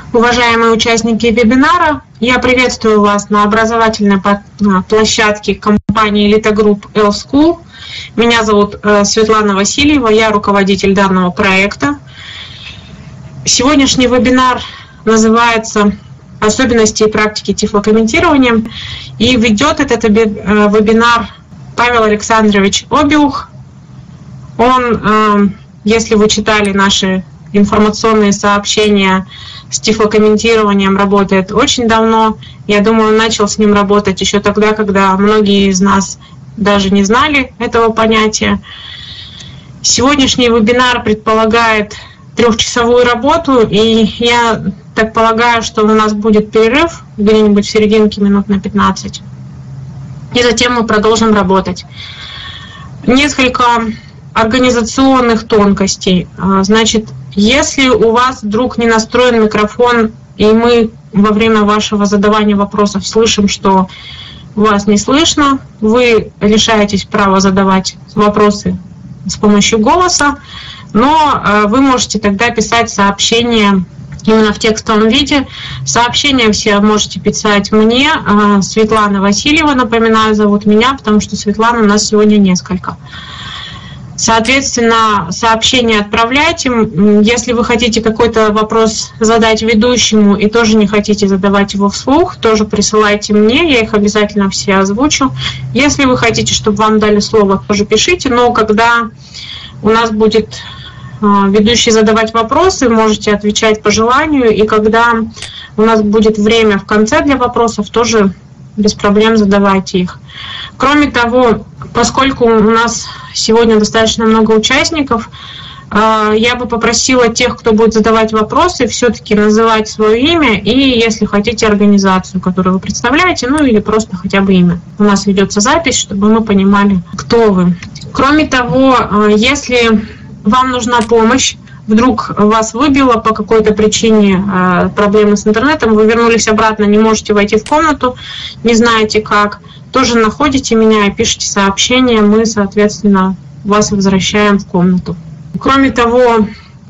Уважаемые участники вебинара, я приветствую вас на образовательной площадке компании Elite Group L-School. Меня зовут Светлана Васильева, я руководитель данного проекта. Сегодняшний вебинар называется «Особенности и практики тифлокомментирования», и ведет этот вебинар Павел Александрович Обиух. Он, если вы читали наши информационные сообщения, с тифлокомментированием работает очень давно. Я думаю, он начал с ним работать еще тогда, когда многие из нас даже не знали этого понятия. Сегодняшний вебинар предполагает трехчасовую работу, и я так полагаю, что у нас будет перерыв где-нибудь в серединке минут на 15. И затем мы продолжим работать. Несколько организационных тонкостей. Значит, если у вас вдруг не настроен микрофон, и мы во время вашего задавания вопросов слышим, что вас не слышно, вы лишаетесь права задавать вопросы с помощью голоса, но вы можете тогда писать сообщения именно в текстовом виде. Сообщения все можете писать мне, Светлана Васильева, напоминаю, зовут меня, потому что Светлана у нас сегодня несколько. Соответственно, сообщения отправляйте. Если вы хотите какой-то вопрос задать ведущему и тоже не хотите задавать его вслух, тоже присылайте мне, я их обязательно все озвучу. Если вы хотите, чтобы вам дали слово, тоже пишите, но когда у нас будет ведущий задавать вопросы, можете отвечать по желанию, и когда у нас будет время в конце для вопросов, тоже без проблем задавайте их. Кроме того, поскольку у нас сегодня достаточно много участников, я бы попросила тех, кто будет задавать вопросы, все-таки называть свое имя и, если хотите, организацию, которую вы представляете, ну или просто хотя бы имя. У нас ведется запись, чтобы мы понимали, кто вы. Кроме того, если вам нужна помощь, вдруг вас выбило по какой-то причине, проблемы с интернетом, вы вернулись обратно, не можете войти в комнату, не знаете как, тоже находите меня и пишите сообщение, мы, соответственно, вас возвращаем в комнату. Кроме того,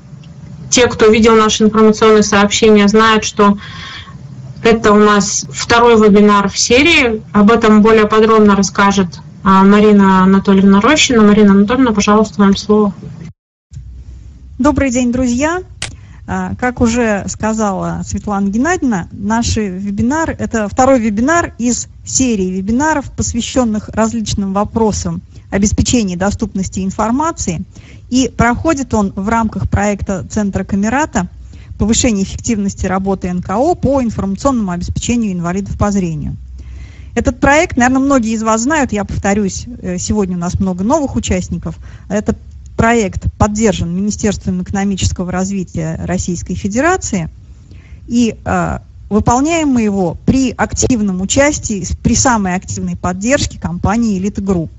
те, кто видел наши информационные сообщения, знают, что это у нас второй вебинар в серии. Об этом более подробно расскажет Марина Анатольевна Рощина. Марина Анатольевна, пожалуйста, вам слово. Добрый день, друзья! Как уже сказала Светлана Геннадьевна, наш вебинар – это второй вебинар из серии вебинаров, посвященных различным вопросам обеспечения доступности информации. И проходит он в рамках проекта Центра Камерата «Повышение эффективности работы НКО по информационному обеспечению инвалидов по зрению». Этот проект, наверное, многие из вас знают, я повторюсь, сегодня у нас много новых участников. Это проект поддержан Министерством экономического развития Российской Федерации, и выполняем мы его при активном участии, при самой активной поддержке компании Elite Group.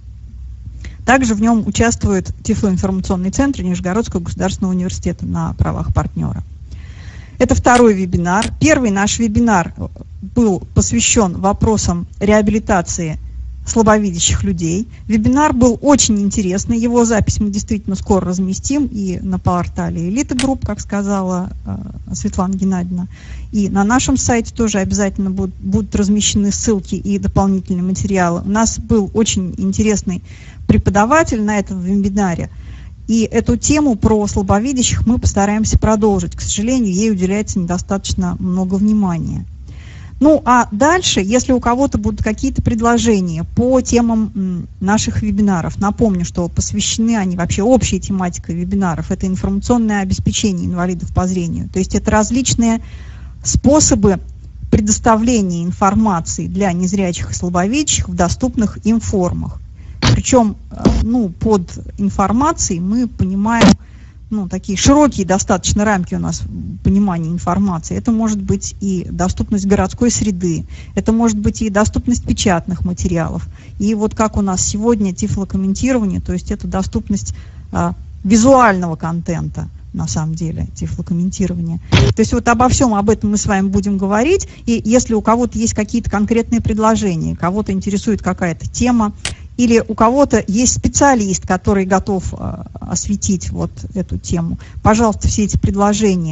Также в нем участвует Тифлоинформационный центр Нижегородского государственного университета на правах партнера. Это второй вебинар. Первый наш вебинар был посвящен вопросам реабилитации слабовидящих людей. Вебинар был очень интересный, его запись мы действительно скоро разместим и на портале Elite Group, как сказала Светлана Геннадьевна, и на нашем сайте тоже обязательно будут размещены ссылки и дополнительные материалы. У нас был очень интересный преподаватель на этом вебинаре, и эту тему про слабовидящих мы постараемся продолжить. К сожалению, ей уделяется недостаточно много внимания. Ну, а дальше, если у кого-то будут какие-то предложения по темам наших вебинаров, напомню, что посвящены они вообще общей тематикой вебинаров, это информационное обеспечение инвалидов по зрению, то есть это различные способы предоставления информации для незрячих и слабовидящих в доступных им формах. Причем, под информацией мы понимаем, такие широкие достаточно рамки у нас понимания информации. Это может быть и доступность городской среды, это может быть и доступность печатных материалов. И вот как у нас сегодня тифлокомментирование, то есть это доступность визуального контента, на самом деле, тифлокомментирование. То есть вот обо всем об этом мы с вами будем говорить. И если у кого-то есть какие-то конкретные предложения, кого-то интересует какая-то тема, или у кого-то есть специалист, который готов осветить вот эту тему, пожалуйста, все эти предложения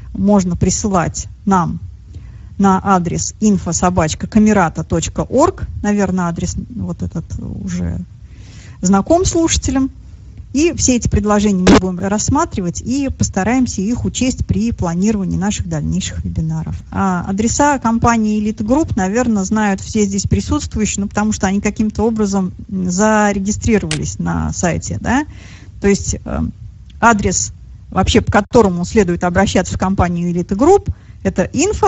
можно присылать нам на адрес info@camerata.org. Наверное, адрес вот этот уже знаком слушателям. И все эти предложения мы будем рассматривать и постараемся их учесть при планировании наших дальнейших вебинаров. Адреса компании Elite Group, наверное, знают все здесь присутствующие, потому что они каким-то образом зарегистрировались на сайте. Да? То есть адрес, вообще по которому следует обращаться в компанию Elite Group, это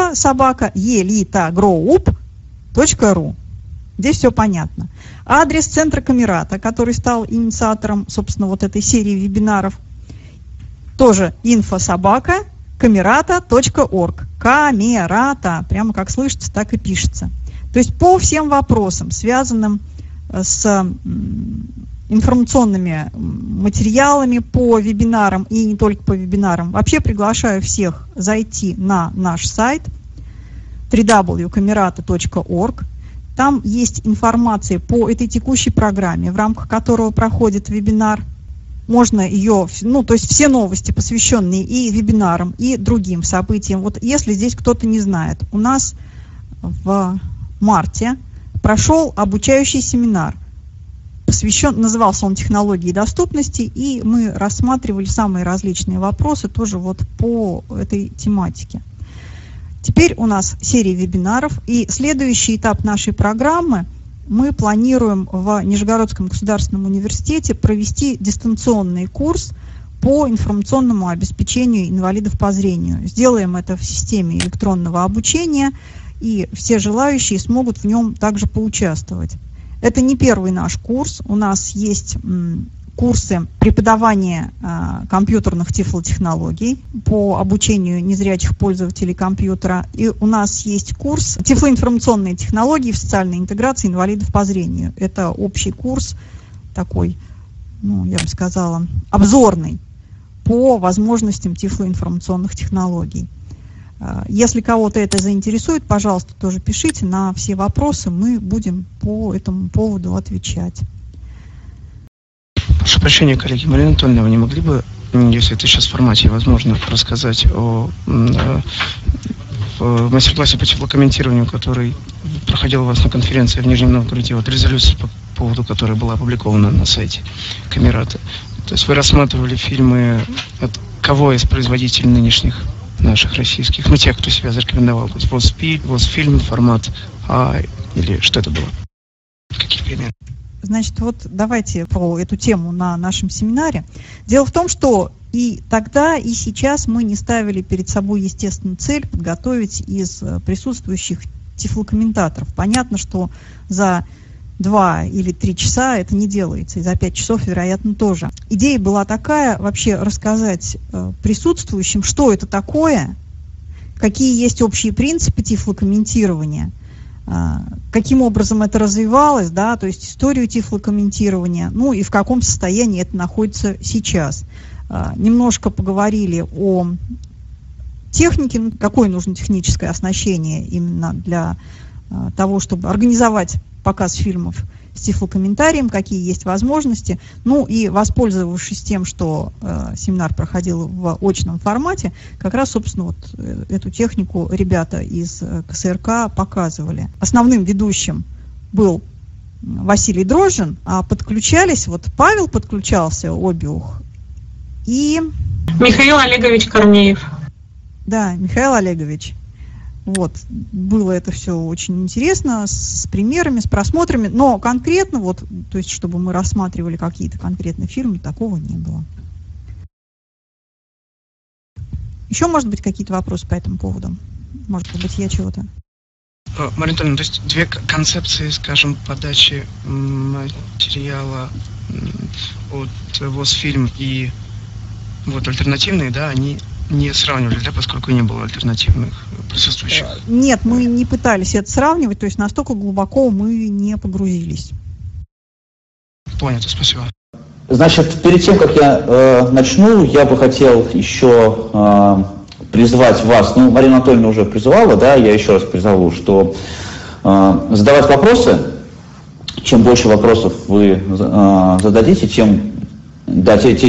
info@elitagroup.ru. Здесь все понятно. Адрес центра Камерата, который стал инициатором, собственно, вот этой серии вебинаров, тоже info@camerata.org. Камерата, прямо как слышится, так и пишется. То есть по всем вопросам, связанным с информационными материалами по вебинарам и не только по вебинарам, вообще приглашаю всех зайти на наш сайт www.camerata.org. Там есть информация по этой текущей программе, в рамках которого проходит вебинар. Можно ее, то есть все новости, посвященные и вебинарам, и другим событиям. Вот если здесь кто-то не знает, у нас в марте прошел обучающий семинар, назывался он «Технологии доступности», и мы рассматривали самые различные вопросы тоже вот по этой тематике. Теперь у нас серия вебинаров, и следующий этап нашей программы мы планируем в Нижегородском государственном университете провести дистанционный курс по информационному обеспечению инвалидов по зрению. Сделаем это в системе электронного обучения, и все желающие смогут в нем также поучаствовать. Это не первый наш курс, у нас есть курсы преподавания компьютерных тифлотехнологий по обучению незрячих пользователей компьютера. И у нас есть курс «Тифлоинформационные технологии в социальной интеграции инвалидов по зрению». Это общий курс, такой, я бы сказала, обзорный по возможностям тифлоинформационных технологий. Если кого-то это заинтересует, пожалуйста, тоже пишите на все вопросы, мы будем по этому поводу отвечать. Прошу прощения, коллеги. Марина Анатольевна, вы не могли бы, если это сейчас в формате возможно, рассказать о мастер-классе по тифлокомментированию, который проходил у вас на конференции в Нижнем Новгороде, вот резолюция, по поводу которой была опубликована на сайте Камерата. То есть вы рассматривали фильмы от кого из производителей нынешних наших российских, тех, кто себя зарекомендовал, то есть Восфильм, формат А, или что это было? Какие примеры? Значит, вот давайте про эту тему на нашем семинаре. Дело в том, что и тогда, и сейчас мы не ставили перед собой, естественно, цель подготовить из присутствующих тифлокомментаторов. Понятно, что за 2 или 3 часа это не делается, и за 5 часов, вероятно, тоже. Идея была такая, вообще рассказать присутствующим, что это такое, какие есть общие принципы тифлокомментирования, каким образом это развивалось, да, то есть историю тифлокомментирования, и в каком состоянии это находится сейчас. Немножко поговорили о технике, какое нужно техническое оснащение именно для того, чтобы организовать показ фильмов с тифлокомментарием, какие есть возможности. И воспользовавшись тем, что семинар проходил в очном формате, как раз, собственно, вот эту технику ребята из КСРК показывали. Основным ведущим был Василий Дрожжин, а подключались, Павел подключался, Обиух, и... Михаил Олегович Корнеев. Да, Михаил Олегович. Было это все очень интересно, с примерами, с просмотрами, но конкретно, то есть, чтобы мы рассматривали какие-то конкретные фильмы, такого не было. Еще, может быть, какие-то вопросы по этому поводу? Может быть, я чего-то... Марина Анатольевна, то есть 2 концепции, скажем, подачи материала от Восфильм и альтернативные, да, они не сравнивали, да, поскольку не было альтернативных присутствующих? Нет, мы не пытались это сравнивать, то есть настолько глубоко мы не погрузились. Понятно, спасибо. Значит, перед тем, как я начну, я бы хотел еще призвать вас, Марина Анатольевна уже призывала, да, я еще раз призову, что задавать вопросы, чем больше вопросов вы зададите, тем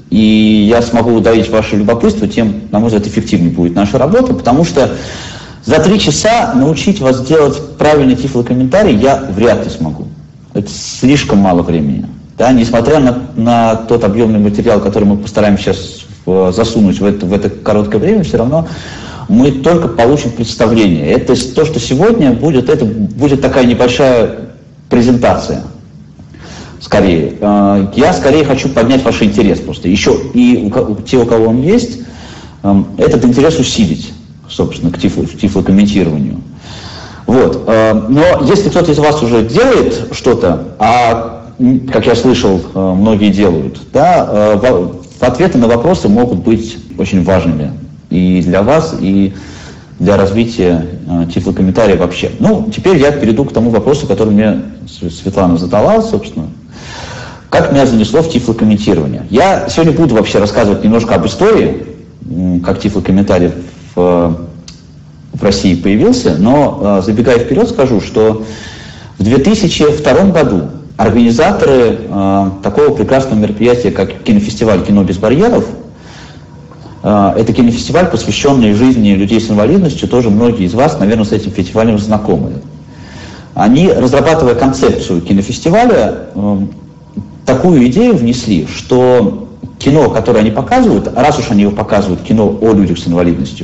и я смогу удовлетворить ваше любопытство, тем, на мой взгляд, эффективнее будет наша работа, потому что за 3 часа научить вас делать правильный тифлокомментарий я вряд ли смогу. Это слишком мало времени. Да? Несмотря на тот объемный материал, который мы постараемся сейчас засунуть в это короткое время, все равно мы только получим представление. Это то, что сегодня будет, это будет такая небольшая презентация. Скорее. Я скорее хочу поднять ваш интерес просто. Еще и те, у кого он есть, этот интерес усилить, собственно, к тифлокомментированию. Вот. Но если кто-то из вас уже делает что-то, а, как я слышал, многие делают, да, ответы на вопросы могут быть очень важными и для вас, и для развития тифлокомментария вообще. Ну, теперь я перейду к тому вопросу, который мне Светлана задала, собственно. Как меня занесло в тифлокомментирование? Я сегодня буду вообще рассказывать немножко об истории, как тифлокомментарий в России появился, но, забегая вперед, скажу, что в 2002 году организаторы такого прекрасного мероприятия, как кинофестиваль «Кино без барьеров», это кинофестиваль, посвященный жизни людей с инвалидностью, тоже многие из вас, наверное, с этим фестивалем знакомы. Они, разрабатывая концепцию кинофестиваля, такую идею внесли, что кино, которое они показывают, раз уж они его показывают, кино о людях с инвалидностью,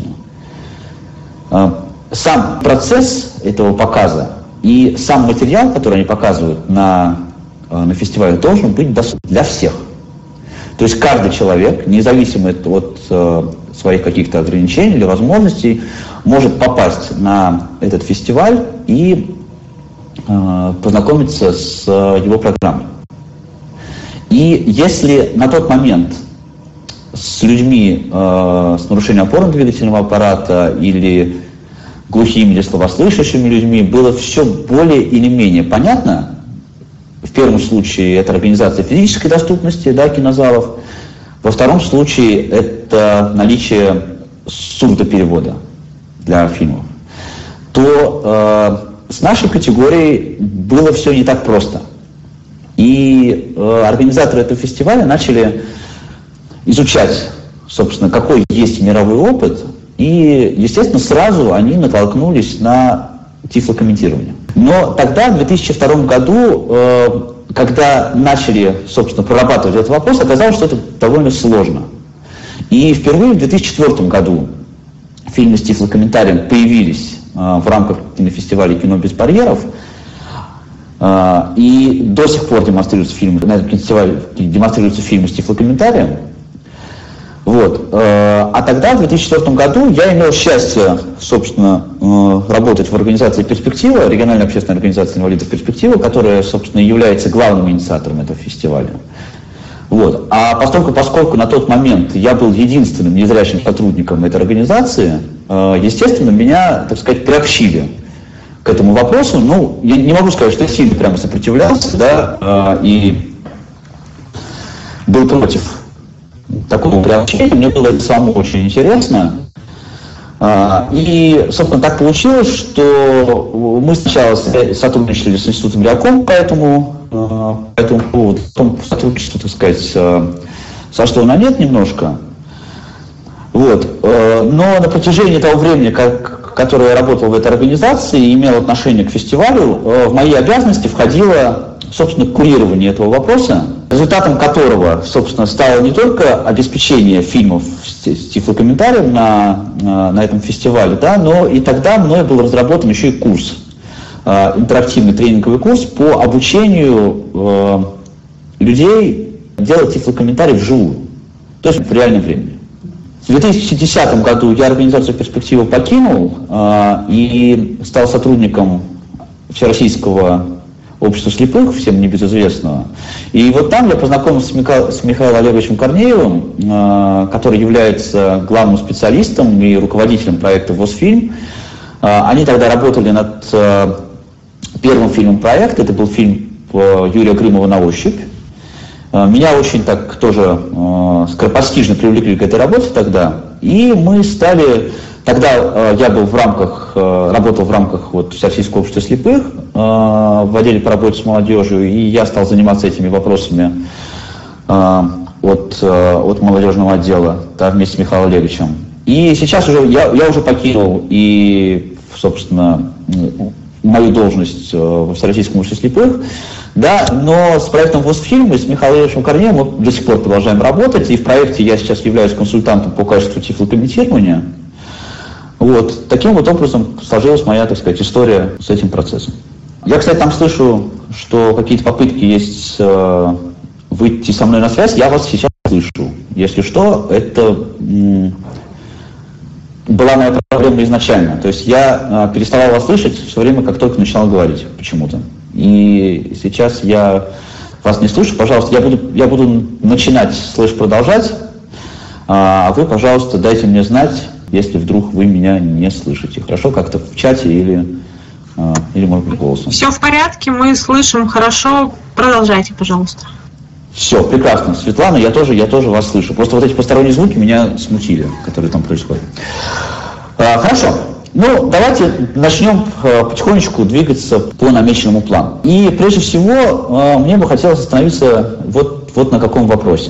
сам процесс этого показа и сам материал, который они показывают на фестивале, должен быть доступен для всех. То есть каждый человек, независимо от своих каких-то ограничений или возможностей, может попасть на этот фестиваль и познакомиться с его программой. И если на тот момент с людьми с нарушением опорно-двигательного аппарата или глухими или слабослышащими людьми было все более или менее понятно, в первом случае это организация физической доступности, да, кинозалов, во втором случае это наличие сурдоперевода для фильмов, то с нашей категорией было все не так просто. И организаторы этого фестиваля начали изучать, собственно, какой есть мировой опыт, и, естественно, сразу они натолкнулись на тифлокомментирование. Но тогда, в 2002 году, когда начали, собственно, прорабатывать этот вопрос, оказалось, что это довольно сложно. И впервые в 2004 году фильмы с тифлокомментарием появились в рамках кинофестиваля «Кино без барьеров», и до сих пор демонстрируются фильмы, на этом фестивале демонстрируются фильмы с тифлокомментарием. Вот. А тогда, в 2004 году, я имел счастье, собственно, работать в организации «Перспектива», региональной общественной организации инвалидов «Перспектива», которая, собственно, является главным инициатором этого фестиваля. Вот. А поскольку на тот момент я был единственным незрячим сотрудником этой организации, естественно, меня, так сказать, приобщили к этому вопросу. Ну, я не могу сказать, что я сильно прямо сопротивлялся, да, и был против такого приобщения. Мне было это самому очень интересно. И, собственно, так получилось, что мы сначала сотрудничали с институтом Реаком по этому поводу, потом сотрудничество, так сказать, сошло на нет немножко. Вот. Но на протяжении того времени, которое я работал в этой организации и имел отношение к фестивалю, в мои обязанности входило, собственно, курирование этого вопроса, результатом которого, собственно, стало не только обеспечение фильмов с тифлокомментарием на этом фестивале, да, но и тогда мной был разработан еще и курс, интерактивный тренинговый курс по обучению людей делать тифлокомментарий вживую, то есть в реальном времени. В 2010 году я организацию «Перспективу» покинул и стал сотрудником Всероссийского общества слепых, всем небезызвестного. И вот там я познакомился с Михаилом Олеговичем Корнеевым, который является главным специалистом и руководителем проекта «ВОЗ-фильм». Они тогда работали над первым фильмом проекта, это был фильм Юрия Грымова «На ощупь». Меня очень так тоже скоропостижно привлекли к этой работе тогда, и мы стали, тогда я был работал в рамках вот Всероссийского общества слепых в отделе по работе с молодежью, и я стал заниматься этими вопросами от молодежного отдела, да, вместе с Михаилом Олеговичем. И сейчас уже я уже покинул и, собственно, мою должность в Всероссийском обществе слепых, да, но с проектом Мосфильма, с Михаилом Олеговичем Корнеевым мы до сих пор продолжаем работать, и в проекте я сейчас являюсь консультантом по качеству тифлокомментирования. Вот. Таким вот образом сложилась моя, так сказать, история с этим процессом. Я, кстати, там слышу, что какие-то попытки есть выйти со мной на связь, я вас сейчас слышу. Если что, это была моя проблема изначально. То есть я переставал вас слышать все время, как только начинал говорить почему-то. И сейчас я вас не слышу. Пожалуйста, я буду начинать продолжать, а вы, пожалуйста, дайте мне знать, если вдруг вы меня не слышите. Хорошо? Как-то в чате или может быть, голосом. Все в порядке, мы слышим хорошо. Продолжайте, пожалуйста. Все, прекрасно. Светлана, я тоже вас слышу. Просто вот эти посторонние звуки меня смутили, которые там происходят. Хорошо. Ну, давайте начнем потихонечку двигаться по намеченному плану. И прежде всего, мне бы хотелось остановиться вот на каком вопросе.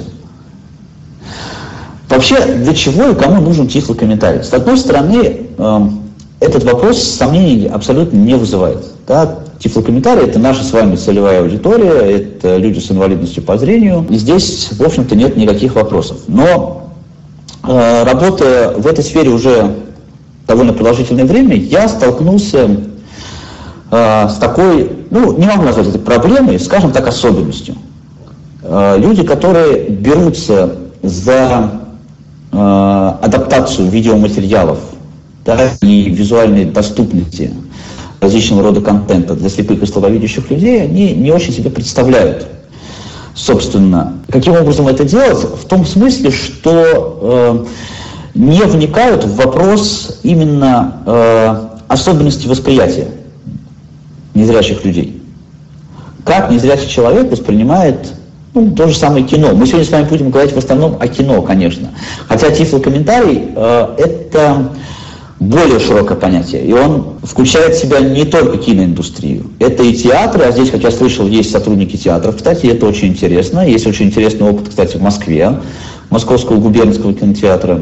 Вообще, для чего и кому нужен тифлокомментарий? С одной стороны, этот вопрос сомнений абсолютно не вызывает. Да? Тифлокомментарий – это наша с вами целевая аудитория, это люди с инвалидностью по зрению. И здесь, в общем-то, нет никаких вопросов. Но работая в этой сфере уже довольно продолжительное время, я столкнулся с такой, не могу назвать это проблемой, скажем так, особенностью. Люди, которые берутся за адаптацию видеоматериалов, да, и визуальной доступности различного рода контента для слепых и слабовидящих людей, они не очень себе представляют, собственно, каким образом это делать, в том смысле, что не вникают в вопрос именно особенностей восприятия незрячих людей. Как незрячий человек воспринимает то же самое кино. Мы сегодня с вами будем говорить в основном о кино, конечно. Хотя тифлокомментарий это более широкое понятие, и он включает в себя не только киноиндустрию. Это и театры, а здесь, как я слышал, есть сотрудники театров, кстати, это очень интересно. Есть очень интересный опыт, кстати, в Москве, Московского губернского кинотеатра,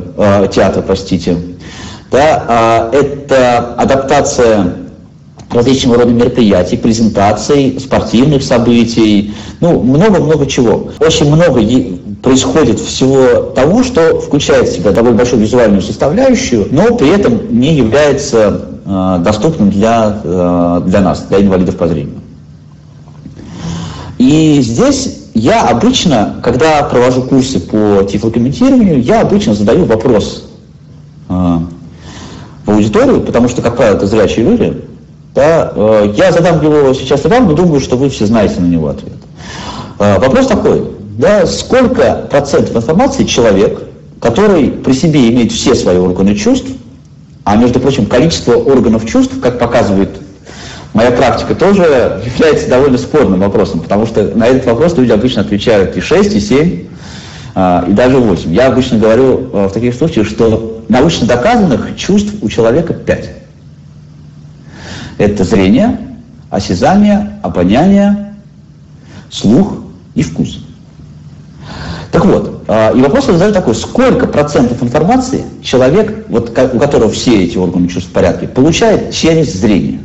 Да, это адаптация различного рода мероприятий, презентаций, спортивных событий, много-много чего. Очень много происходит всего того, что включает в себя довольно большую визуальную составляющую, но при этом не является доступным для нас, для инвалидов по зрению. И здесь я обычно, когда провожу курсы по тифлокомментированию, я обычно задаю вопрос в аудиторию, потому что, как правило, это зрячие люди. Да, я задам его сейчас вам, но думаю, что вы все знаете на него ответ. Вопрос такой, да, сколько процентов информации человек, который при себе имеет все свои органы чувств, а между прочим, количество органов чувств, как показывает моя практика, тоже является довольно спорным вопросом, потому что на этот вопрос люди обычно отвечают и 6, и 7, и даже 8. Я обычно говорю в таких случаях, что научно доказанных чувств у человека 5. Это зрение, осязание, обоняние, слух и вкус. Так вот, и вопрос я задаю такой, сколько процентов информации человек, у которого все эти органы чувств в порядке, получает через зрение?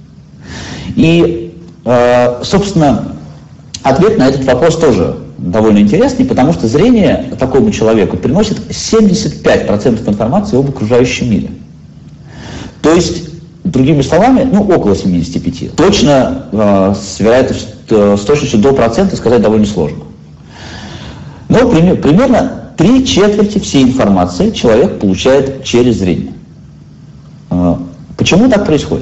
И, собственно, ответ на этот вопрос тоже довольно интересный, потому что зрение такому человеку приносит 75% информации об окружающем мире. То есть, другими словами, около 75. Точно с точностью до процента сказать довольно сложно. Но примерно 3/4 всей информации человек получает через зрение. Почему так происходит?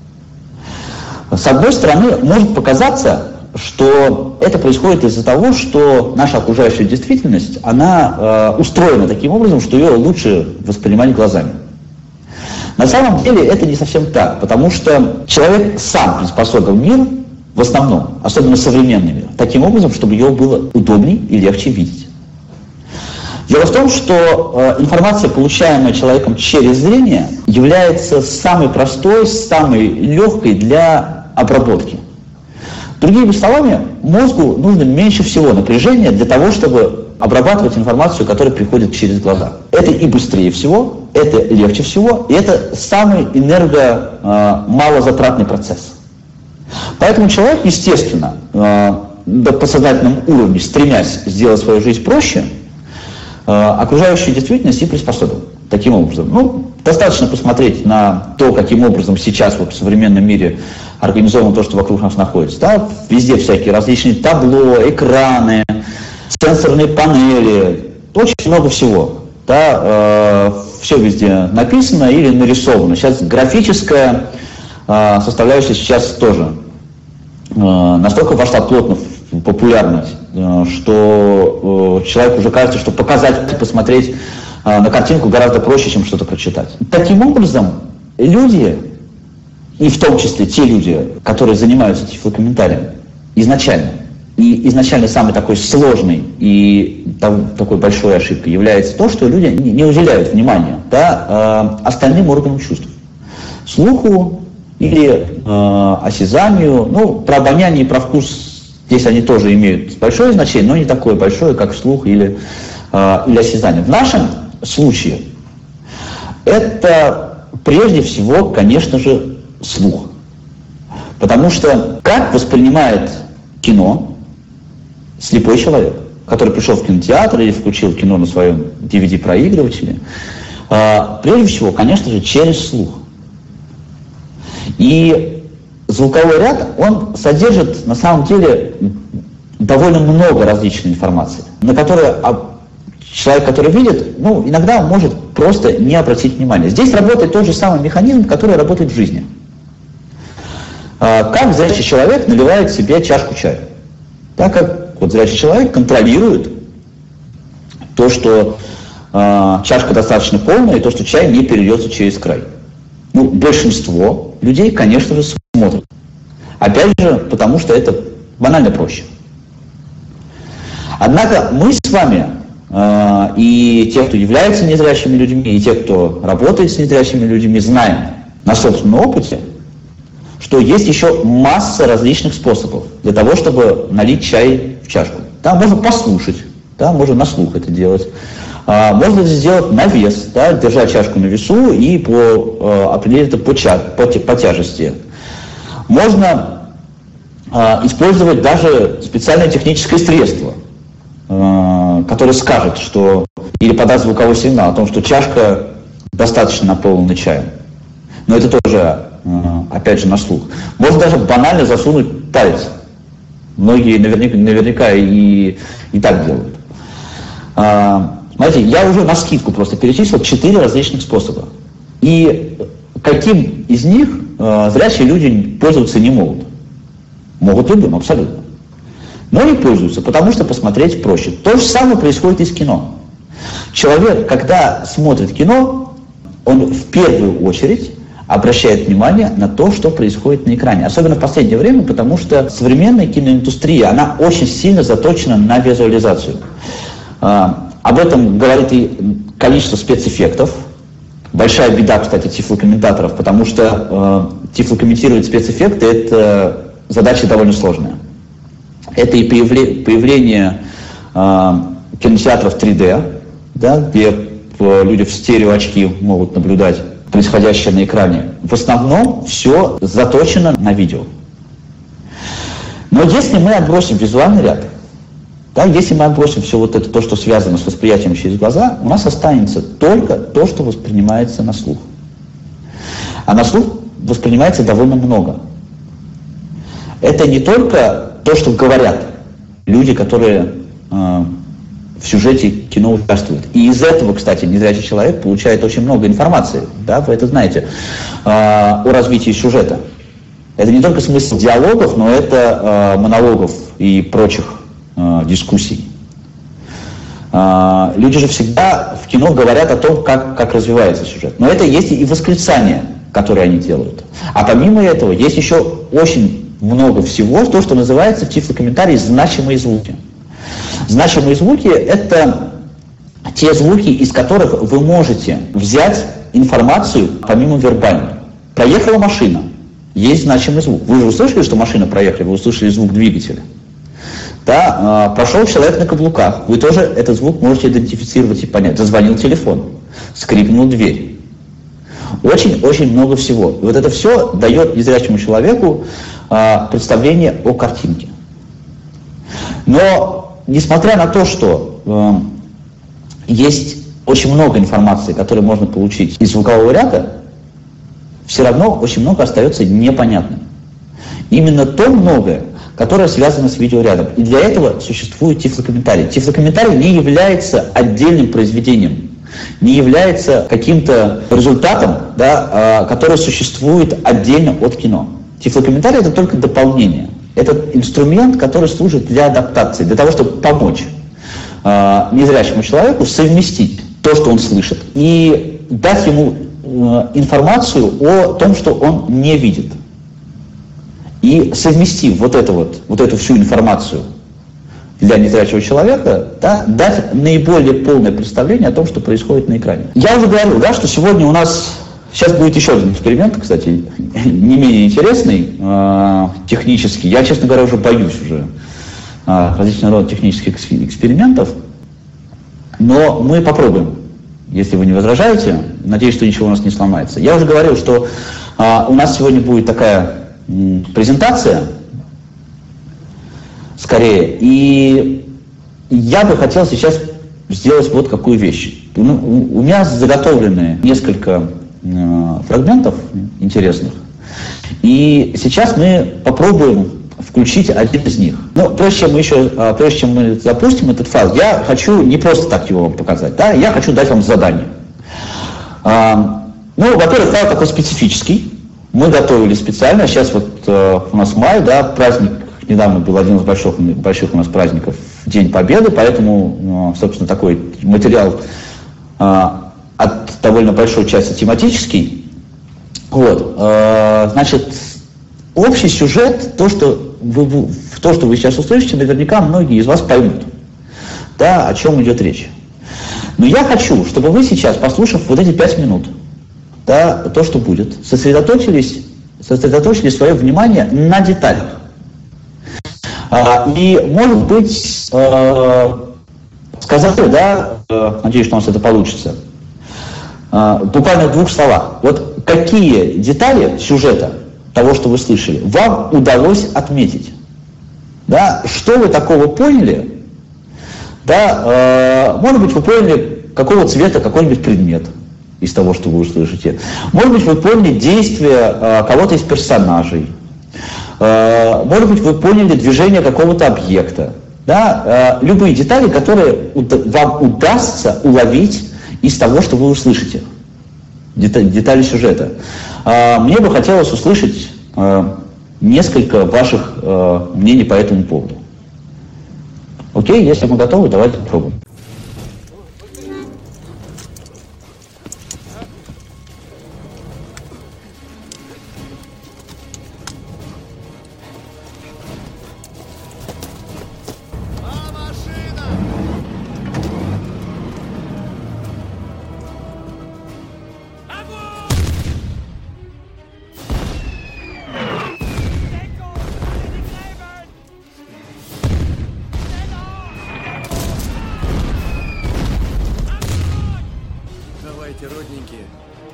С одной стороны, может показаться, что это происходит из-за того, что наша окружающая действительность, она устроена таким образом, что ее лучше воспринимать глазами. На самом деле это не совсем так, потому что человек сам приспособил мир, в основном, особенно современный мир, таким образом, чтобы его было удобнее и легче видеть. Дело в том, что информация, получаемая человеком через зрение, является самой простой, самой легкой для обработки. Другими словами, мозгу нужно меньше всего напряжения для того, чтобы обрабатывать информацию, которая приходит через глаза. Это и быстрее всего, это легче всего, и это самый малозатратный процесс. Поэтому человек, естественно, на подсознательном уровне, стремясь сделать свою жизнь проще, окружающую действительность и приспособил таким образом. Достаточно посмотреть на то, каким образом сейчас в современном мире организовано то, что вокруг нас находится. Да? Везде всякие различные табло, экраны, сенсорные панели, очень много всего. Да? Все везде написано или нарисовано. Сейчас графическая составляющая сейчас тоже настолько вошла плотно в популярность, что человеку уже кажется, что показать, посмотреть на картинку гораздо проще, чем что-то прочитать. Таким образом, люди, и в том числе те люди, которые занимаются тифлокомментарием, изначально самой такой сложной и такой большой ошибкой является то, что люди не уделяют внимания остальным органам чувств. Слуху или осязанию. Про обоняние и про вкус здесь они тоже имеют большое значение, но не такое большое, как слух или осязание. В нашем случае это прежде всего, конечно же, слух. Потому что как воспринимает кино слепой человек, который пришел в кинотеатр или включил кино на своем DVD-проигрывателе, прежде всего, конечно же, через слух. И звуковой ряд, он содержит на самом деле довольно много различной информации, на которую человек, который видит, иногда может просто не обратить внимания. Здесь работает тот же самый механизм, который работает в жизни. Как зрячий человек наливает себе чашку чая. Так как зрячий человек контролирует то, что чашка достаточно полная, и то, что чай не перельется через край. Большинство людей, конечно же, смотрят. Опять же, потому что это банально проще. Однако мы с вами, и те, кто является незрячими людьми, и те, кто работает с незрячими людьми, знаем на собственном опыте, что есть еще масса различных способов для того, чтобы налить чай в чашку. Можно послушать, можно на слух это делать. Можно это сделать на вес, держать чашку на весу и определить это по тяжести. Можно использовать даже специальное техническое средство, которое скажет, что или подаст звуковой сигнал о том, что чашка достаточно наполнена чаем. Но это тоже, опять же, на слух. Можно даже банально засунуть палец. Многие наверняка и так делают. Смотрите, я уже навскидку просто перечислил 4 различных способа. И каким из них зрячие люди пользоваться не могут? Могут любым, абсолютно. Но не пользуются, потому что посмотреть проще. То же самое происходит и с кино. Человек, когда смотрит кино, он в первую очередь обращает внимание на то, что происходит на экране. Особенно в последнее время, потому что современная киноиндустрия, она очень сильно заточена на визуализацию. Об этом говорит и количество спецэффектов. Большая беда, кстати, тифлокомментаторов, потому что тифлокомментировать спецэффекты – это задача довольно сложная. Это и появление кинотеатров 3D, где люди в стереоочки могут наблюдать происходящее на экране. В основном все заточено на видео. Но если мы отбросим визуальный ряд, если мы отбросим все это, то, что связано с восприятием через глаза, у нас останется только то, что воспринимается на слух. А на слух воспринимается довольно много. Это не только то, что говорят люди, которые в сюжете кино участвуют. И из этого, кстати, незрячий человек получает очень много информации, вы это знаете, о развитии сюжета. Это не только смысл диалогов, но это монологов и прочих дискуссий. Люди же всегда в кино говорят о том, как развивается сюжет. Но это есть и восклицания, которые они делают. А помимо этого есть еще очень много всего, то, что называется в тифлокомментарии значимые звуки. Значимые звуки – это те звуки, из которых вы можете взять информацию помимо вербальной. Проехала машина, есть значимый звук. Вы же услышали, что машина проехала, вы услышали звук двигателя. Да, прошел человек на каблуках, вы тоже этот звук можете идентифицировать и понять. Зазвонил телефон, скрипнула дверь. Очень много всего. И вот это все дает незрячему человеку представление о картинке. Но, несмотря на то, что есть очень много информации, которую можно получить из звукового ряда, все равно очень много остается непонятным. Именно то многое, которое связано с видеорядом. И для этого существует тифлокомментарий. Тифлокомментарий не является отдельным произведением, не является каким-то результатом, да, который существует отдельно от кино. Тифлокомментарий — это только дополнение. Это инструмент, который служит для адаптации, для того, чтобы помочь незрячему человеку совместить то, что он слышит, и дать ему информацию о том, что он не видит. И совместив вот эту всю информацию для незрячего человека, да, дать наиболее полное представление о том, что происходит на экране. Я уже говорил, да, что сегодня у нас, сейчас будет еще один эксперимент, кстати, не менее интересный, технический. Я, честно говоря, уже боюсь различного рода технических экспериментов, но мы попробуем, если вы не возражаете. Надеюсь, что ничего у нас не сломается. Я уже говорил, что у нас сегодня будет такая презентация, скорее, и я бы хотел сейчас сделать вот какую вещь. У меня заготовлены несколько фрагментов интересных, и сейчас мы попробуем включить один из них. Но прежде чем мы запустим этот файл, я хочу не просто так его вам показать, да, я хочу дать вам задание. Во-первых, файл такой специфический. Мы готовили специально. Сейчас вот у нас май, да, праздник, недавно был один из больших у нас праздников, День Победы, поэтому, собственно, такой материал от довольно большой части тематический. Вот. Значит, общий сюжет, то, что вы сейчас услышите, наверняка многие из вас поймут, да, о чем идет речь. Но я хочу, чтобы вы сейчас, послушав вот эти 5 минут, да, то, что будет, сосредоточили свое внимание на деталях. И, может быть, сказали, да, надеюсь, что у нас это получится, буквально в 2 словах. Вот какие детали сюжета того, что вы слышали, вам удалось отметить? Да, что вы такого поняли? Да, может быть, вы поняли, какого цвета какой-нибудь предмет из того, что вы услышите. Может быть, вы поняли действия кого-то из персонажей. Может быть, вы поняли движение какого-то объекта. Да? Любые детали, которые вам удастся уловить из того, что вы услышите. Детали сюжета. Мне бы хотелось услышать несколько ваших мнений по этому поводу. Окей, если мы готовы, давайте попробуем. Родненькие.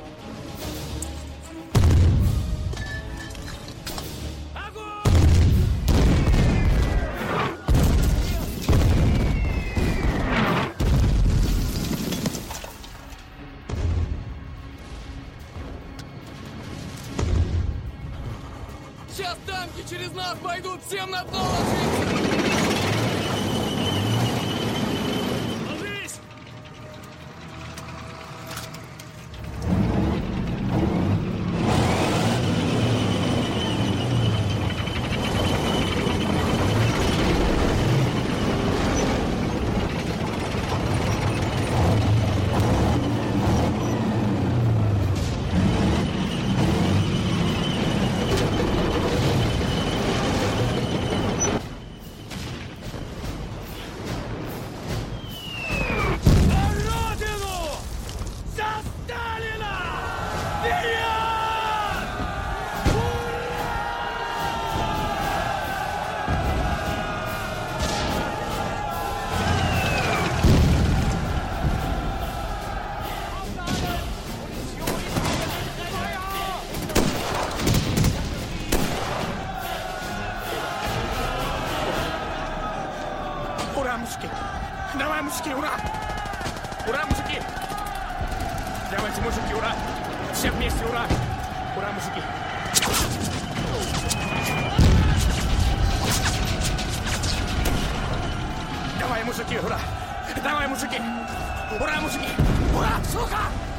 Сейчас танки через нас пойдут, всем на дно ложиться! Ложись! мужики, ура! Ура, мужики! Давайте, мужики, ура! Все вместе, ура! Ура, мужики! Давай, мужики, ура! Давай, мужики! Ура, мужики! Ура, сука!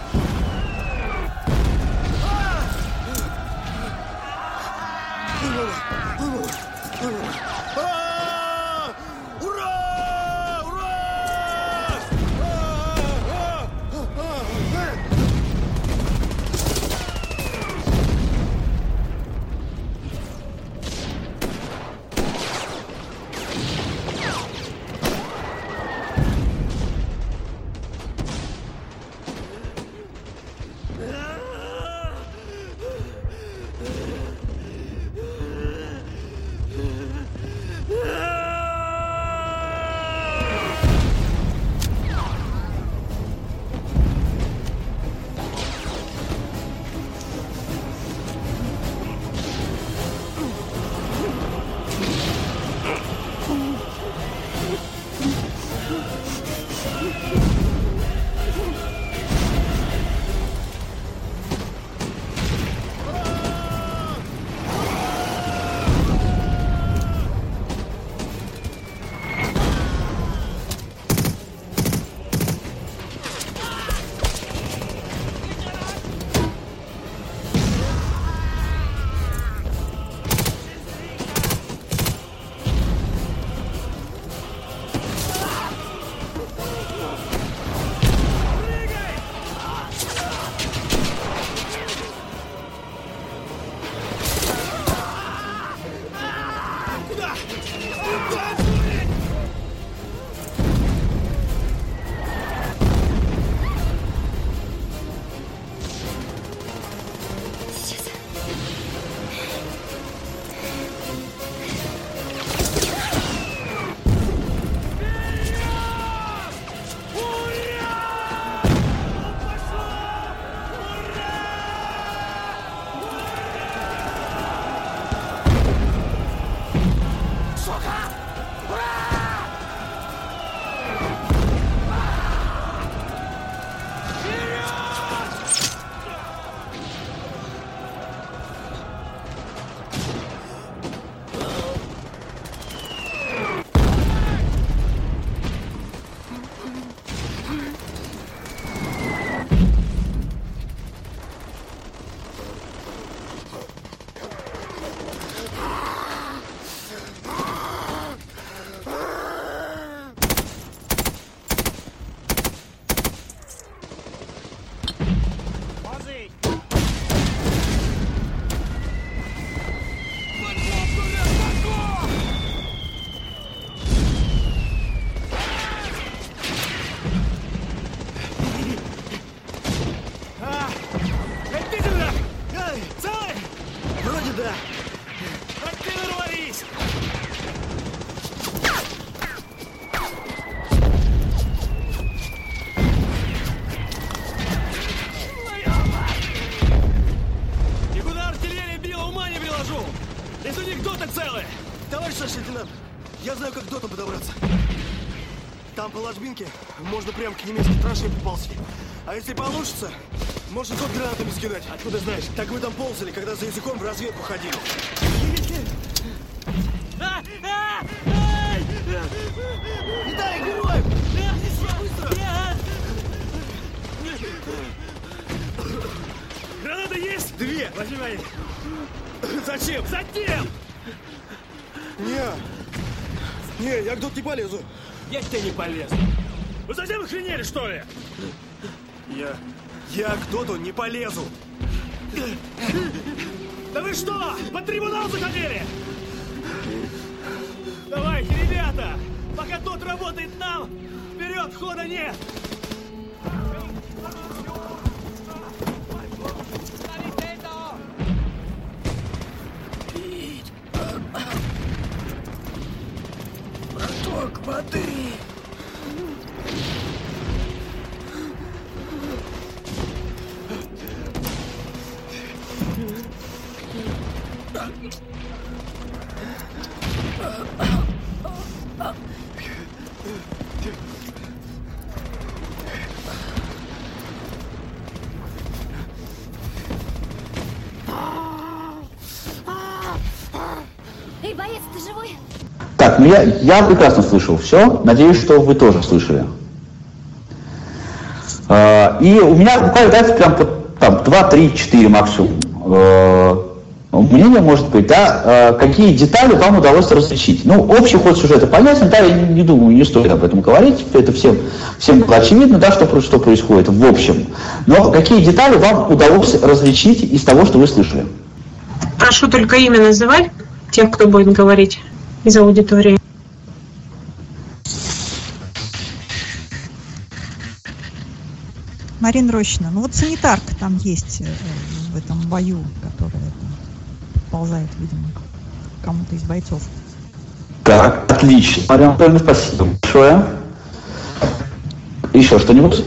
Там по ложбинке можно прямо к немецкой траншеи поползти. А если получится, можно тот гранатами скидать. Откуда знаешь? Так мы там ползали, когда за языком в разведку ходили. Виталий, герой! Гранаты есть? 2. Возьми мои. Зачем? Затем! Не, я тут не полезу. Я к тебе не полезу. Вы совсем охренели, что ли? Я кто-то не полезу. Да вы что, под трибунал захотели? Давайте, ребята, пока тот работает нам, вперед, хода нет. Браток, воды! Наконец-то живой. Так, ну я прекрасно слышал все. Надеюсь, что вы тоже слышали. И у меня буквально дайте прям там 2, 3, 4 максимум мнение, может быть, да, какие детали вам удалось различить. Ну, общий ход сюжета понятен, да, я не думаю, не стоит об этом говорить, это всем было очевидно, да, что происходит в общем. Но какие детали вам удалось различить из того, что вы слышали? Прошу только имя называть тех, кто будет говорить из аудитории. Марина Рощина, ну вот санитарка там есть в этом бою, которая ползает, видимо, кому-то из бойцов. Так, отлично. Марина Анатольевна, спасибо большое. Еще что-нибудь?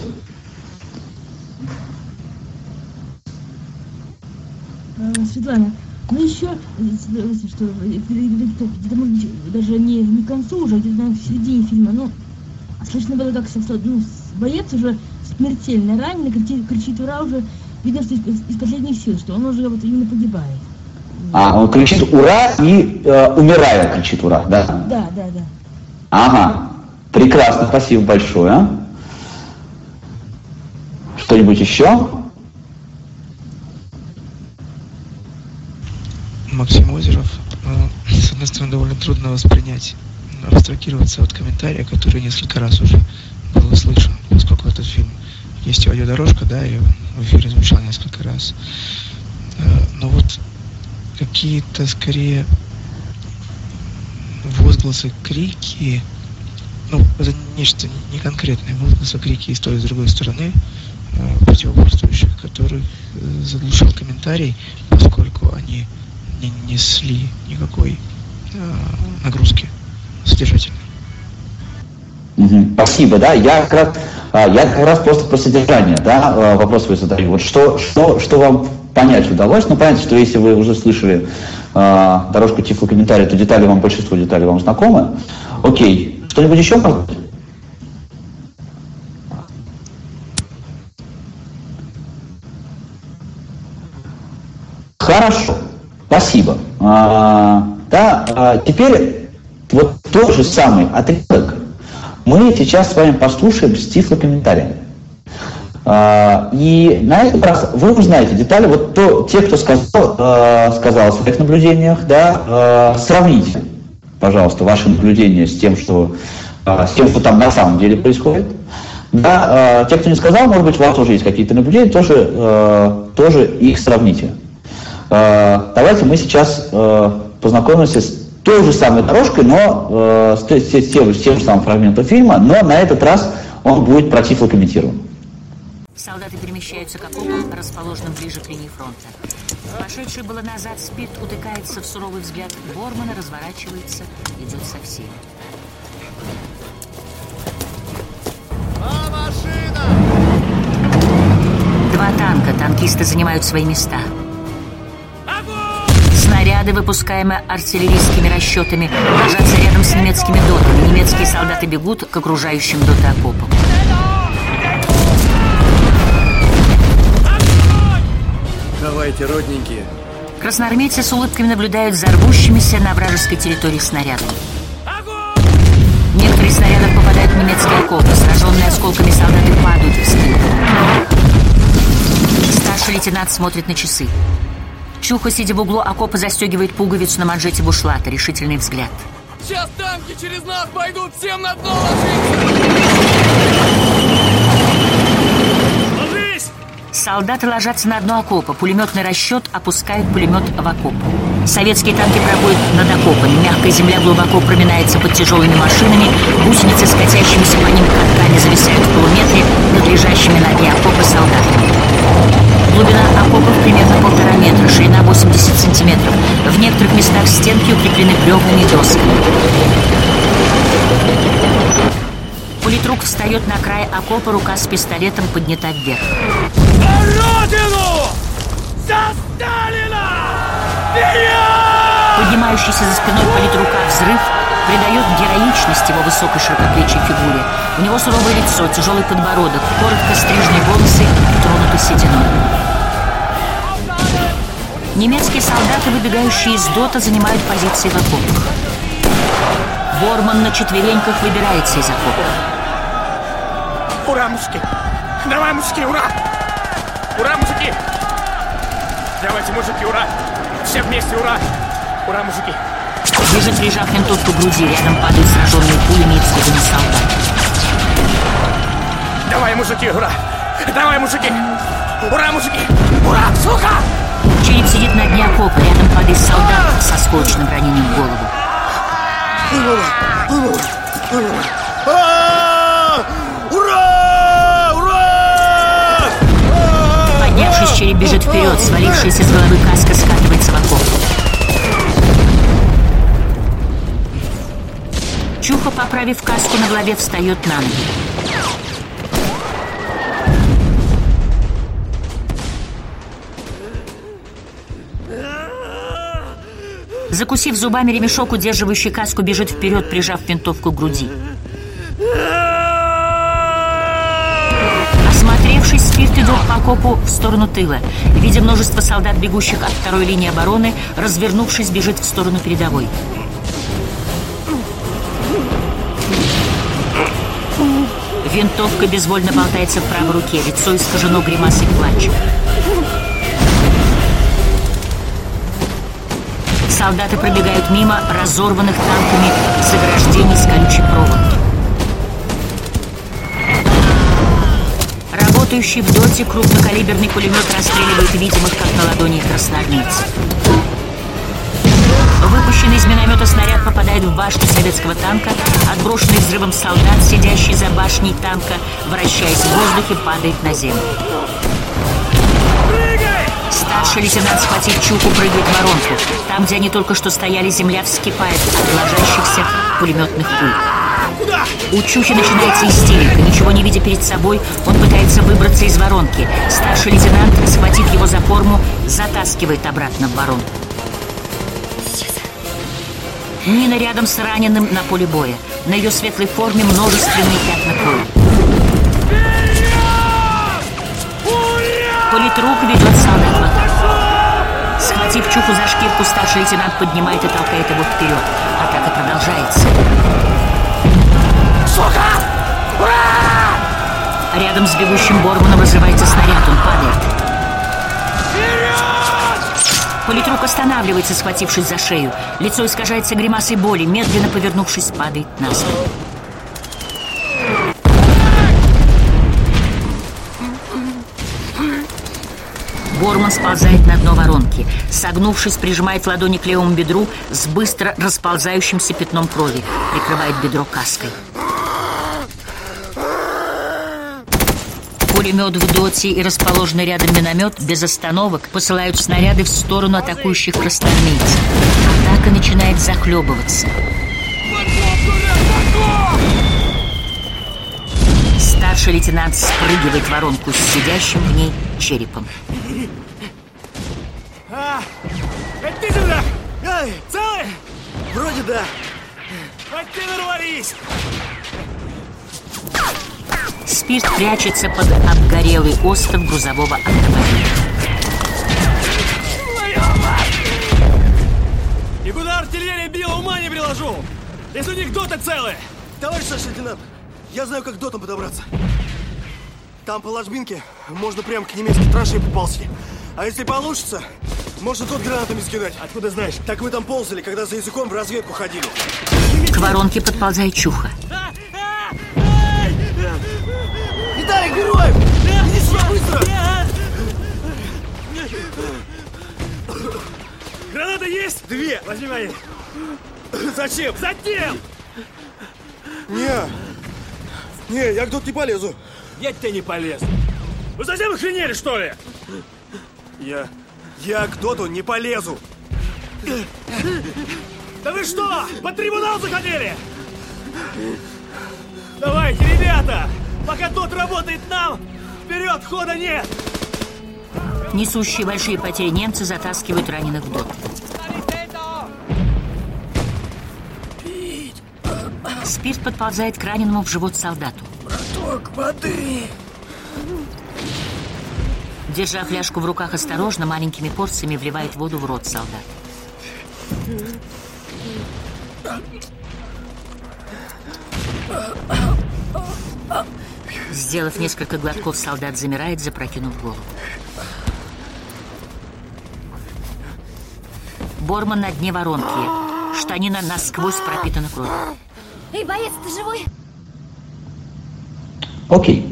Светлана, ну еще, что где-то, может быть, даже не к концу уже, где-то, наверное, в середине фильма, ну, слышно было, как боец уже смертельно раненый, кричит «Ура!» уже, видно, что из последних сил, что он уже вот именно погибает. Он кричит «Ура!» и умирая кричит «Ура!», да? Да. Ага, прекрасно, спасибо большое. Что-нибудь еще? Максим Озеров. С одной стороны, довольно трудно воспринять, абстрагироваться от комментария, который несколько раз уже был услышан, поскольку этот фильм есть аудиодорожка, да, и в эфире звучал несколько раз. Но вот какие-то скорее возгласы, крики, ну, это нечто не конкретное, возгласы, крики и с той, и с другой стороны, противоборствующих, которые заглушал комментарий, поскольку они не несли никакой нагрузки содержательной. Спасибо, да, я как раз просто про содержание, да, вопрос вы задаю. Вот что вам понять удалось? Ну, понятно, что если вы уже слышали дорожку тифлокомментария, то большинство деталей вам знакомы. Окей, что-нибудь еще, может быть? Хорошо, спасибо. Теперь вот тот же самый отрезок мы сейчас с вами послушаем с тифлокомментарием. И на этот раз вы узнаете детали, вот те, кто сказал о своих наблюдениях, да, сравните, пожалуйста, ваши наблюдения с тем, что там на самом деле происходит. Да, те, кто не сказал, может быть, у вас тоже есть какие-то наблюдения, тоже их сравните. Давайте мы сейчас познакомимся с той же самой дорожкой, но с тем же самым фрагментом фильма, но на этот раз он будет противокомментирован. Солдаты перемещаются к окопам, расположенным ближе к линии фронта. Пошедший было назад Спид утыкается в суровый взгляд Бормана, разворачивается, идет со всеми. Машина! 2 танка, танкисты занимают свои места. Снаряды, выпускаемые артиллерийскими расчетами, ложатся рядом с немецкими дотами. Немецкие солдаты бегут к окружающим доты окопам. Давайте, родненькие. Красноармейцы с улыбками наблюдают за рвущимися на вражеской территории снарядами. Некоторые снаряды попадают в немецкие окопы. Сраженные осколками солдаты падают в снег. Старший лейтенант смотрит на часы. Чуха, сидя в углу окопа, застегивает пуговицу на манжете бушлата. Решительный взгляд. Сейчас танки через нас пойдут, всем на дно ложись! Солдаты ложатся на дно окопа. Пулеметный расчет опускает пулемет в окоп. Советские танки проходят над окопами. Мягкая земля глубоко проминается под тяжелыми машинами. Гусеницы с катящимися по ним катками зависают в полуметре над лежащими на дне окопа солдатами. Глубина окопов примерно 1,5 метра, ширина 80 сантиметров. В некоторых местах стенки укреплены бревнами и досками. Политрук встает на край окопа, рука с пистолетом поднята вверх. За Родину! За Сталина! Вперед! Поднимающийся за спиной политрука взрыв придает героичность его высокой широкоплечей фигуре. У него суровое лицо, тяжелый подбородок, коротко стриженные волосы тронуты сединой. Немецкие солдаты, выбегающие из дота, занимают позиции в окопах. Борман на четвереньках выбирается из окопа. Ура, мужики! Давай, мужики, ура! Ура, мужики! Давайте, мужики, ура! Все вместе, ура! Ура, мужики! Бежит, прижав винтовку к груди, рядом падают сраженные пулями и взрывами солдат. Давай, мужики, ура! Давай, мужики! Ура, мужики! Ура, сука! Череп сидит на дне окопа, рядом падает солдат со осколочным ранением в голову. Ура! Ура! Поднявшись, череп бежит вперед, свалившаяся с головы каска скатывается в окоп. Чуха, поправив каску на голове, встает на ноги. Закусив зубами ремешок, удерживающий каску, бежит вперед, прижав винтовку к груди. Осмотревшись, Спирт идет по окопу в сторону тыла. Видя множество солдат, бегущих от второй линии обороны, развернувшись, бежит в сторону передовой. Винтовка безвольно болтается в правой руке, лицо искажено гримасой плача. Солдаты пробегают мимо разорванных танками заграждений с колючей проволоки. Работающий в доте крупнокалиберный пулемет расстреливает видимых как на ладони красноармейцев. Выпущенный из миномета снаряд попадает в башню советского танка, отброшенный взрывом солдат, сидящий за башней танка, вращаясь в воздухе, падает на землю. Старший лейтенант, схватив Чуху, прыгает в воронку. Там, где они только что стояли, земля вскипает от ложащихся пулеметных пуль. У Чухи начинается истерика. Ничего не видя перед собой, он пытается выбраться из воронки. Старший лейтенант, схватив его за форму, затаскивает обратно в воронку. Нина рядом с раненым на поле боя. На ее светлой форме множественные пятна крови. Политрук ведет солдат в атаку. Схватив Чуху за шкирку, старший лейтенант поднимает и толкает его вперед. Атака продолжается. Сука! Ура! Рядом с бегущим Борманом разрывается снаряд, он падает. Политрук останавливается, схватившись за шею. Лицо искажается гримасой боли, медленно повернувшись, падает на спину. Борман сползает на дно воронки. Согнувшись, прижимает ладони к левому бедру с быстро расползающимся пятном крови. Прикрывает бедро каской. Пулемет в доте и расположенный рядом миномет без остановок посылают снаряды в сторону атакующих красноармейцев. Атака начинает захлебываться. Старший лейтенант спрыгивает в воронку с сидящим в ней черепом. Это ты сюда! Эй, целый? Вроде да. А ты нарвались! Спирт прячется под обгорелый остов грузового автомобиля. И куда артиллерия била, ума не приложу! Если у них доты целые! Товарищ старший лейтенант, я знаю, как к дотам подобраться. Там по ложбинке можно прямо к немецкой траншеи поползти. А если получится, можно тот гранатами скидать. Откуда знаешь? Так мы там ползали, когда за языком в разведку ходили. К воронке подползает Чуха. Виталик, героев! Иди сюда, быстро! Граната есть? 2. Возьми мои. Зачем? Затем! Не, я к доту не полезу. Я к тебе не полезу. Вы совсем охренели, что ли? Я к доту не полезу. Да вы что, под трибунал заходили? Давайте, ребята! Пока дот работает нам, вперед, хода нет! Несущие большие потери немцы затаскивают раненых в дот. Спирт подползает к раненому в живот солдату. Браток, воды! Держа фляжку в руках осторожно, маленькими порциями вливает воду в рот солдат. Сделав несколько глотков, солдат замирает, запрокинув голову. Борман на дне воронки. Штанина насквозь пропитана кровью. Эй, боец, ты живой? Окей.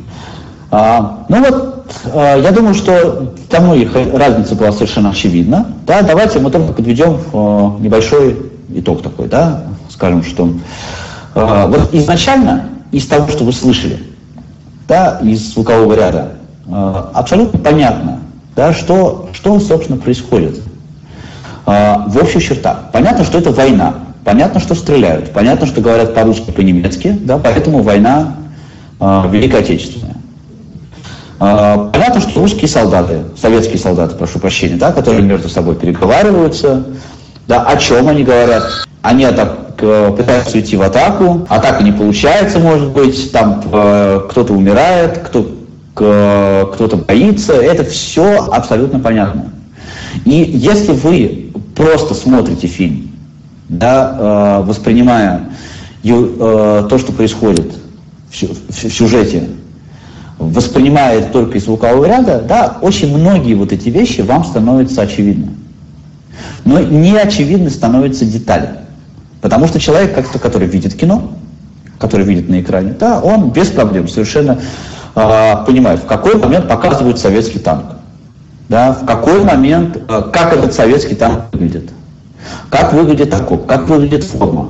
Я думаю, что для многих разница была совершенно очевидна. Да, давайте мы только подведем небольшой итог такой, да, скажем, что вот изначально из того, что вы слышали, да, из звукового ряда, абсолютно понятно, да, что собственно происходит в общих чертах. Понятно, что это война, понятно, что стреляют, понятно, что говорят по-русски, по-немецки, да, поэтому война Великая Отечественная. Понятно, что русские солдаты, советские солдаты, прошу прощения, да, которые между собой переговариваются, да, о чем они говорят. Они пытаются идти в атаку, атака не получается, может быть, там кто-то умирает, кто-то боится, это все абсолютно понятно. И если вы просто смотрите фильм, да, воспринимая то, что происходит в сюжете, воспринимая это только из звукового ряда, да, очень многие вот эти вещи вам становятся очевидны. Но не очевидны становятся детали. Потому что человек, который видит кино, который видит на экране, да, он без проблем совершенно понимает, в какой момент показывают советский танк. Да, в какой момент, как этот советский танк выглядит. Как выглядит окоп, как выглядит форма.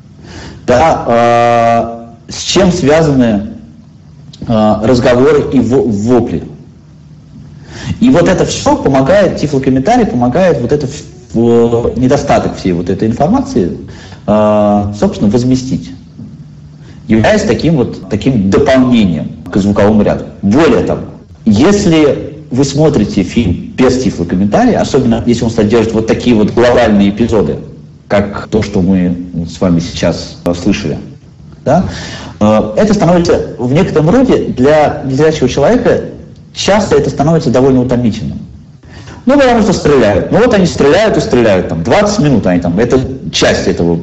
Да, с чем связаны разговоры и вопли. И вот это все помогает, тифлокомментарий помогает вот это недостаток всей вот этой информации, собственно, возместить, являясь таким дополнением к звуковому ряду. Более того, если вы смотрите фильм без тифлокомментария, особенно если он содержит вот такие вот глобальные эпизоды, как то, что мы с вами сейчас слышали, да, это становится в некотором роде для незрячего человека часто это становится довольно утомительным. Ну, потому что стреляют. Ну, вот они стреляют и стреляют, там, 20 минут они там, это часть этого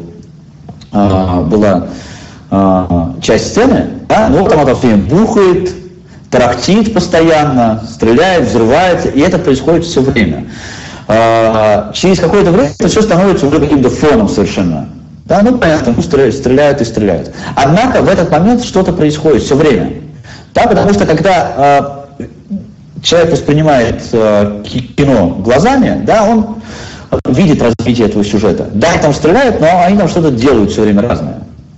была часть сцены, да, ну, вот там это все бухает, тарахтит постоянно, стреляет, взрывается, и это происходит все время. Через какое-то время это все становится уже каким-то фоном совершенно. Да, ну понятно, стреляют и стреляют. Однако в этот момент что-то происходит все время. Да, потому что когда человек воспринимает кино глазами, да, он видит развитие этого сюжета. Да, они там стреляют, но они там что-то делают все время разное.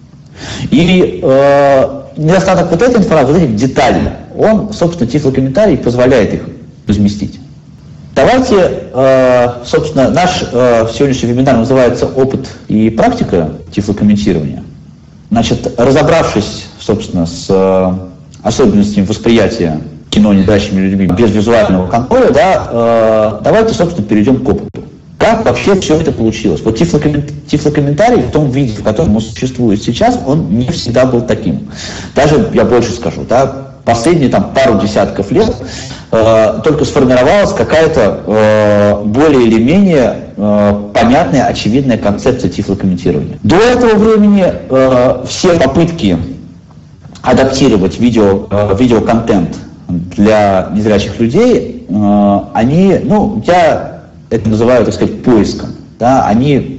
И недостаток вот этой информации, вот этих деталей, он, собственно, тифлокомментарий позволяет их разместить. Давайте, собственно, наш сегодняшний вебинар называется «Опыт и практика тифлокомментирования». Значит, разобравшись, собственно, с особенностями восприятия кино незрячими людьми без визуального контроля, да, давайте, собственно, перейдем к опыту. Как вообще все это получилось? Вот тифлокомментарий в том виде, в котором он существует сейчас, он не всегда был таким. Даже, я больше скажу, да, последние там пару десятков лет только сформировалась какая-то более или менее понятная, очевидная концепция тифлокомментирования. До этого времени все попытки адаптировать видеоконтент для незрячих людей, они, ну, я это называю, так сказать, поиском. Да, они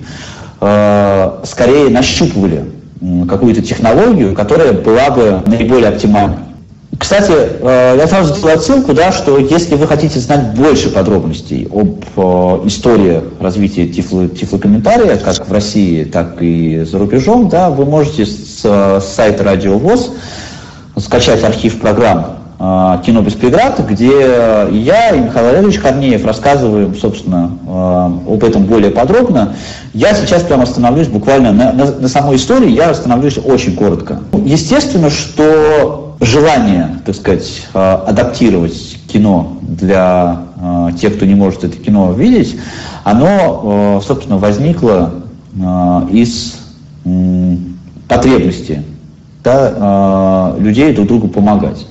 скорее нащупывали какую-то технологию, которая была бы наиболее оптимальной. Кстати, я сразу сделаю отсылку, да, что если вы хотите знать больше подробностей об истории развития тифлокомментария, как в России, так и за рубежом, да, вы можете с сайта Радио ВОС скачать архив программ «Кино без преград», где я и Михаил Валерьевич Корнеев рассказываем, собственно, об этом более подробно. Я сейчас прямо остановлюсь буквально на самой истории, я остановлюсь очень коротко. Естественно, что желание, так сказать, адаптировать кино для тех, кто не может это кино видеть, оно, собственно, возникло из потребности, да, людей друг другу помогать.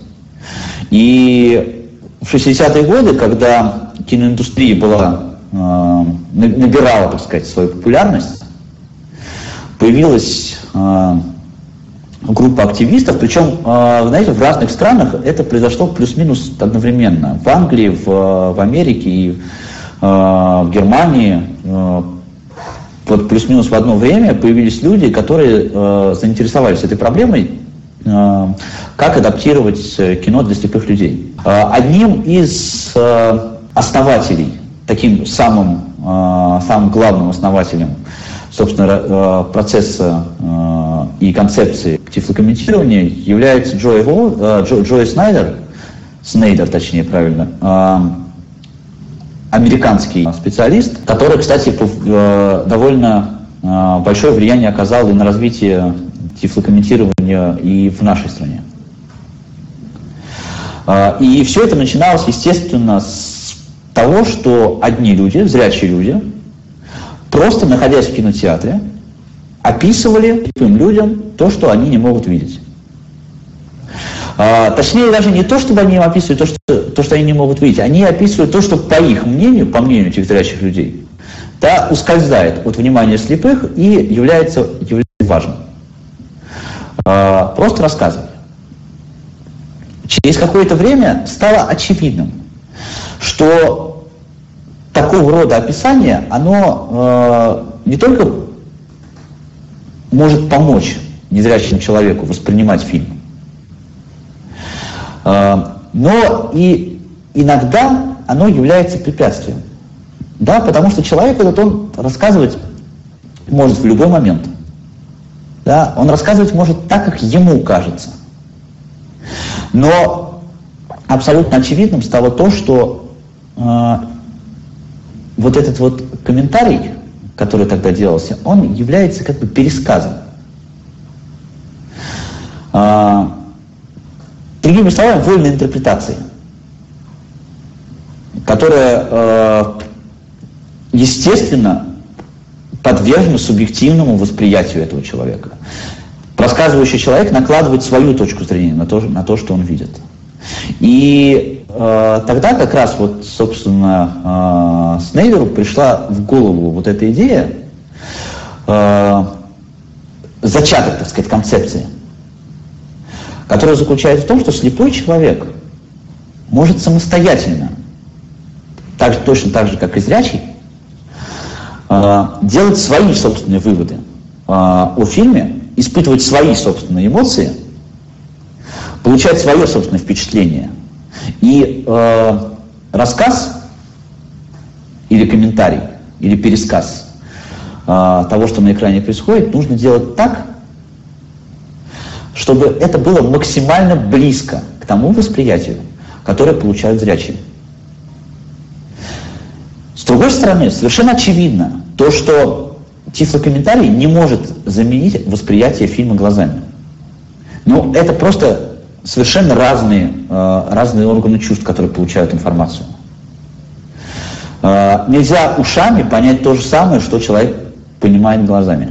И в 60-е годы, когда киноиндустрия набирала, так сказать, свою популярность, появилась группа активистов, причем, знаете, в разных странах это произошло плюс-минус одновременно. В Англии, в Америке и в Германии вот плюс-минус в одно время появились люди, которые заинтересовались этой проблемой, как адаптировать кино для слепых людей. Одним из основателей, таким самым главным основателем, собственно, процесса и концепции тифлокомментирования является Джой Снейдер, точнее, правильно, американский специалист, который, кстати, довольно большое влияние оказал и на развитие тифлокомментирования и в нашей стране. И все это начиналось, естественно, с того, что одни люди, зрячие люди, просто находясь в кинотеатре, описывали слепым людям то, что они не могут видеть. Точнее, даже не то, чтобы они им описывали то, что они не могут видеть, они описывают то, что, по их мнению, по мнению этих зрячих людей, да, ускользает от внимания слепых и является важным. Просто рассказывали. Через какое-то время стало очевидным, что такого рода описание, оно не только может помочь незрячему человеку воспринимать фильм, но и иногда оно является препятствием. Да, потому что человек этот, он рассказывать может в любой момент. Да, он рассказывать может так, как ему кажется. Но абсолютно очевидным стало то, что вот этот вот комментарий, который тогда делался, он является как бы пересказом. Другими словами, вольной интерпретацией, которая, естественно, подвержена субъективному восприятию этого человека. Рассказывающий человек накладывает свою точку зрения на то, что он видит. И тогда как раз вот, собственно, Снейдеру пришла в голову вот эта идея, зачаток, так сказать, концепции, которая заключается в том, что слепой человек может самостоятельно, точно так же, как и зрячий, делать свои собственные выводы о фильме, испытывать свои собственные эмоции, получать свое собственное впечатление. И рассказ или комментарий, или пересказ того, что на экране происходит, нужно делать так, чтобы это было максимально близко к тому восприятию, которое получают зрячие. С другой стороны, совершенно очевидно то, что тифлокомментарий не может заменить восприятие фильма глазами. Но это просто совершенно разные органы чувств, которые получают информацию. Нельзя ушами понять то же самое, что человек понимает глазами.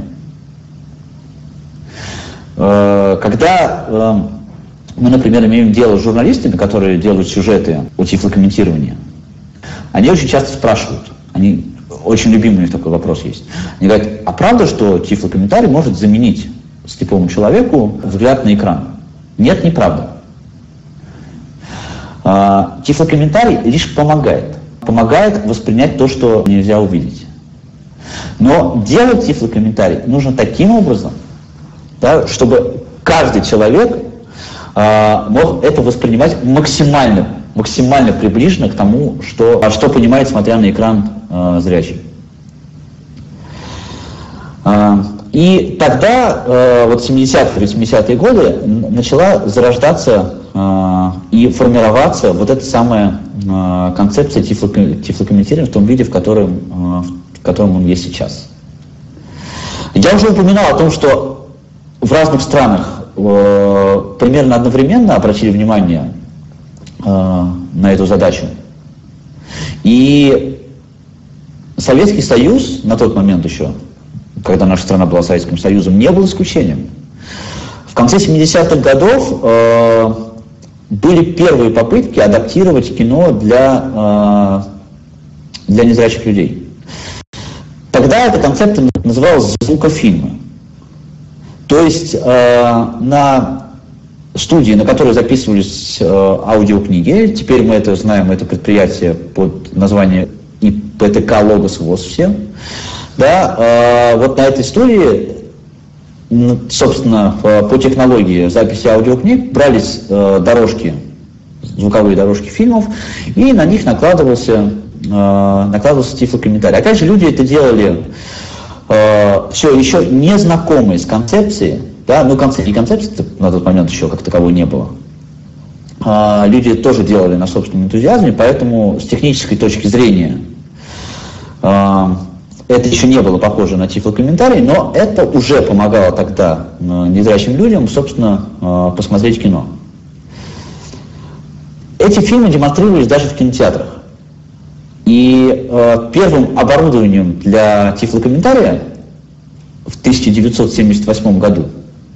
Когда мы, например, имеем дело с журналистами, которые делают сюжеты о тифлокомментировании, они очень часто спрашивают, очень любимый у них такой вопрос есть. Они говорят, а правда, что тифлокомментарий может заменить слепому человеку взгляд на экран? Нет, неправда. Тифлокомментарий лишь помогает воспринять то, что нельзя увидеть. Но делать тифлокомментарий нужно таким образом, да, чтобы каждый человек мог это воспринимать максимально приближенно к тому, что понимает, смотря на экран, зрячий. И тогда, вот в 70-е, 80-е годы, начала зарождаться и формироваться вот эта самая концепция тифлокомментирования в том виде, в котором он есть сейчас. Я уже упоминал о том, что в разных странах примерно одновременно обратили внимание на эту задачу. И Советский Союз на тот момент еще, когда наша страна была Советским Союзом, не был исключением. В конце 70-х годов были первые попытки адаптировать кино для незрячих людей. Тогда эта концепция называлась звукофильмы. То есть на студии, на которой записывались аудиокниги, теперь мы это знаем, это предприятие под названием ИПТК «Логос ВОЗ» все, да, вот на этой студии, собственно, по технологии записи аудиокниг брались дорожки, звуковые дорожки фильмов, и на них накладывался тифлокомментарий. Опять же, люди это делали все еще не знакомые с концепцией, да, ну концепции на тот момент еще как таковой не было. Люди тоже делали на собственном энтузиазме, поэтому с технической точки зрения это еще не было похоже на тифлокомментарий, но это уже помогало тогда незрячим людям, собственно, посмотреть кино. Эти фильмы демонстрировались даже в кинотеатрах. И первым оборудованием для тифлокомментария в 1978 году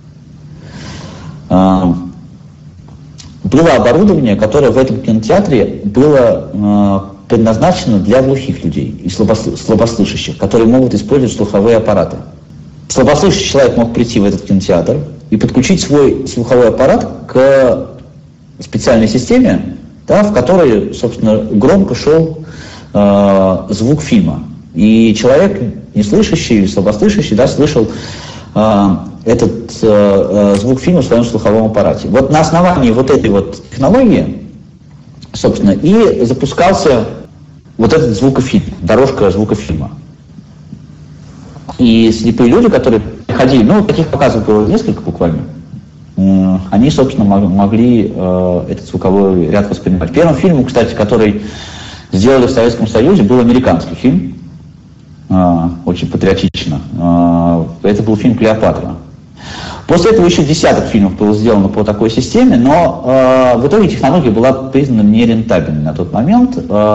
было оборудование, которое в этом кинотеатре было предназначено для глухих людей и слабослышащих, которые могут использовать слуховые аппараты. Слабослышащий человек мог прийти в этот кинотеатр и подключить свой слуховой аппарат к специальной системе, да, в которой, собственно, громко шел звук фильма. И человек, неслышащий или слабослышащий, да, слышал этот звук фильма в своем слуховом аппарате. Вот на основании вот этой вот технологии, собственно, и запускался вот этот звукофильм, дорожка звукофильма. И слепые люди, которые приходили, ну, таких показов было несколько буквально, они, собственно, могли этот звуковой ряд воспринимать. Первым фильмом, кстати, который сделали в Советском Союзе, был американский фильм, очень патриотично. Это был фильм «Клеопатра». После этого еще десяток фильмов было сделано по такой системе, но в итоге технология была признана нерентабельной на тот момент.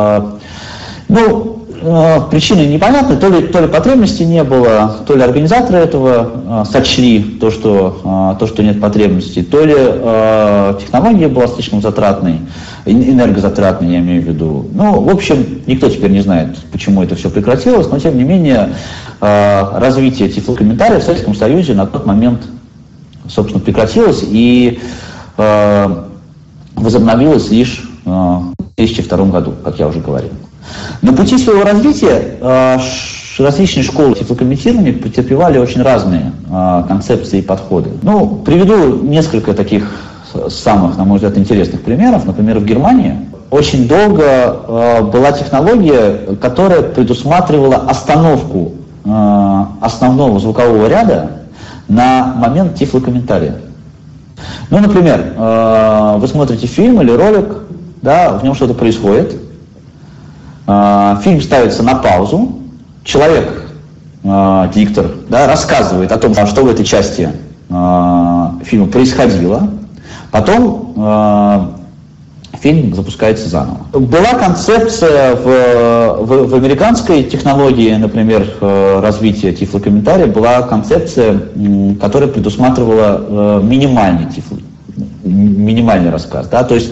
Причины непонятны, то ли потребности не было, то ли организаторы этого сочли то, что нет потребностей, то ли технология была слишком затратной, энергозатратной, я имею в виду. Ну, в общем, никто теперь не знает, почему это все прекратилось, но тем не менее развитие тифлокомментария в Советском Союзе на тот момент, собственно, прекратилось и возобновилось лишь в 2002 году, как я уже говорил. На пути своего развития различные школы тифлокомментирования претерпевали очень разные концепции и подходы. Ну, приведу несколько таких самых, на мой взгляд, интересных примеров. Например, в Германии очень долго была технология, которая предусматривала остановку основного звукового ряда на момент тифлокомментария. Ну, например, вы смотрите фильм или ролик, да, в нем что-то происходит, фильм ставится на паузу, человек, диктор, да, рассказывает о том, что в этой части фильма происходило, потом фильм запускается заново. Была концепция в американской технологии, например, развития тифлокомментария, была концепция, которая предусматривала минимальный рассказ. Да? То есть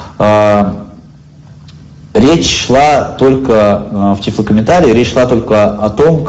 речь шла только в тифлокомментарии, речь шла только о том,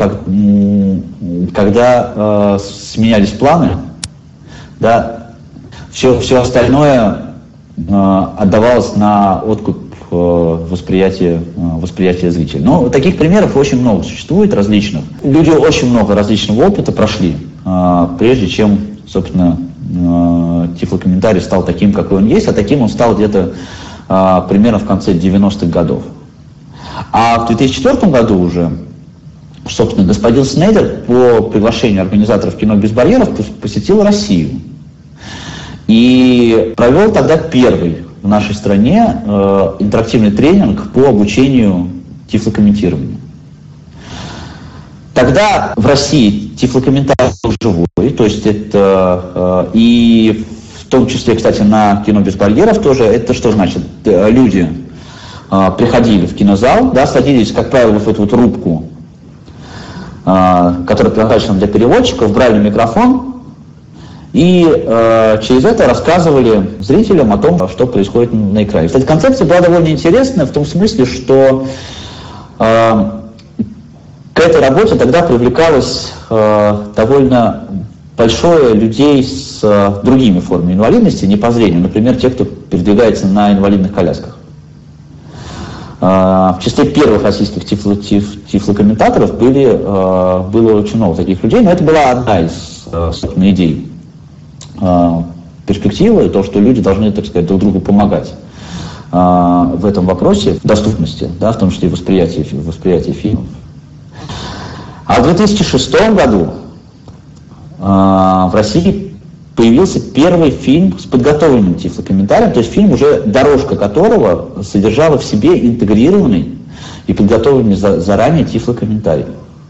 когда сменялись планы, да, все остальное отдавалось на откуп восприятия зрителя. Но таких примеров очень много существует различных. Люди очень много различного опыта прошли, прежде чем, собственно, тифлокомментарий стал таким, какой он есть, а таким он стал где-то примерно в конце 90-х годов. А в 2004 году уже, собственно, господин Снейдер по приглашению организаторов «Кино без барьеров» посетил Россию и провел тогда первый в нашей стране интерактивный тренинг по обучению тифлокомментированию. Тогда в России тифлокомментарий был живой, то есть это и в том числе, кстати, на «Кино без барьеров» тоже. Это что значит? Люди приходили в кинозал, да, садились, как правило, в эту вот рубку, которая предназначена для переводчиков, брали микрофон и через это рассказывали зрителям о том, что происходит на экране. Кстати, концепция была довольно интересная в том смысле, что к этой работе тогда привлекалось довольно большое людей с другими формами инвалидности, не по зрению, например, те, кто передвигается на инвалидных колясках. В числе первых российских тифлокомментаторов было очень много таких людей, но это была одна из, собственно, идей перспективы, то, что люди должны, так сказать, друг другу помогать в этом вопросе доступности, да, в том числе и восприятия фильмов. А в 2006 году в России появился первый фильм с подготовленным тифлокомментарием, то есть фильм, уже дорожка которого содержала в себе интегрированный и подготовленный заранее тифлокомментарий.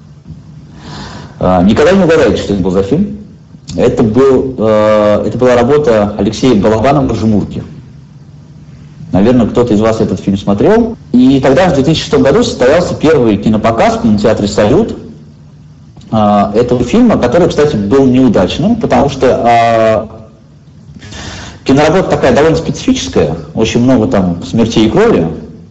Никогда не угадаете, что это был за фильм. Это была работа Алексея Балабанова «Жмурки». Наверное, кто-то из вас этот фильм смотрел. И тогда, в 2006 году, состоялся первый кинопоказ в кинотеатре «Салют» этого фильма, который, кстати, был неудачным, потому что киноработа такая довольно специфическая, очень много там смертей и крови,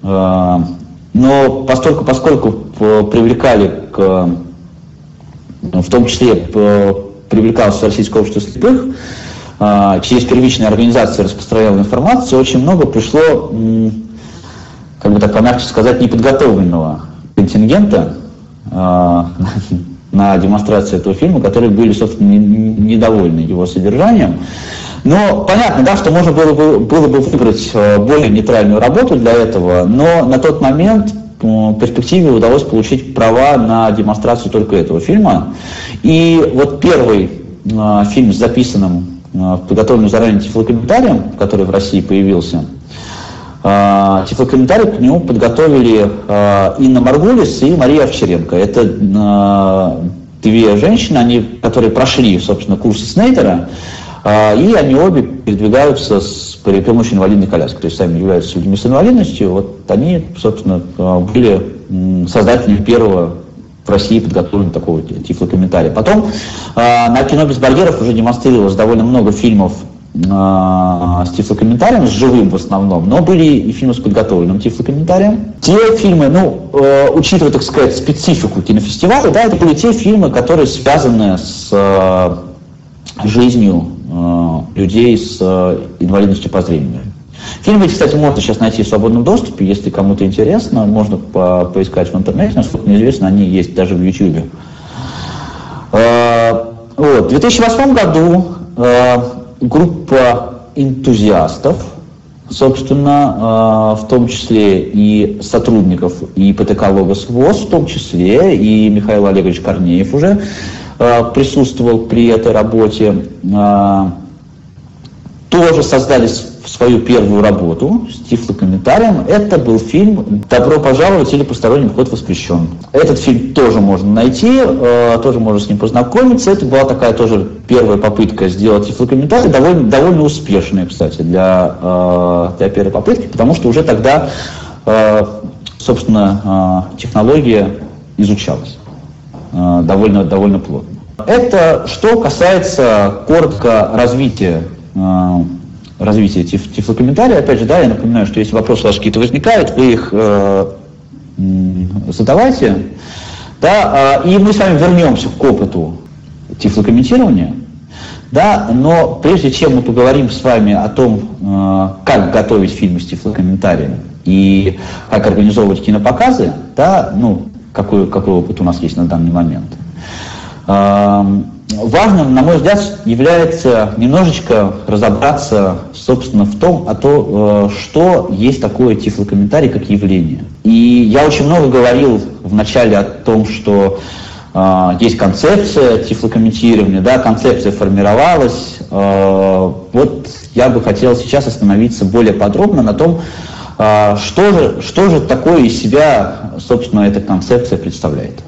но поскольку привлекали в том числе привлекалось Российское общество слепых, через первичные организации распространяла информацию, очень много пришло, как бы так помягче сказать, неподготовленного контингента на демонстрацию этого фильма, которые были, собственно, недовольны его содержанием. Но понятно, да, что можно было бы выбрать более нейтральную работу для этого, но на тот момент в перспективе удалось получить права на демонстрацию только этого фильма. И вот первый фильм с записанным, подготовленным заранее тифлокомментарием, который в России появился, тифлокомментарий к нему подготовили Инна Маргулис и Мария Овчаренко. Это две женщины, которые прошли, собственно, курсы Снейдера, и они обе передвигаются при помощи инвалидной коляски, то есть сами являются людьми с инвалидностью. Вот они, собственно, были создателями первого в России подготовленного такого тифлокомментария. Потом на «Кино без барьеров» уже демонстрировалось довольно много фильмов с тифлокомментарием, с живым в основном, но были и фильмы с подготовленным тифлокомментарием. Те фильмы, учитывая, так сказать, специфику кинофестиваля, да, это были те фильмы, которые связаны с жизнью людей с инвалидностью по зрению. Фильмы эти, кстати, можно сейчас найти в свободном доступе, если кому-то интересно, можно поискать в интернете, насколько мне известно, они есть даже в YouTube. В 2008 году группа энтузиастов, собственно, в том числе и сотрудников и ПТК «Логос ВОС», в том числе и Михаил Олегович Корнеев уже присутствовал при этой работе, тоже создали свою первую работу с тифлокомментарием. Это был фильм «Добро пожаловать» или «Посторонним вход воспрещен». Этот фильм тоже можно найти, тоже можно с ним познакомиться. Это была такая тоже первая попытка сделать тифлокомментарий, довольно успешная, кстати, для первой попытки, потому что уже тогда, собственно, технология изучалась довольно плотно. Это что касается коротко развития тифлокомментария. Опять же, да, я напоминаю, что если вопросы у вас какие-то возникают, вы их задавайте. Да, и мы с вами вернемся к опыту тифлокомментирования. Да, но прежде чем мы поговорим с вами о том, как готовить фильмы с тифлокомментарием и как организовывать кинопоказы, да, какой опыт у нас есть на данный момент. Важным, на мой взгляд, является немножечко разобраться, собственно, в том, что есть такое тифлокомментарий как явление. И я очень много говорил вначале о том, что есть концепция тифлокомментирования, да, концепция формировалась. Вот я бы хотел сейчас остановиться более подробно на том, что же такое из себя, собственно, эта концепция представляет.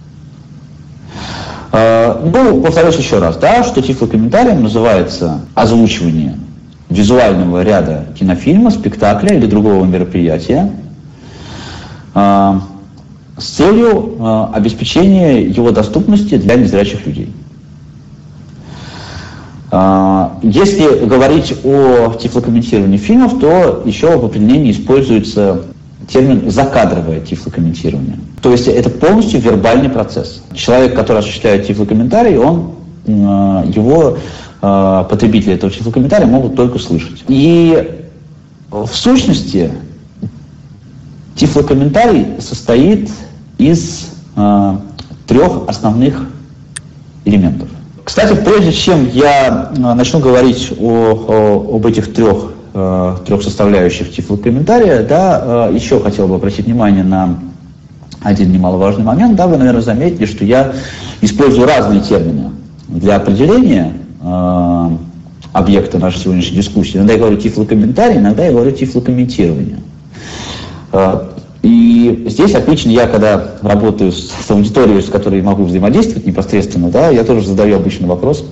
Повторюсь еще раз, да, что тифлокомментарием называется озвучивание визуального ряда кинофильма, спектакля или другого мероприятия с целью обеспечения его доступности для незрячих людей. Если говорить о тифлокомментировании фильмов, то еще в определении используется термин «закадровое тифлокомментирование». То есть это полностью вербальный процесс. Человек, который осуществляет тифлокомментарий, он его потребители этого тифлокомментария могут только слышать. И в сущности тифлокомментарий состоит из 3 основных элементов. Кстати, прежде чем я начну говорить об этих трех составляющих тифлокомментария, да, еще хотел бы обратить внимание на один немаловажный момент. Да, вы, наверное, заметили, что я использую разные термины для определения объекта нашей сегодняшней дискуссии. Иногда я говорю тифлокомментарий, иногда я говорю тифлокомментирование. И здесь отлично я, когда работаю с аудиторией, с которой могу взаимодействовать непосредственно, да, я тоже задаю обычный вопрос,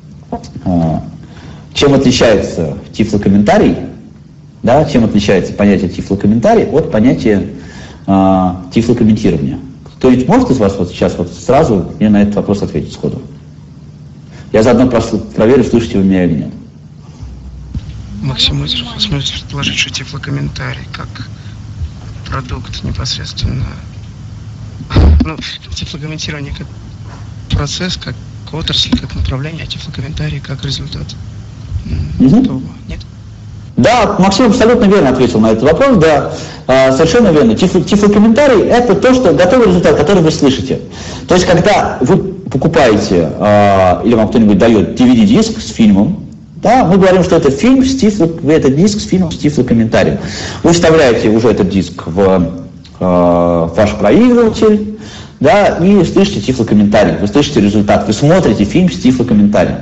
чем отличается тифлокомментарий, да, чем отличается понятие тифлокомментарий от понятия тифлокомментирования. Кто-нибудь может из вас вот сейчас вот сразу мне на этот вопрос ответить сходу? Я заодно проверю, слышите вы меня или нет. Максим Озеров, сможете предположить, что тифлокомментарий как продукт непосредственно, ну, тифлокомментирование как процесс, как отрасль, как направление, а тифлокомментарий как результат. Нет? Да, Максим абсолютно верно ответил на этот вопрос, да, совершенно верно. Тифлокомментарий – это то, что готовый результат, который вы слышите. То есть, когда вы покупаете, или вам кто-нибудь дает DVD-диск с фильмом, да, мы говорим, что это фильм это диск с фильмом с тифлокомментарием. Вы вставляете уже этот диск в ваш проигрыватель, да, и слышите тифлокомментарий, вы слышите результат, вы смотрите фильм с тифлокомментарием.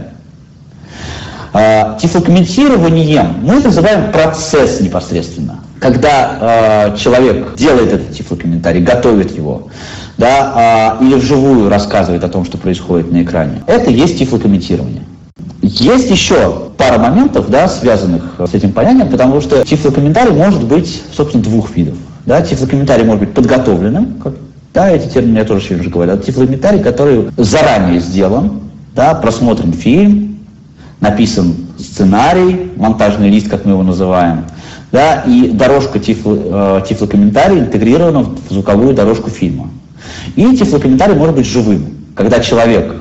Тифлокомментированием мы называем процесс непосредственно. Когда человек делает этот тифлокомментарий, готовит его, да, или вживую рассказывает о том, что происходит на экране, это есть тифлокомментирование. Есть еще пара моментов, да, связанных с этим понятием, потому что тифлокомментарий может быть, собственно, двух видов. Да. Тифлокомментарий может быть подготовленным, да, эти термины я тоже сегодня уже говорил. Тифлокомментарий, который заранее сделан, да, просмотрен фильм, написан сценарий, монтажный лист, как мы его называем, да, и дорожка тифлокомментария интегрирована в звуковую дорожку фильма. И тифлокомментарий может быть живым, когда человек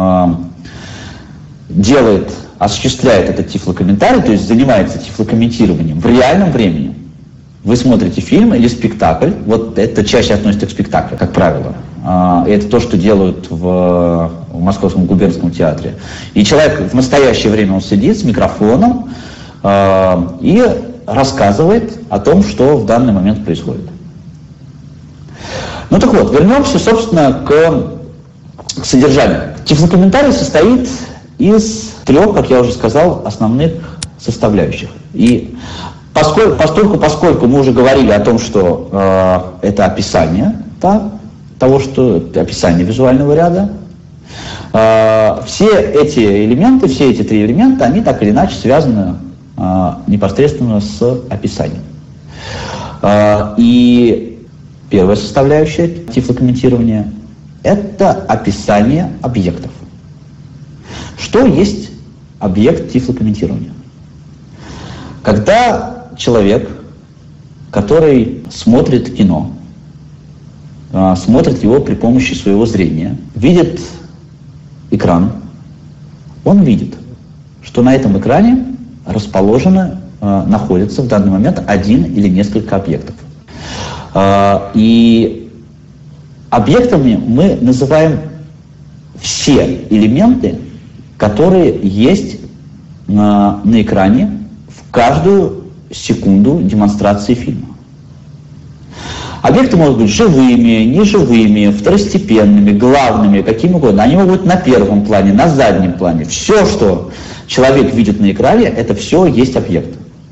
осуществляет этот тифлокомментарий, то есть занимается тифлокомментированием в реальном времени. Вы смотрите фильм или спектакль, вот это чаще относится к спектаклю, как правило. Это то, что делают в Московском губернском театре. И человек в настоящее время он сидит с микрофоном и рассказывает о том, что в данный момент происходит. Ну так вот, вернемся, собственно, к содержанию. Тифлокомментарий состоит из 3, как я уже сказал, основных составляющих. И поскольку мы уже говорили о том, что это описание, да, того, что это описание визуального ряда, все эти 3 элемента, они так или иначе связаны непосредственно с описанием. И первая составляющая тифлокомментирования – это описание объектов. Что есть объект тифлокомментирования? Когда человек, который смотрит кино, смотрит его при помощи своего зрения, видит экран, он видит, что на этом экране находится в данный момент один или несколько объектов. И объектами мы называем все элементы, которые есть на экране в каждую секунду демонстрации фильма. Объекты могут быть живыми, неживыми, второстепенными, главными, какими угодно. Они могут быть на первом плане, на заднем плане. Все, что человек видит на экране, это все есть объект.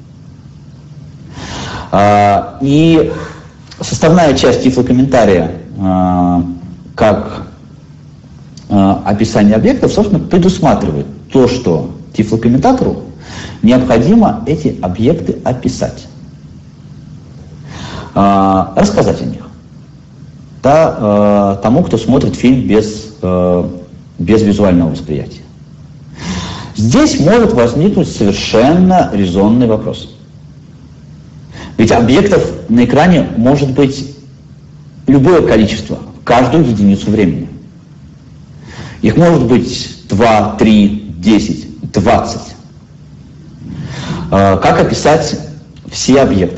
И составная часть тифлокомментария, как описание объектов, собственно, предусматривает то, что тифлокомментатору необходимо эти объекты описать. Рассказать о них. Да, тому, кто смотрит фильм без визуального восприятия. Здесь может возникнуть совершенно резонный вопрос. Ведь объектов на экране может быть любое количество, каждую единицу времени. Их может быть 2, 3, 10, 20. Как описать все объекты?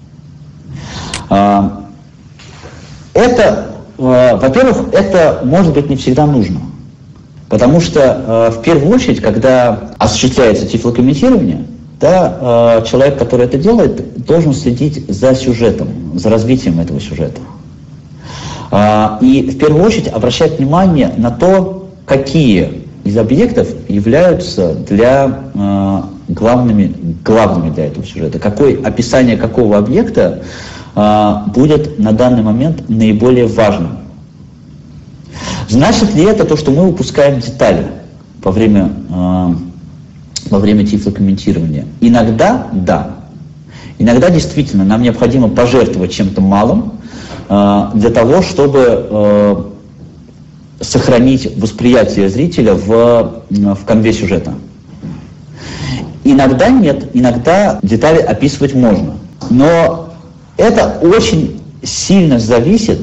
Это, во-первых, это может быть не всегда нужно. Потому что в первую очередь, когда осуществляется тифлокомментирование, да, человек, который это делает, должен следить за сюжетом, за развитием этого сюжета. И в первую очередь обращать внимание на то, какие из объектов являются главными для этого сюжета. Описание какого объекта будет на данный момент наиболее важным. Значит ли это то, что мы упускаем детали во время тифлокомментирования? Иногда да. Иногда действительно нам необходимо пожертвовать чем-то малым для того, чтобы сохранить восприятие зрителя в канве сюжета. Иногда нет, иногда детали описывать можно. Но это очень сильно зависит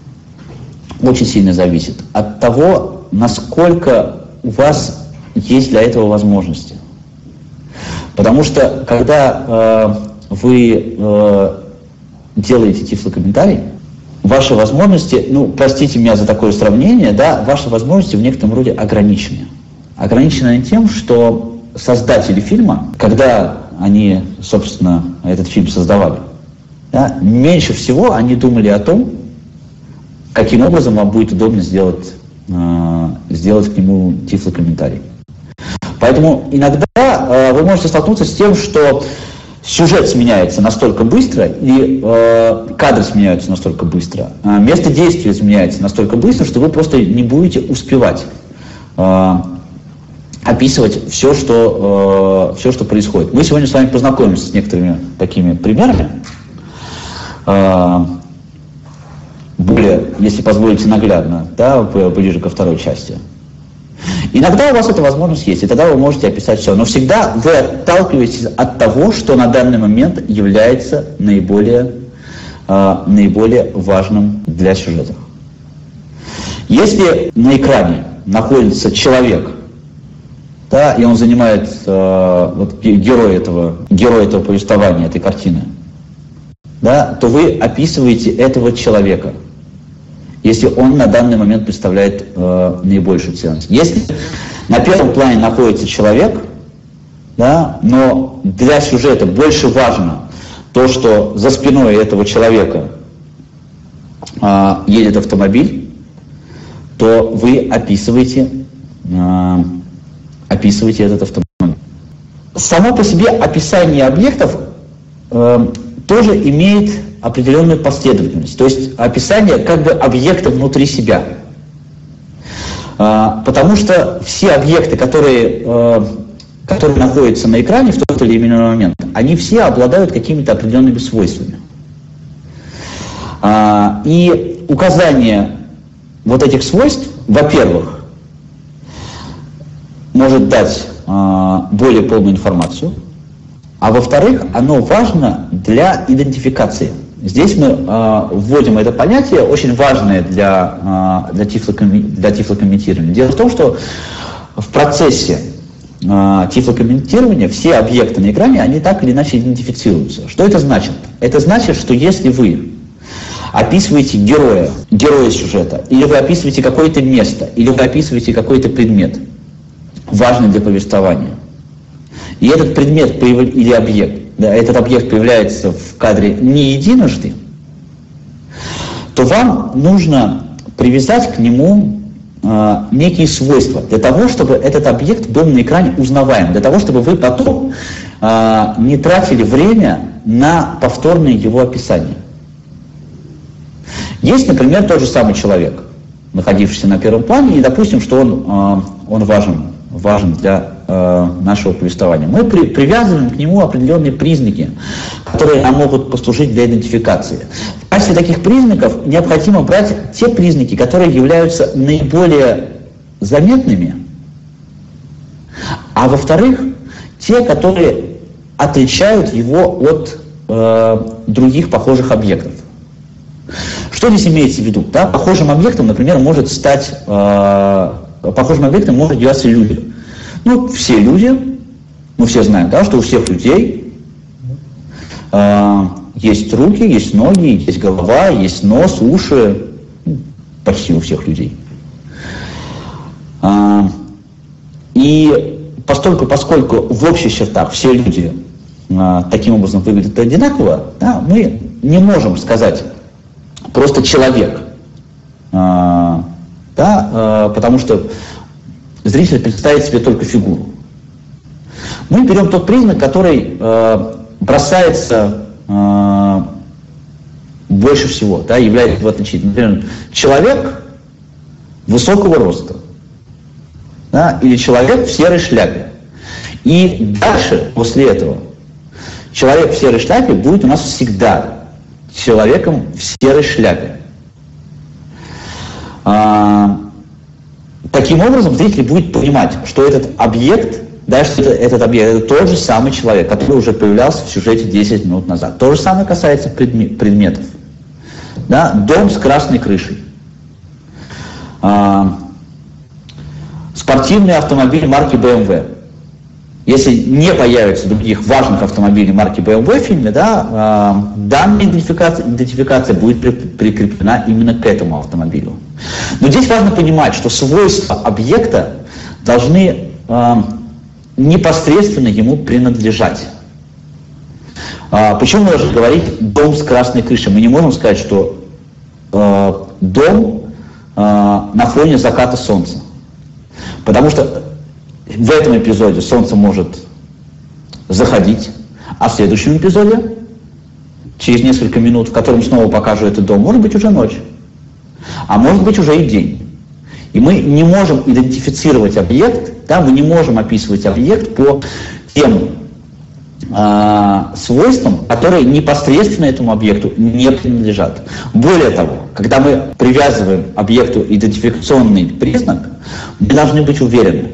от того, насколько у вас есть для этого возможности. Потому что, когда вы делаете тифлокомментарий, ваши возможности, простите меня за такое сравнение, да, ваши возможности в некотором роде ограничены. Ограничены тем, что создатели фильма, когда они, собственно, этот фильм создавали, да, меньше всего они думали о том, каким образом вам будет удобно сделать к нему тифлокомментарий. Поэтому иногда вы можете столкнуться с тем, что сюжет сменяется настолько быстро, или кадры сменяются настолько быстро, место действия изменяется настолько быстро, что вы просто не будете успевать описывать все, что происходит. Мы сегодня с вами познакомимся с некоторыми такими примерами, более, если позволите, наглядно, да, ближе ко второй части. Иногда у вас эта возможность есть, и тогда вы можете описать все. Но всегда вы отталкиваетесь от того, что на данный момент является наиболее важным для сюжета. Если на экране находится человек, да, и он занимает герой этого повествования, этой картины, да, то вы описываете этого человека, если он на данный момент представляет наибольшую ценность. Если на первом плане находится человек, да, но для сюжета больше важно то, что за спиной этого человека едет автомобиль, то вы описываете этот автомобиль. Само по себе описание объектов тоже имеет определенную последовательность, то есть описание как бы объекта внутри себя. Потому что все объекты, которые находятся на экране в тот или иной момент, они все обладают какими-то определенными свойствами. И указание вот этих свойств, во-первых, может дать более полную информацию, а во-вторых, оно важно для идентификации. Здесь мы вводим это понятие, очень важное для тифлокомментирования. Дело в том, что в процессе тифлокомментирования все объекты на экране, они так или иначе идентифицируются. Что это значит? Это значит, что если вы описываете героя сюжета, или вы описываете какое-то место, или вы описываете какой-то предмет, важный для повествования, и этот предмет или объект, да, этот объект появляется в кадре не единожды, то вам нужно привязать к нему некие свойства для того, чтобы этот объект был на экране узнаваем, для того, чтобы вы потом не тратили время на повторное его описание. Есть, например, тот же самый человек, находившийся на первом плане, и допустим, что он важен для нашего повествования. Мы привязываем к нему определенные признаки, которые нам могут послужить для идентификации. В качестве таких признаков необходимо брать те признаки, которые являются наиболее заметными, а во-вторых, те, которые отличают его от других похожих объектов. Что здесь имеется в виду? Да? Похожим объектом, например, может стать похожими объектами могут являться люди. Ну, все люди, мы все знаем, да, что у всех людей есть руки, есть ноги, есть голова, есть нос, уши, почти у всех людей. И поскольку в общих чертах все люди таким образом выглядят одинаково, да, мы не можем сказать просто человек, да, потому что зритель представит себе только фигуру. Мы берем тот признак, который бросается больше всего, да, является его отличительным. Например, человек высокого роста, да, или человек в серой шляпе. И дальше, после этого, человек в серой шляпе будет у нас всегда человеком в серой шляпе. Таким образом, зритель будет понимать, что этот объект, да, что этот объект это тот же самый человек, который уже появлялся в сюжете 10 минут назад. То же самое касается предметов. Да, дом с красной крышей. Спортивный автомобиль марки BMW. Если не появится других важных автомобилей марки BMW в фильме, да, данная идентификация будет прикреплена именно к этому автомобилю. Но здесь важно понимать, что свойства объекта должны непосредственно ему принадлежать. Почему мы должны говорить «дом с красной крышей»? Мы не можем сказать, что дом на фоне заката солнца. Потому что в этом эпизоде солнце может заходить, а в следующем эпизоде, через несколько минут, в котором снова покажу этот дом, может быть уже ночь, а может быть уже и день. И мы не можем идентифицировать объект, да, мы не можем описывать объект по тем свойствам, которые непосредственно этому объекту не принадлежат. Более того, когда мы привязываем объекту идентификационный признак, мы должны быть уверены,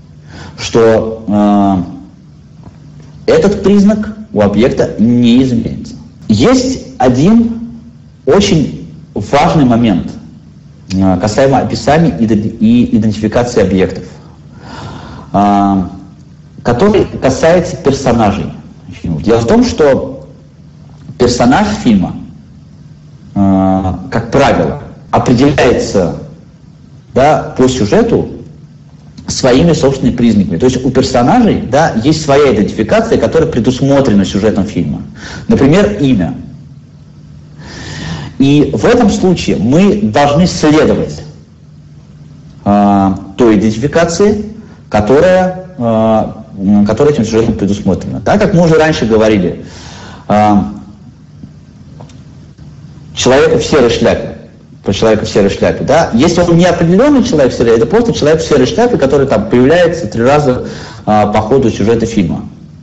что этот признак у объекта не изменится. Есть один очень важный момент касаемо описания и идентификации объектов, который касается персонажей. Дело в том, что персонаж фильма, как правило, определяется, да, по сюжету своими собственными признаками. То есть у персонажей, да, есть своя идентификация, которая предусмотрена сюжетом фильма. Например, имя. И в этом случае мы должны следовать той идентификации, которая этим сюжетом предусмотрена. Так как мы уже раньше говорили, человека в серой шляпе, про человека в серой шляпе, да, если он не определенный человек в серой шляпе, это просто человек в серой шляпе, который там появляется 3 раза по ходу сюжета фильма.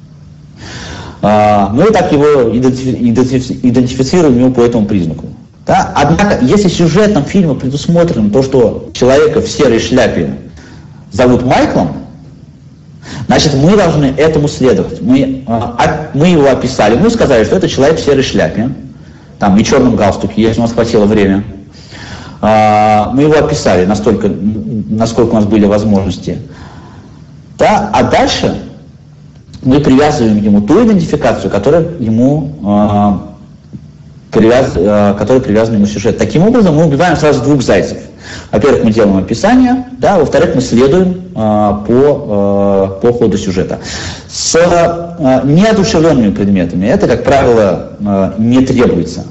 Мы так его идентифицируем его по этому признаку. Да? Однако, если сюжетом фильма предусмотрено то, что человека в серой шляпе зовут Майклом, значит, мы должны этому следовать. Мы его описали, мы сказали, что это человек в серой шляпе, там и черном галстуке, если у нас хватило времени. Мы его описали настолько, насколько у нас были возможности. Да? А дальше мы привязываем ему ту идентификацию, которая привязана ему сюжет. Таким образом, мы убиваем сразу 2 зайцев. Во-первых, мы делаем описание, да, во-вторых, мы следуем по ходу сюжета. С неодушевленными предметами это, как правило, не требуется.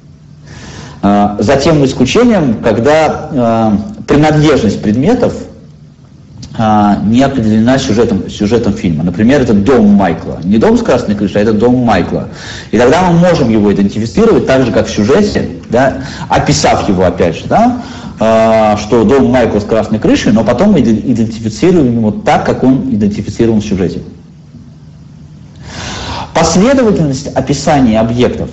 За тем исключением, когда принадлежность предметов не определена сюжетом фильма. Например, это дом Майкла. Не дом с красной крышей, а это дом Майкла. И тогда мы можем его идентифицировать так же, как в сюжете, да, описав его опять же, да, что дом Майкла с красной крышей, но потом мы идентифицируем его так, как он идентифицирован в сюжете. Последовательность описания объектов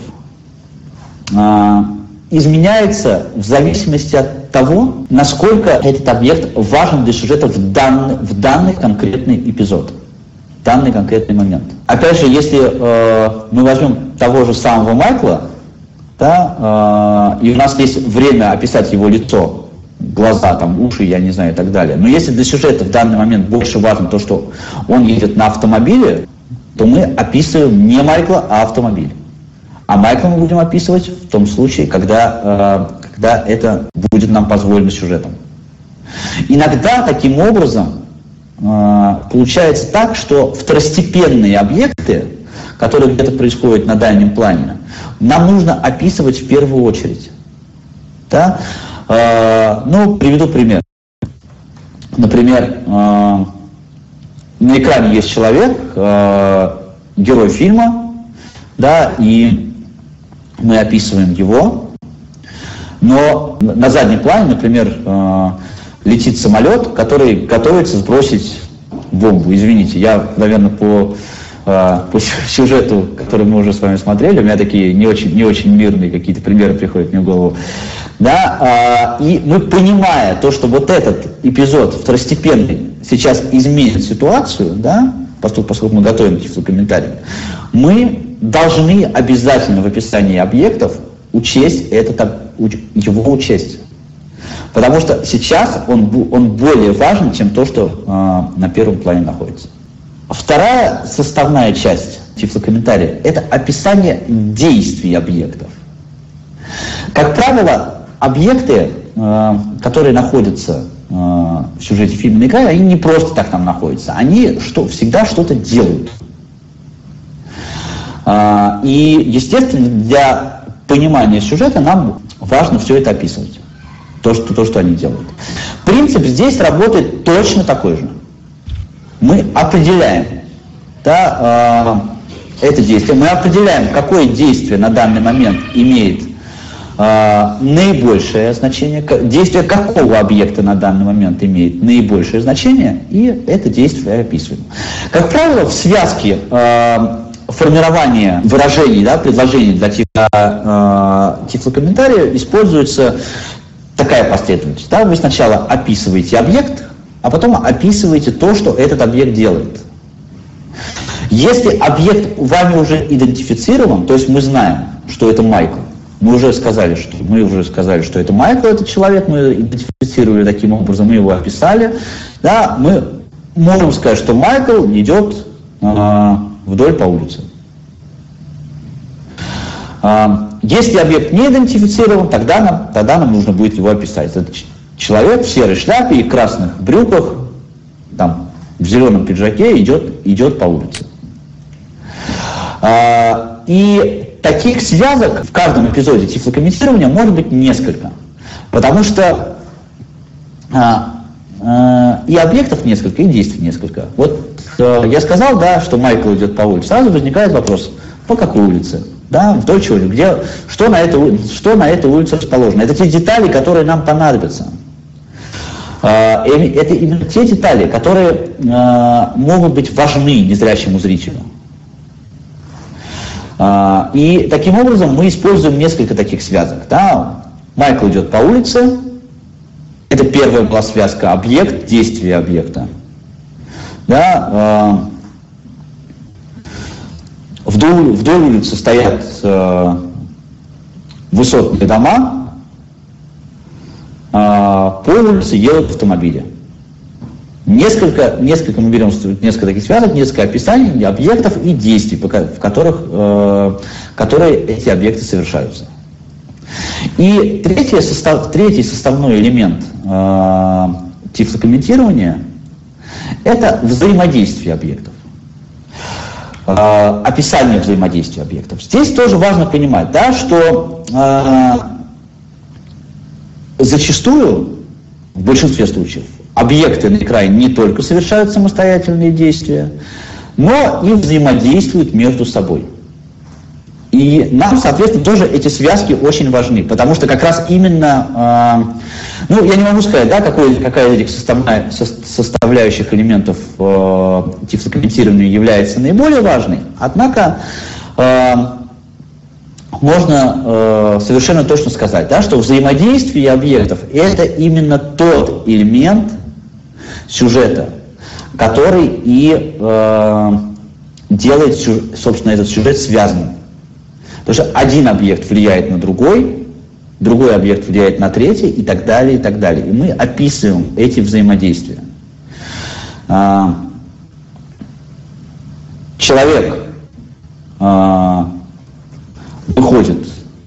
изменяется в зависимости от того, насколько этот объект важен для сюжета в данный конкретный эпизод, в данный конкретный момент. Опять же, если мы возьмем того же самого Майкла, да, и у нас есть время описать его лицо глаза, там, уши, я не знаю, и так далее. Но если для сюжета в данный момент больше важно то, что он едет на автомобиле, то мы описываем не Майкла, а автомобиль. А Майкла мы будем описывать в том случае, когда это будет нам позволено сюжетом. Иногда таким образом получается так, что второстепенные объекты, которые где-то происходят на дальнем плане, нам нужно описывать в первую очередь. Да? Приведу пример. Например, на экране есть человек, герой фильма, да, и мы описываем его, но на заднем плане, например, летит самолет, который готовится сбросить бомбу. Извините, я, наверное, по сюжету, который мы уже с вами смотрели, у меня такие не очень мирные какие-то примеры приходят мне в голову. Да, и мы, понимая то, что вот этот эпизод второстепенный сейчас изменит ситуацию, да, поскольку мы готовим тифлокомментарий, мы должны обязательно в описании объектов учесть его учесть. Потому что сейчас он более важен, чем то, что на первом плане находится. Вторая составная часть тифлокомментария – это описание действий объектов. Как правило, объекты, которые находятся в сюжете фильма на экране, они не просто так там находятся, они всегда что-то делают. И, естественно, для понимания сюжета нам важно все это описывать. То, что они делают. Принцип здесь работает точно такой же. Мы определяем, да, это действие, мы определяем, какое действие на данный момент имеет наибольшее значение, действие какого объекта на данный момент имеет наибольшее значение, и это действие описываем. Как правило, в связке формирования выражений, да, предложений для тифлокомментария используется такая последовательность. Да? Вы сначала описываете объект, а потом описываете то, что этот объект делает. Если объект вами уже идентифицирован, то есть мы знаем, что это Майкл, мы уже сказали, что это Майкл, этот человек, мы идентифицировали таким образом, мы его описали, да, мы можем сказать, что Майкл идет вдоль по улице. Если объект не идентифицирован, тогда нам нужно будет его описать. Это человек в серой шляпе и красных брюках, там, в зеленом пиджаке идет по улице. И таких связок в каждом эпизоде тифлокомментирования может быть несколько. Потому что и объектов несколько, и действий несколько. Вот я сказал, да, что Майкл идет по улице. Сразу возникает вопрос, по какой улице? Да, вдоль чего? Что на этой улице расположено? Это те детали, которые нам понадобятся. Это именно те детали, которые могут быть важны незрячему зрителю. И таким образом мы используем несколько таких связок. Да? Майкл идет по улице. Это первая была связка объект, действие объекта. Да? Вдоль улицы стоят высотные дома, по улице едут автомобили. Несколько мы берем несколько таких связок, несколько описаний объектов и действий, в которые эти объекты совершаются. И третий составной элемент тифлокомментирования – это взаимодействие объектов. Описание взаимодействия объектов. Здесь тоже важно понимать, да, что зачастую, в большинстве случаев, объекты на экране не только совершают самостоятельные действия, но и взаимодействуют между собой. И нам, соответственно, тоже эти связки очень важны, потому что как раз именно, я не могу сказать, да, какая из этих составляющих элементов тифлокомментирования является наиболее важной, однако можно совершенно точно сказать, да, что взаимодействие объектов – это именно тот элемент сюжета, который и делает, собственно, этот сюжет связанным. Потому что один объект влияет на другой, другой объект влияет на третий и так далее, и так далее. И мы описываем эти взаимодействия. Человек выходит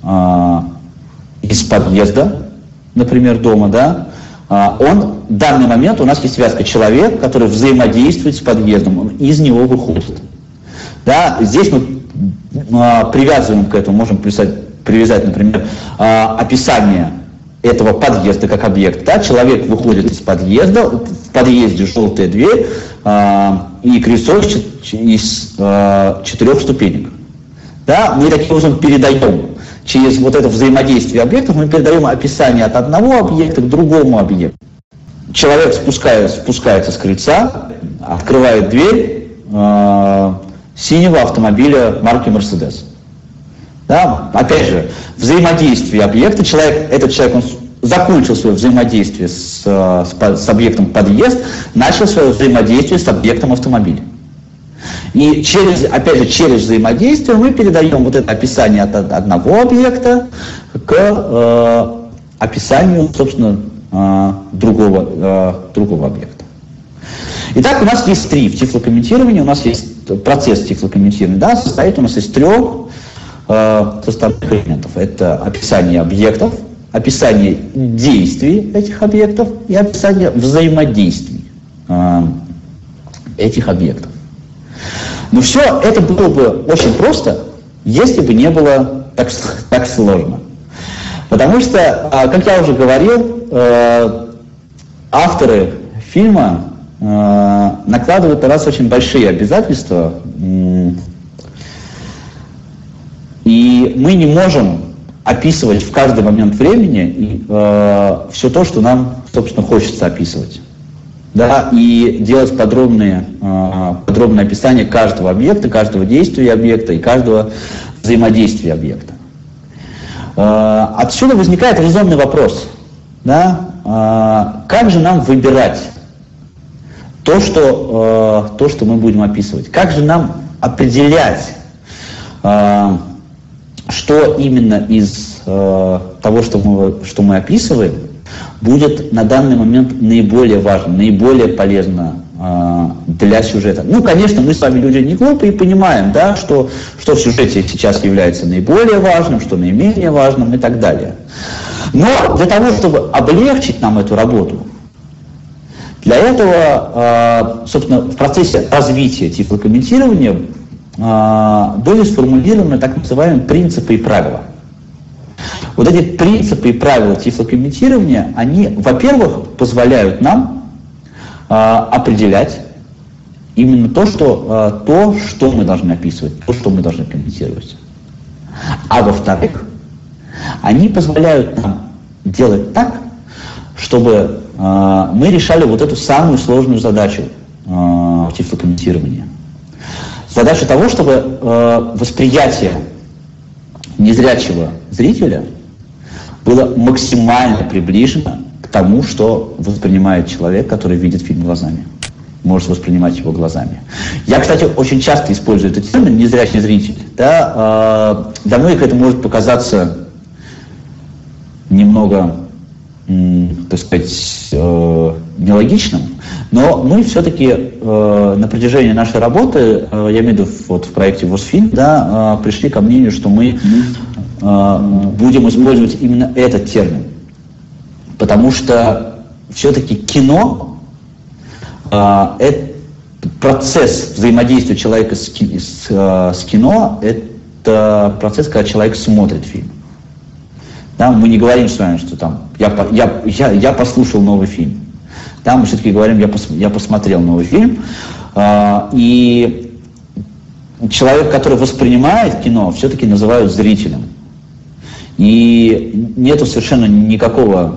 из подъезда, например, дома, да, он в данный момент, у нас есть связка человек, который взаимодействует с подъездом, он из него выходит. Да, здесь мы привязываем к этому, можем привязать, например, описание этого подъезда как объект. Да? Человек выходит из подъезда, в подъезде желтая дверь и крыльцо из 4 ступенек. Да? Мы таким образом передаем через вот это взаимодействие объектов, мы передаем описание от одного объекта к другому объекту. Человек спускается с крыльца, открывает дверь синего автомобиля марки Mercedes. Да? Опять же, взаимодействие объекта, этот человек он закончил свое взаимодействие с объектом подъезд, начал свое взаимодействие с объектом автомобиля. И опять же, через взаимодействие мы передаем вот это описание от одного объекта к описанию, собственно, другого объекта. Итак, у нас есть три в тифлокомментировании, у нас есть процесс тифлокомментирования, да, состоит у нас из 3 составных элементов. Это описание объектов, описание действий этих объектов и описание взаимодействий этих объектов. Но все это было бы очень просто, если бы не было так сложно. Потому что, как я уже говорил, авторы фильма накладывают на нас очень большие обязательства, и мы не можем описывать в каждый момент времени все то, что нам, собственно, хочется описывать. Да, и делать подробное описание каждого объекта, каждого действия объекта и каждого взаимодействия объекта. Отсюда возникает резонный вопрос. Да, как же нам выбирать то, что мы будем описывать? Как же нам определять, что именно из того, что мы описываем, будет на данный момент наиболее важно, наиболее полезно для сюжета. Ну, конечно, мы с вами люди не глупые и понимаем, да, что в сюжете сейчас является наиболее важным, что наименее важным и так далее. Но для того, чтобы облегчить нам эту работу, для этого, собственно, в процессе развития тифлокомментирования были сформулированы так называемые принципы и правила. Вот эти принципы и правила тифлокомментирования, они, во-первых, позволяют нам определять именно то, что мы должны описывать, то, что мы должны комментировать. А во-вторых, они позволяют нам делать так, чтобы мы решали вот эту самую сложную задачу тифлокомментирования. Задачу того, чтобы восприятие незрячего зрителя было максимально приближено к тому, что воспринимает человек, который видит фильм глазами, может воспринимать его глазами. Я, кстати, очень часто использую этот термин «незрячий зритель». Да? Для многих это может показаться немного, так сказать, нелогичным, но мы все-таки на протяжении нашей работы, я имею в виду вот в проекте ВОСФильм, да, пришли ко мнению, что мы будем использовать именно этот термин, потому что все-таки кино это процесс взаимодействия человека с кино, это процесс, когда человек смотрит фильм. Да, мы не говорим с вами, что там я послушал новый фильм. Да, мы все-таки говорим, я посмотрел новый фильм. И человек, который воспринимает кино, все-таки называют зрителем. И нету совершенно никакого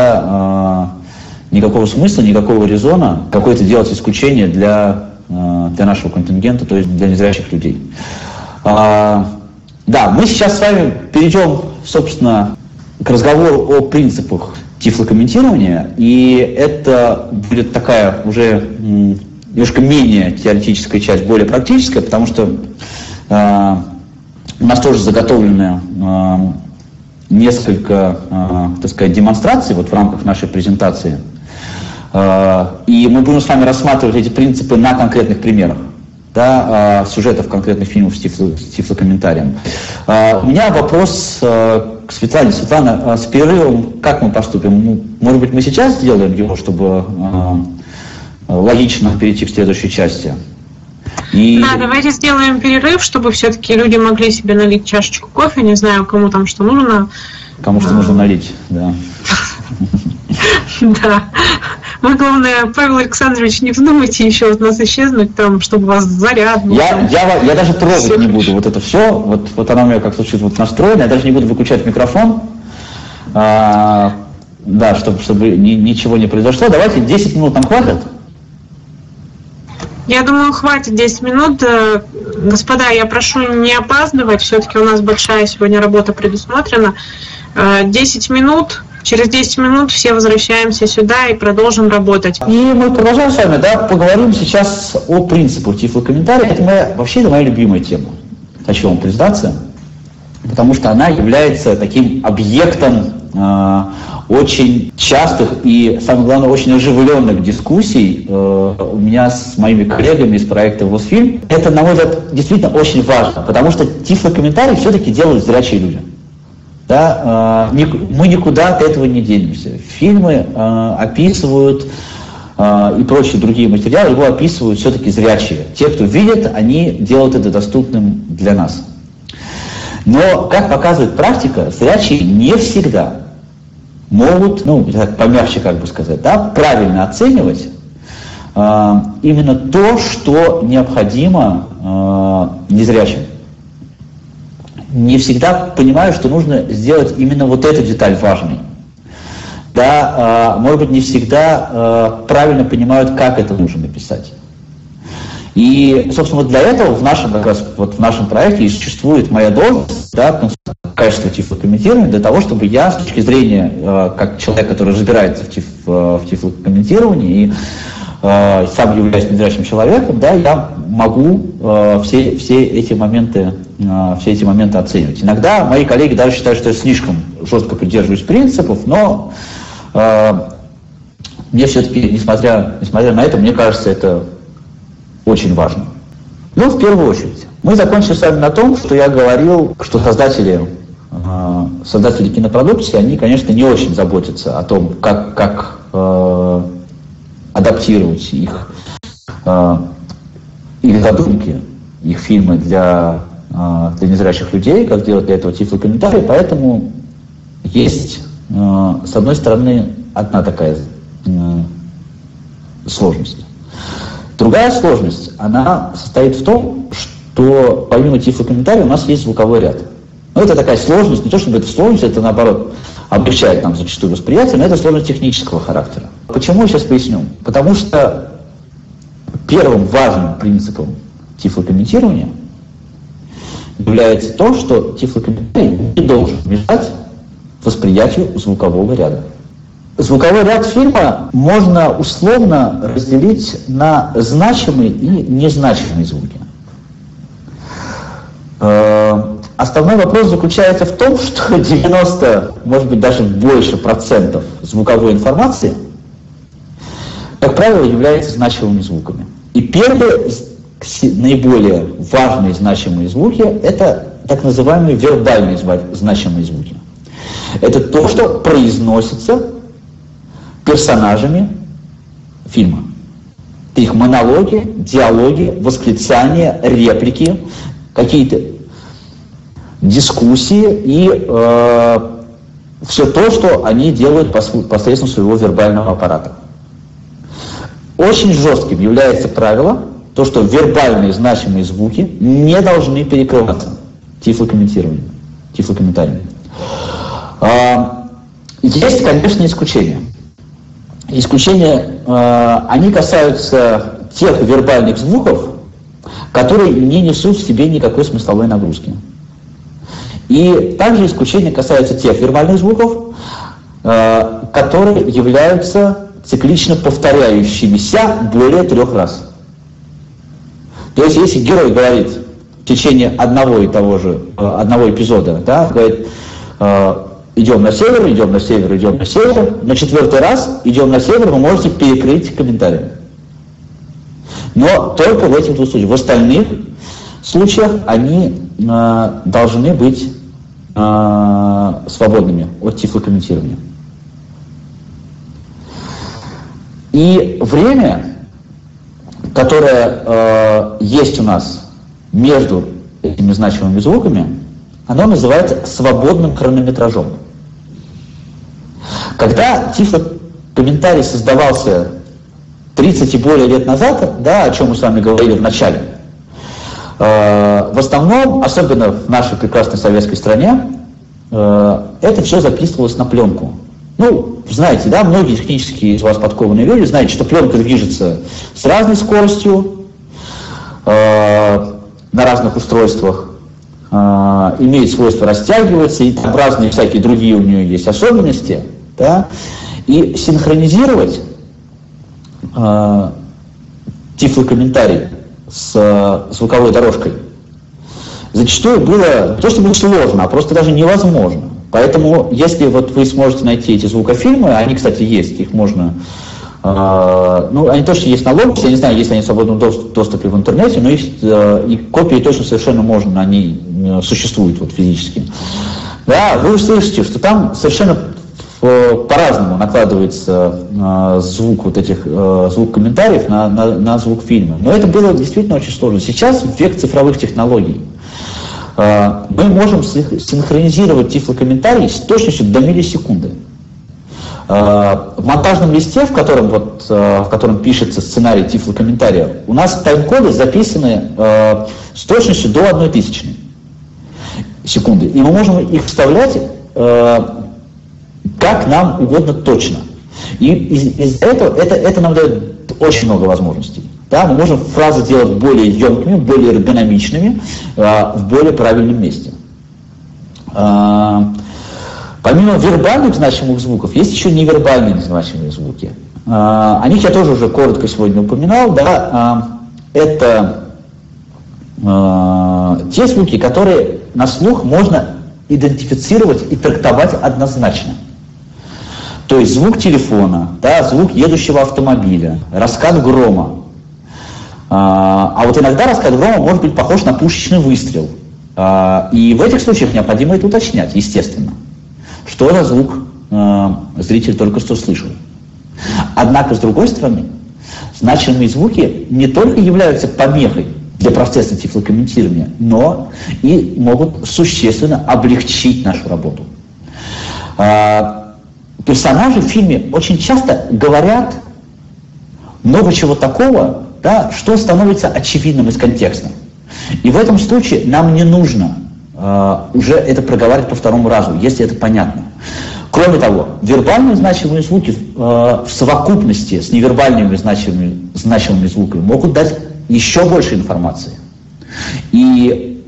смысла, никакого резона какое-то делать исключение для нашего контингента, то есть для незрячих людей. Да, мы сейчас с вами перейдем, собственно, к разговору о принципах тифлокомментирования, и это будет такая уже немножко менее теоретическая часть, более практическая, потому что у нас тоже заготовлены несколько, так сказать, демонстраций вот в рамках нашей презентации. И мы будем с вами рассматривать эти принципы на конкретных примерах, да, сюжетов конкретных фильмов с тифлокомментарием. У меня вопрос к Светлане. Светлана, с перерывом как мы поступим? Ну, может быть, мы сейчас сделаем его, чтобы логично перейти к следующей части? Да, давайте сделаем перерыв, чтобы все-таки люди могли себе налить чашечку кофе, не знаю, кому там что нужно. Кому что нужно налить, да. Да. Вы, главное, Павел Александрович, не вздумайте еще от нас исчезнуть, там, чтобы у вас заряд был. Я даже трогать не буду вот это все. Вот оно у меня как случится вот настроено. Я даже не буду выключать микрофон. Да, чтобы ничего не произошло. Давайте 10 минут нам хватит. Я думаю, хватит 10 минут. Господа, я прошу не опаздывать. Все-таки у нас большая сегодня работа предусмотрена. 10 минут. Через 10 минут все возвращаемся сюда и продолжим работать. И мы продолжаем с вами, да, поговорим сейчас о принципах тифлокомментария. Это моя любимая тема, хочу вам признаться, потому что она является таким объектом очень частых и, самое главное, очень оживленных дискуссий у меня с моими коллегами из проекта «Восфильм». Это, на мой взгляд, действительно очень важно, потому что тифлокомментарий все-таки делают зрячие люди. Да, мы никуда от этого не денемся. Фильмы описывают и прочие другие материалы, его описывают все-таки зрячие. Те, кто видит, они делают это доступным для нас. Но, как показывает практика, зрячие не всегда могут, так помягче как бы сказать, да, правильно оценивать именно то, что необходимо незрячим. Не всегда понимаю, что нужно сделать именно вот эту деталь важной. Да, может быть, не всегда правильно понимают, как это нужно написать. И, собственно, вот для этого в нашем проекте и существует моя должность, да, качество тифлокомментирования, для того, чтобы я, с точки зрения, как человек, который разбирается в тифлокомментировании и сам являюсь незрячим человеком, да, я могу все эти моменты оценивать. Иногда мои коллеги даже считают, что я слишком жестко придерживаюсь принципов, но мне все-таки, несмотря на это, мне кажется, это очень важно. Ну, в первую очередь, мы закончили с вами на том, что я говорил, что создатели кинопродукции, они, конечно, не очень заботятся о том, как адаптировать их задумки, их фильмы для незрячих людей, как делать для этого тифлокомментарий, поэтому есть, с одной стороны, одна такая сложность. Другая сложность, она состоит в том, что помимо тифлокомментария у нас есть звуковой ряд. Это такая сложность, не то чтобы это сложность, это наоборот облегчает нам зачастую восприятие, но это сложность технического характера. Почему, я сейчас поясню. Потому что первым важным принципом тифлокомментирования является то, что тифлокомментарий не должен мешать восприятию звукового ряда. Звуковой ряд фильма можно условно разделить на значимые и незначимые звуки. Основной вопрос заключается в том, что 90, может быть даже больше процентов звуковой информации, как правило, являются значимыми звуками. И первые, наиболее важные значимые звуки – это так называемые вербальные значимые звуки. Это то, что произносится персонажами фильма. Это их монологи, диалоги, восклицания, реплики, какие-то дискуссии и все то, что они делают посредством своего вербального аппарата. Очень жестким является правило, то, что вербальные значимые звуки не должны перекрываться тифлокомментарием. Есть, конечно, исключения. Исключения, они касаются тех вербальных звуков, которые не несут в себе никакой смысловой нагрузки. И также исключения касаются тех вербальных звуков, которые являются циклично повторяющимися более 3 раз. То есть, если герой говорит в течение одного эпизода, да, говорит идем на север, идем на север, идем на север. На 4-й раз идем на север, вы можете перекрыть комментарии. Но только в этих двух случаях. В остальных случаях они должны быть свободными от тифлокомментирования. И время, которое есть у нас между этими значимыми звуками, оно называется свободным хронометражом. Когда тифлокомментарий создавался 30 и более лет назад, да, о чем мы с вами говорили в начале, в основном, особенно в нашей прекрасной советской стране, это все записывалось на пленку. Ну, знаете, да, многие технически из вас подкованные люди знаете, что пленка движется с разной скоростью на разных устройствах, имеет свойство растягиваться, и там разные всякие другие у нее есть особенности, да, и синхронизировать тифлокомментарий с звуковой дорожкой зачастую было не то, что было сложно, а просто даже невозможно. Поэтому, если вот вы сможете найти эти звукофильмы, они, кстати, есть, их можно, ну, они точно есть на Логосе, я не знаю, есть ли они в свободном доступе в интернете, но их и копии точно совершенно можно, они существуют вот физически. Да, вы услышите, что там совершенно по-разному накладывается звук вот этих звук комментариев на звук фильма. Но это было действительно очень сложно. Сейчас век цифровых технологий. Мы можем синхронизировать тифлокомментарий с точностью до миллисекунды. В монтажном листе, в котором пишется сценарий тифлокомментария, у нас тайм-коды записаны с точностью до 0,001 секунды. И мы можем их вставлять как нам угодно точно. И из-за этого это нам дает очень много возможностей. Да, мы можем фразы делать более емкими, более эргономичными, в более правильном месте. Помимо вербальных значимых звуков, есть еще невербальные значимые звуки. О них я тоже уже коротко сегодня упоминал. Да, это те звуки, которые на слух можно идентифицировать и трактовать однозначно. То есть звук телефона, да, звук едущего автомобиля, раскат грома. А вот иногда раскат грома может быть похож на пушечный выстрел. И в этих случаях необходимо это уточнять, естественно. Что за звук зритель только что слышал. Однако, с другой стороны, значимые звуки не только являются помехой для процесса тифлокомментирования, но и могут существенно облегчить нашу работу. Персонажи в фильме очень часто говорят много чего такого, да, что становится очевидным из контекста. И в этом случае нам не нужно уже это проговаривать по второму разу, если это понятно. Кроме того, вербальные значимые звуки в совокупности с невербальными значимыми звуками могут дать еще больше информации. И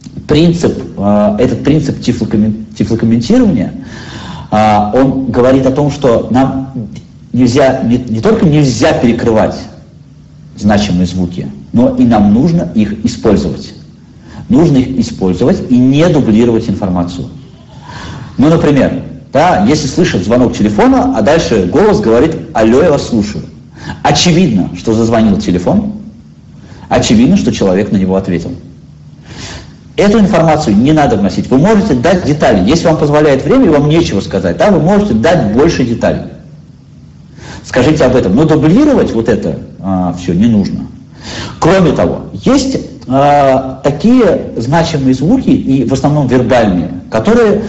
этот принцип тифлокомментирования, он говорит о том, что нам нельзя, не только нельзя перекрывать значимые звуки, но и нам нужно их использовать. Нужно их использовать и не дублировать информацию. Ну, например, да, если слышит звонок телефона, а дальше голос говорит: «Алло, я вас слушаю». Очевидно, что зазвонил телефон, очевидно, что человек на него ответил. Эту информацию не надо вносить. Вы можете дать детали. Если вам позволяет время и вам нечего сказать, да, вы можете дать больше деталей. Скажите об этом. Но дублировать вот это все не нужно. Кроме того, есть такие значимые звуки, и в основном вербальные, которые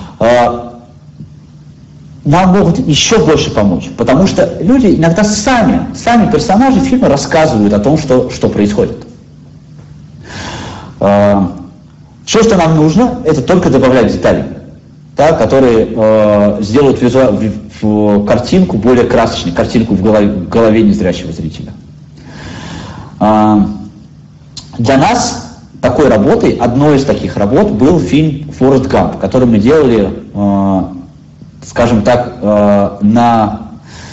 нам могут еще больше помочь. Потому что люди иногда сами персонажи фильма рассказывают о том, что происходит. Все, что нам нужно, это только добавлять детали, да, которые сделают картинку более красочной, картинку в голове незрячего зрителя. Для нас такой работой, одной из таких работ, был фильм «Форест Гамп», который мы делали, скажем так, на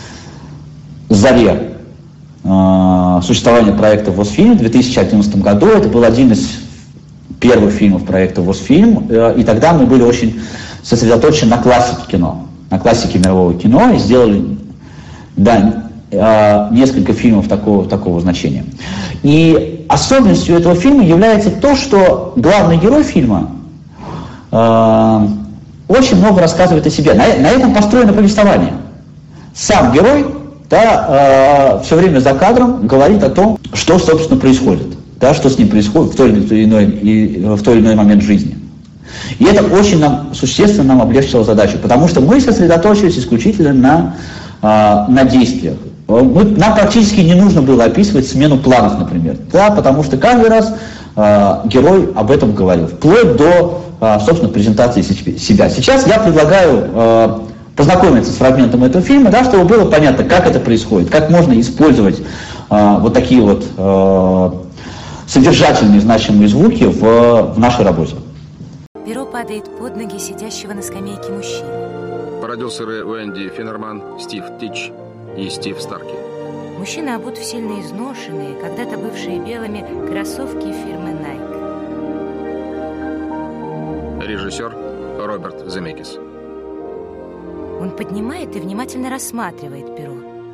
заре существования проекта «Восфильм» в 2011 году. Это был один из первых фильмов проекта «Восфильм», и тогда мы были очень сосредоточен на классике кино, на классике мирового кино, и сделали, несколько фильмов такого значения. И особенностью этого фильма является то, что главный герой фильма очень много рассказывает о себе. На этом построено повествование. Сам герой все время за кадром говорит о том, что, собственно, происходит, что с ним происходит в той или иной момент жизни. И это очень существенно нам облегчило задачу, потому что мы сосредоточились исключительно на действиях. Нам практически не нужно было описывать смену планов, например, потому что каждый раз герой об этом говорил, вплоть до, собственно, презентации себя. Сейчас я предлагаю познакомиться с фрагментом этого фильма, чтобы было понятно, как это происходит, как можно использовать вот такие вот содержательные, значимые звуки в нашей работе. Перо падает под ноги сидящего на скамейке мужчины. Продюсеры Уэнди Финнерман, Стив Тич и Стив Старки. Мужчина обут в сильно изношенные, когда-то бывшие белыми, кроссовки фирмы Nike. Режиссер Роберт Земекис. Он поднимает и внимательно рассматривает перо.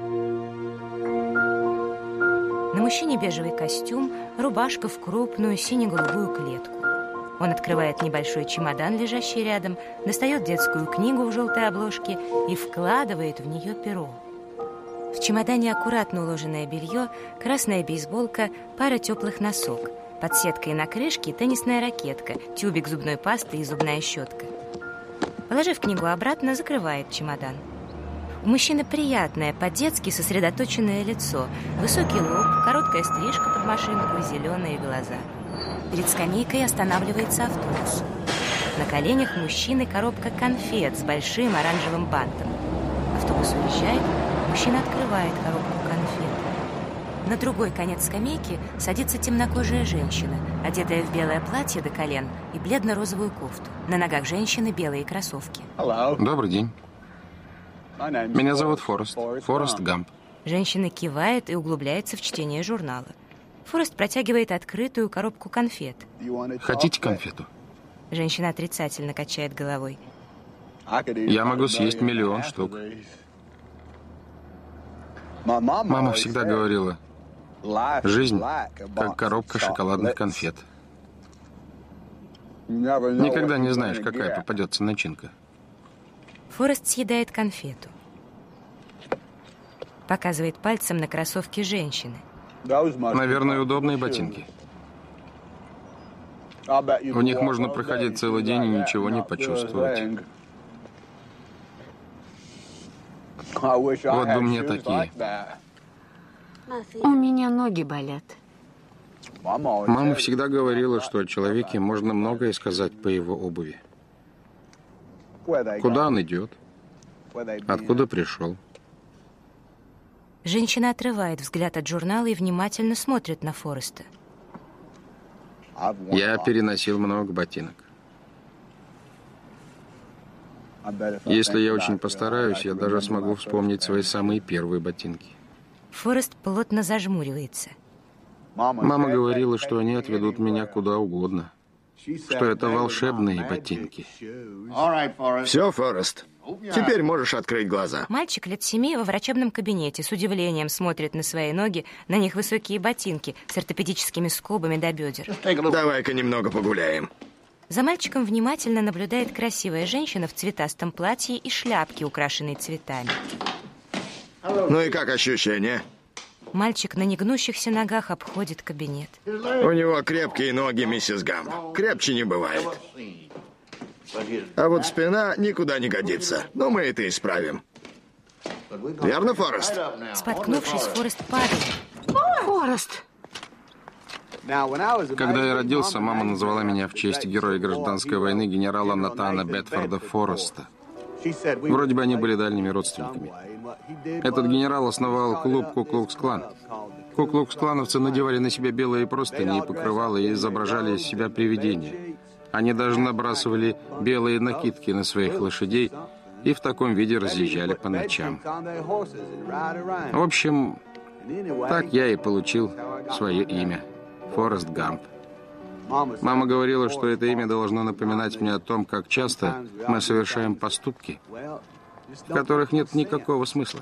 На мужчине бежевый костюм, рубашка в крупную сине-голубую клетку. Он открывает небольшой чемодан, лежащий рядом, достает детскую книгу в желтой обложке и вкладывает в нее перо. В чемодане аккуратно уложенное белье, красная бейсболка, пара теплых носок. Под сеткой на крышке теннисная ракетка, тюбик зубной пасты и зубная щетка. Положив книгу обратно, закрывает чемодан. У мужчины приятное, по-детски сосредоточенное лицо, высокий лоб, короткая стрижка под машинку, зеленые глаза. Перед скамейкой останавливается автобус. На коленях мужчины коробка конфет с большим оранжевым бантом. Автобус уезжает, мужчина открывает коробку конфет. На другой конец скамейки садится темнокожая женщина, одетая в белое платье до колен и бледно-розовую кофту. На ногах женщины белые кроссовки. Добрый день. Меня зовут Форест. Форест Гамп. Женщина кивает и углубляется в чтение журнала. Форест протягивает открытую коробку конфет. Хотите конфету? Женщина отрицательно качает головой. Я могу съесть 1 000 000 штук. Мама всегда говорила, жизнь как коробка шоколадных конфет. Никогда не знаешь, какая попадется начинка. Форест съедает конфету. Показывает пальцем на кроссовки женщины. Наверное, удобные ботинки. В них можно проходить целый день и ничего не почувствовать. Вот бы мне такие. У меня ноги болят. Мама всегда говорила, что о человеке можно многое сказать по его обуви. Куда он идет? Откуда пришел? Женщина отрывает взгляд от журнала и внимательно смотрит на Фореста. Я переносил много ботинок. Если я очень постараюсь, я даже смогу вспомнить свои самые первые ботинки. Форест плотно зажмуривается. Мама говорила, что они отведут меня куда угодно. Что это волшебные ботинки. Все, Форест. Теперь можешь открыть глаза. Мальчик лет 7 во врачебном кабинете с удивлением смотрит на свои ноги, на них высокие ботинки с ортопедическими скобами до бедер. Давай-ка немного погуляем. За мальчиком внимательно наблюдает красивая женщина в цветастом платье и шляпке, украшенной цветами. Ну и как ощущения? Мальчик на негнущихся ногах обходит кабинет. У него крепкие ноги, миссис Гамп. Крепче не бывает. А вот спина никуда не годится. Но мы это исправим. Верно, Форест? Споткнувшись, Форест падает. Форест! Когда я родился, мама назвала меня в честь героя гражданской войны генерала Натана Бетфорда Фореста. Вроде бы они были дальними родственниками. Этот генерал основал клуб Ку-Клукс-Клан. Ку-Клукс-клановцы надевали на себя белые простыни и покрывала и изображали из себя привидения. Они даже набрасывали белые накидки на своих лошадей и в таком виде разъезжали по ночам. В общем, так я и получил свое имя. Форест Гамп. Мама говорила, что это имя должно напоминать мне о том, как часто мы совершаем поступки, в которых нет никакого смысла.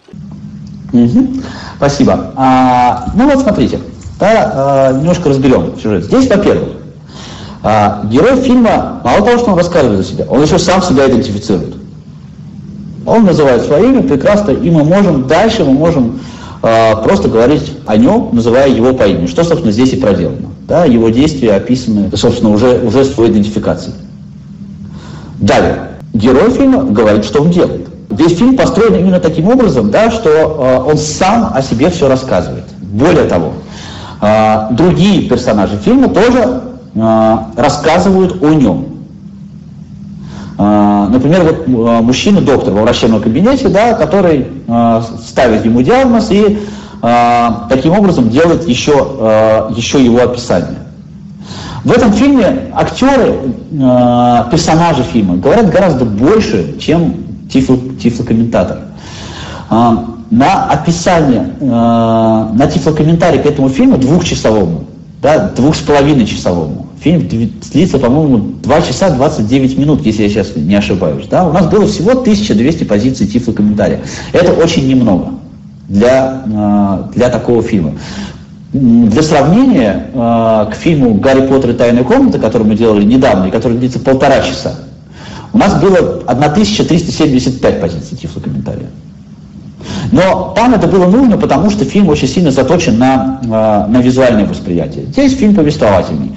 Спасибо. Ну вот смотрите, немножко разберем сюжет. Здесь, во-первых, герой фильма, мало того, что он рассказывает о себе, он еще сам себя идентифицирует. Он называет свое имя прекрасно, и мы можем просто говорить о нем, называя его по имени. Что, собственно, здесь и проделано. Да, его действия описаны, собственно, уже с своей идентификацией. Далее. Герой фильма говорит, что он делает. Весь фильм построен именно таким образом, да, что он сам о себе все рассказывает. Более того, другие персонажи фильма тоже рассказывают о нем. Например, вот мужчина-доктор во врачебном кабинете, да, который ставит ему диагноз и таким образом делает еще его описание. В этом фильме актеры, персонажи фильма говорят гораздо больше, чем тифлокомментатор. На описание, на тифлокомментарий к этому фильму двухчасовому, да, 2,5-часовому. Фильм длится, по-моему, 2 часа 29 минут, если я сейчас не ошибаюсь. Да? У нас было всего 1200 позиций тифлокомментария. Это очень немного для такого фильма. Для сравнения, к фильму «Гарри Поттер и тайная комната», который мы делали недавно и который длится 1,5 часа, у нас было 1375 позиций тифлокомментария. Но там это было нужно, потому что фильм очень сильно заточен на визуальное восприятие. Здесь фильм повествовательный.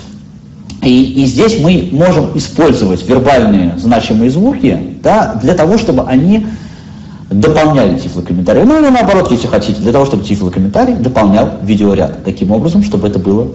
И здесь мы можем использовать вербальные значимые звуки, да, для того, чтобы они дополняли тифлокомментарий. Ну или наоборот, если хотите, для того, чтобы тифлокомментарий дополнял видеоряд. Таким образом, чтобы это было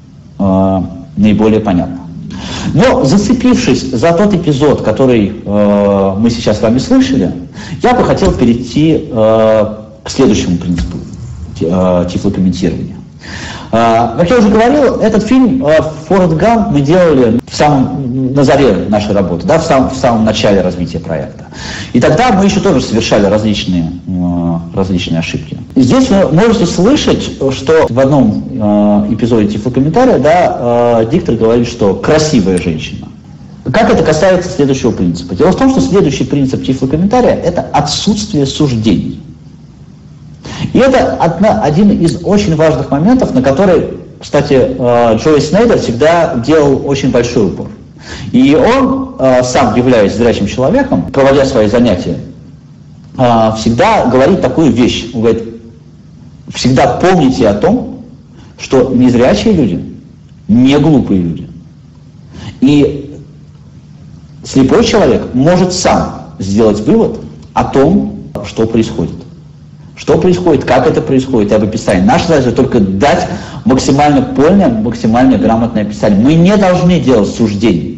наиболее понятно. Но зацепившись за тот эпизод, который мы сейчас с вами слышали, я бы хотел перейти к следующему принципу тифлокомментирования. Как я уже говорил, этот фильм «Форест Гамп» мы делали на заре нашей работы, да, в самом начале развития проекта. И тогда мы еще тоже совершали различные ошибки. И здесь вы можете слышать, что в одном эпизоде тифлокомментария, да, диктор говорит, что красивая женщина. Как это касается следующего принципа? Дело в том, что следующий принцип тифлокомментария – это отсутствие суждений. И это один из очень важных моментов, на который, кстати, Джои Снейдер всегда делал очень большой упор. И он, сам являясь зрячим человеком, проводя свои занятия, всегда говорит такую вещь. Он говорит, всегда помните о том, что незрячие люди не глупые люди. И слепой человек может сам сделать вывод о том, что происходит. Что происходит, как это происходит, и об описании. Наша задача только дать максимально полное, максимально грамотное описание. Мы не должны делать суждений.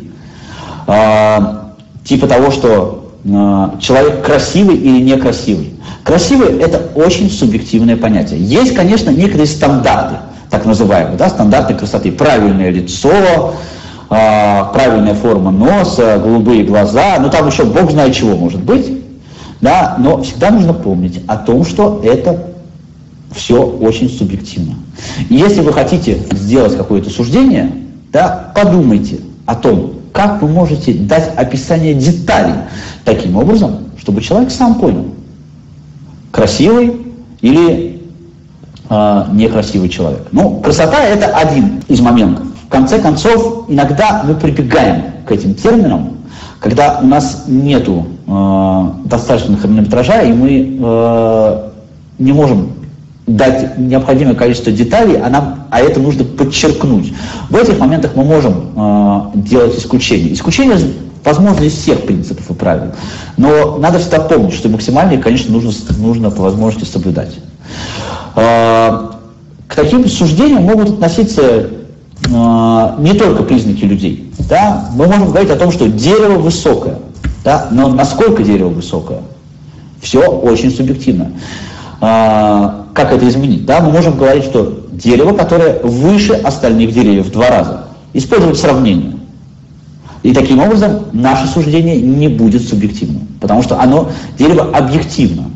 Типа того, что человек красивый или некрасивый. Красивый – это очень субъективное понятие. Есть, конечно, некоторые стандарты, так называемые, да, стандарты красоты. Правильное лицо, правильная форма носа, голубые глаза, ну там еще бог знает чего может быть. Да, но всегда нужно помнить о том, что это все очень субъективно. И если вы хотите сделать какое-то суждение, да, подумайте о том, как вы можете дать описание деталей таким образом, чтобы человек сам понял, красивый или некрасивый человек. Ну, красота – это один из моментов. В конце концов, иногда мы прибегаем к этим терминам, когда у нас нету достаточного хронометража, и мы не можем дать необходимое количество деталей, а это нужно подчеркнуть. В этих моментах мы можем делать исключения. Исключения возможно из всех принципов и правил, но надо всегда помнить, что максимальные, конечно, нужно по возможности соблюдать. К таким суждениям могут относиться не только признаки людей. Да? Мы можем говорить о том, что дерево высокое, да? Но насколько дерево высокое, все очень субъективно. Как это изменить? Да? Мы можем говорить, что дерево, которое выше остальных деревьев в 2 раза. Использовать сравнение. И таким образом наше суждение не будет субъективным, потому что дерево объективно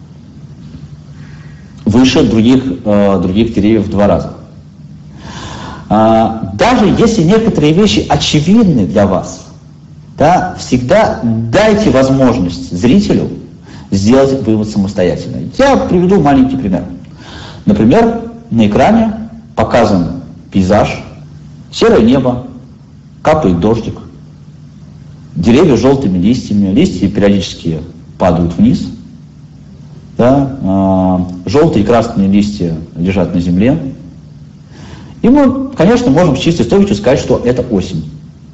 выше других деревьев в 2 раза. Даже если некоторые вещи очевидны для вас, да, всегда дайте возможность зрителю сделать вывод самостоятельно. Я приведу маленький пример. Например, на экране показан пейзаж, серое небо, капает дождик, деревья с желтыми листьями, листья периодически падают вниз, да, желтые и красные листья лежат на земле. И мы, конечно, можем с чистой совестью сказать, что это осень.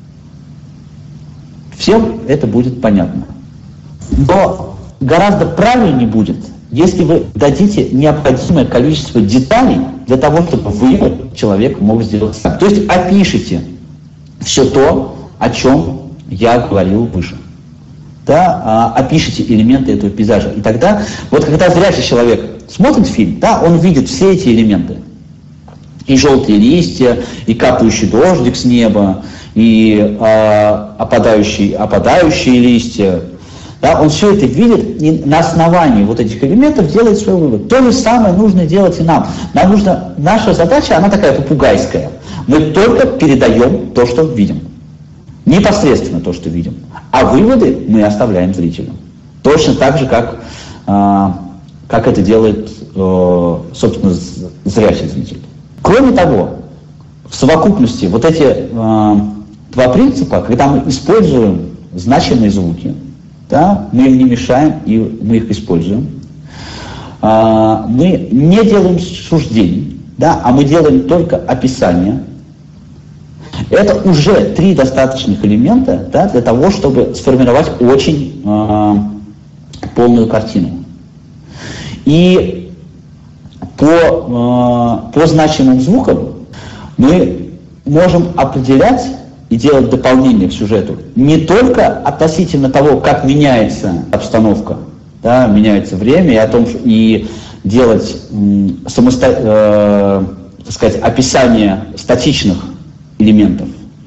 Всем это будет понятно. Но гораздо правильнее будет, если вы дадите необходимое количество деталей для того, чтобы вывод человек мог сделать сам. То есть опишите все то, о чем я говорил выше. Да, опишите элементы этого пейзажа. И тогда, вот когда зрячий человек смотрит фильм, да, он видит все эти элементы. И желтые листья, и капающий дождик с неба, и опадающие листья. Да, он все это видит и на основании вот этих элементов делает свой вывод. То же самое нужно делать и нам. Наша задача, она такая попугайская. Мы только передаем то, что видим. Непосредственно то, что видим. А выводы мы оставляем зрителю. Точно так же, как это делает, собственно, зрячий зритель. Кроме того, в совокупности вот эти два принципа, когда мы используем значимые звуки, да, мы им не мешаем, и мы их используем, мы не делаем суждений, да, а мы делаем только описание. Это уже 3 достаточных элемента, да, для того, чтобы сформировать очень полную картину. И по значимым звукам мы можем определять и делать дополнение к сюжету не только относительно того, как меняется обстановка, да, меняется время, и делать так сказать, описание статичных элементов,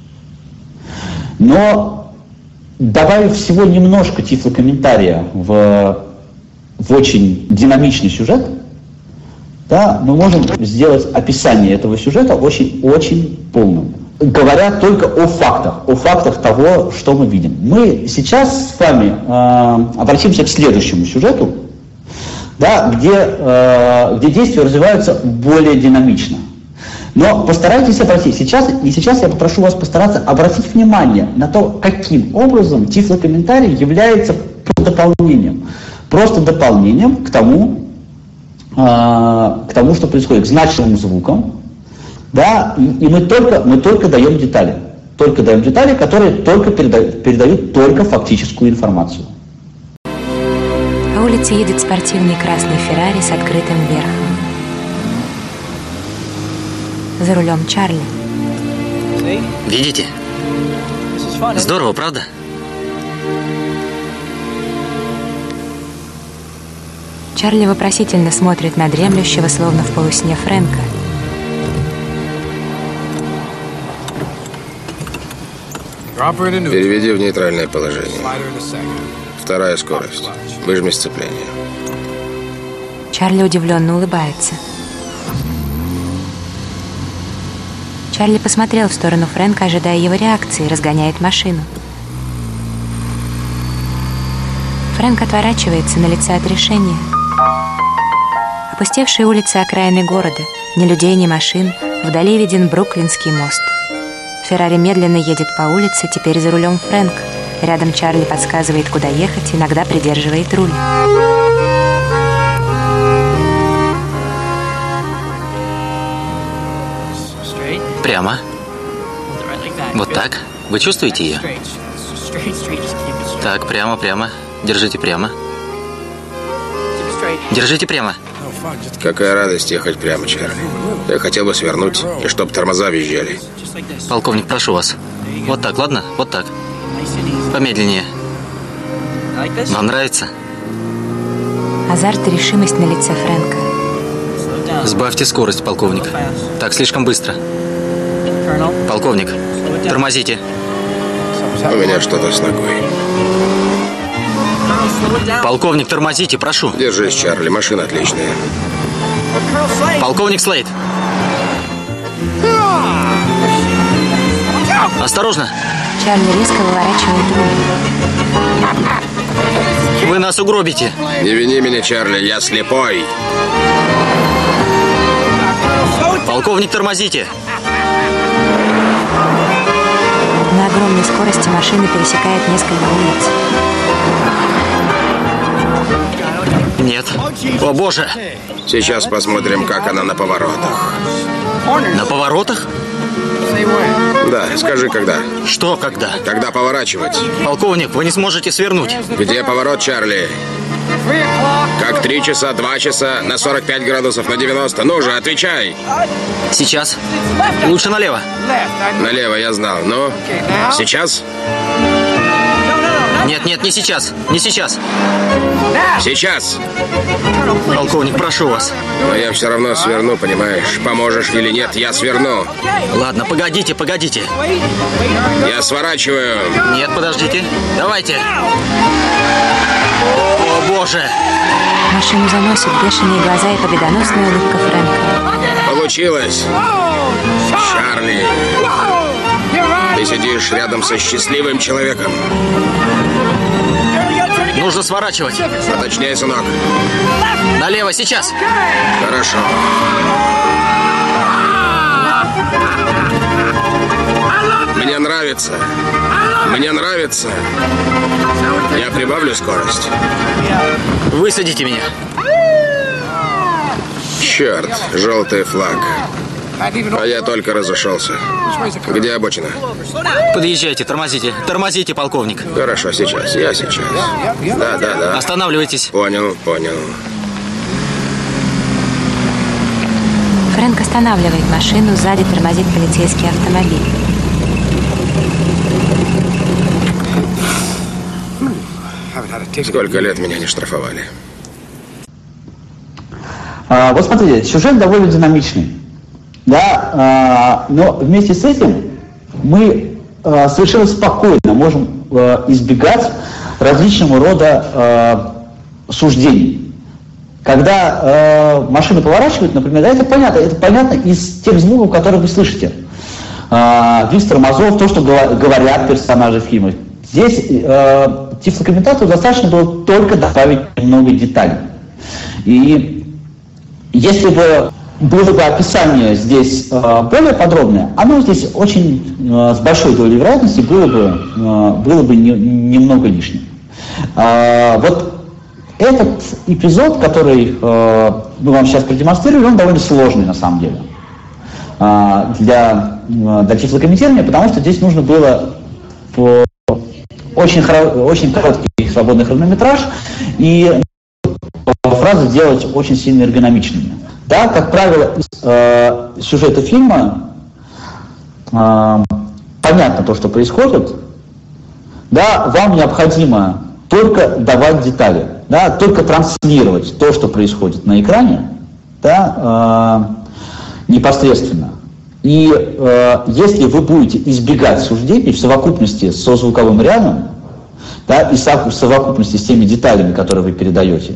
но добавив всего немножко тифлокомментария в очень динамичный сюжет, да, мы можем сделать описание этого сюжета очень полным, говоря только о фактах того, что мы видим. Мы сейчас с вами обратимся к следующему сюжету, да, где действия развиваются более динамично. Но постарайтесь обратить, сейчас я попрошу вас постараться обратить внимание на то, каким образом тифлокомментарий является просто дополнением к тому, что происходит, к значимым звукам, да, и мы только даем детали, которые только передают только фактическую информацию. По улице едет спортивный красный Феррари с открытым верхом. За рулем Чарли. Видите? Здорово, правда? Чарли вопросительно смотрит на дремлющего, словно в полусне, Фрэнка. Переведи в нейтральное положение. 2-я скорость. Выжми сцепление. Чарли удивленно улыбается. Чарли посмотрел в сторону Фрэнка, ожидая его реакции, разгоняет машину. Фрэнк отворачивается, на лице отрешения. Опустевшие улицы окраины города, ни людей, ни машин, вдали виден Бруклинский мост. Феррари медленно едет по улице, теперь за рулем Фрэнк. Рядом Чарли подсказывает, куда ехать, иногда придерживает руль. Прямо. Вот так. Вы чувствуете ее? Так, прямо. Держите прямо. Держите прямо. Какая радость ехать прямо, Чарли. Я хотел бы свернуть, и чтоб тормоза визжали. Полковник, прошу вас. Вот так, ладно? Вот так. Помедленнее. Вам нравится? Азарт и решимость на лице Фрэнка. Сбавьте скорость, полковник. Так, слишком быстро. Полковник, тормозите. У меня что-то с ногой. Полковник, тормозите, прошу. Держись, Чарли, машина отличная. Полковник Слейд. Осторожно! Чарли резко выворачивает руль. Вы нас угробите. Не вини меня, Чарли, я слепой. Полковник, тормозите. На огромной скорости машина пересекает несколько улиц. Нет. О, боже! Сейчас посмотрим, как она на поворотах. На поворотах? Да, скажи, когда. Что когда? Когда поворачивать? Полковник, вы не сможете свернуть. Где поворот, Чарли? Как 3 часа, 2 часа, на 45 градусов, на 90. Ну же, отвечай. Сейчас. Лучше налево. Налево, я знал. Ну, сейчас? Нет, нет, не сейчас. Не сейчас. Сейчас. Полковник, прошу вас. Но я все равно сверну, понимаешь? Поможешь или нет, я сверну. Ладно, погодите, погодите. Я сворачиваю. Нет, подождите. Давайте. О, боже. Машину заносит, бешеные глаза и победоносная улыбка Фрэнка. Получилось. Чарли. Ты сидишь рядом со счастливым человеком. Нужно сворачивать. Поточнее, сынок. Налево, сейчас. Хорошо. Мне нравится. Мне нравится. Я прибавлю скорость. Высадите меня. Черт, желтый флаг. А я только разошелся. Где обочина? Подъезжайте, тормозите. Тормозите, полковник. Хорошо, сейчас. Я сейчас. Да. Останавливайтесь. Понял. Фрэнк останавливает машину, сзади тормозит полицейский автомобиль. Сколько лет меня не штрафовали? Вот смотрите, сюжет довольно динамичный. Да, но вместе с этим мы совершенно спокойно можем избегать различного рода суждений. Когда машина поворачивает, например, это понятно из тех звуков, которые вы слышите. Визг тормозов, то, что говорят персонажи фильма. Здесь тифлокомментатору достаточно было только добавить немного деталей. И если бы было бы описание здесь более подробное, оно здесь очень с большой долей вероятности было бы немного лишним. Вот этот эпизод, который мы вам сейчас продемонстрировали, он довольно сложный на самом деле для тифлокомментирования, потому что здесь нужно было очень короткий свободный хронометраж и фразы делать очень сильно эргономичными. Да, как правило, из сюжета фильма понятно то, что происходит. Да, вам необходимо только давать детали, да, только транслировать то, что происходит на экране, да, непосредственно. И если вы будете избегать суждений в совокупности со звуковым рядом, да, и в совокупности с теми деталями, которые вы передаете,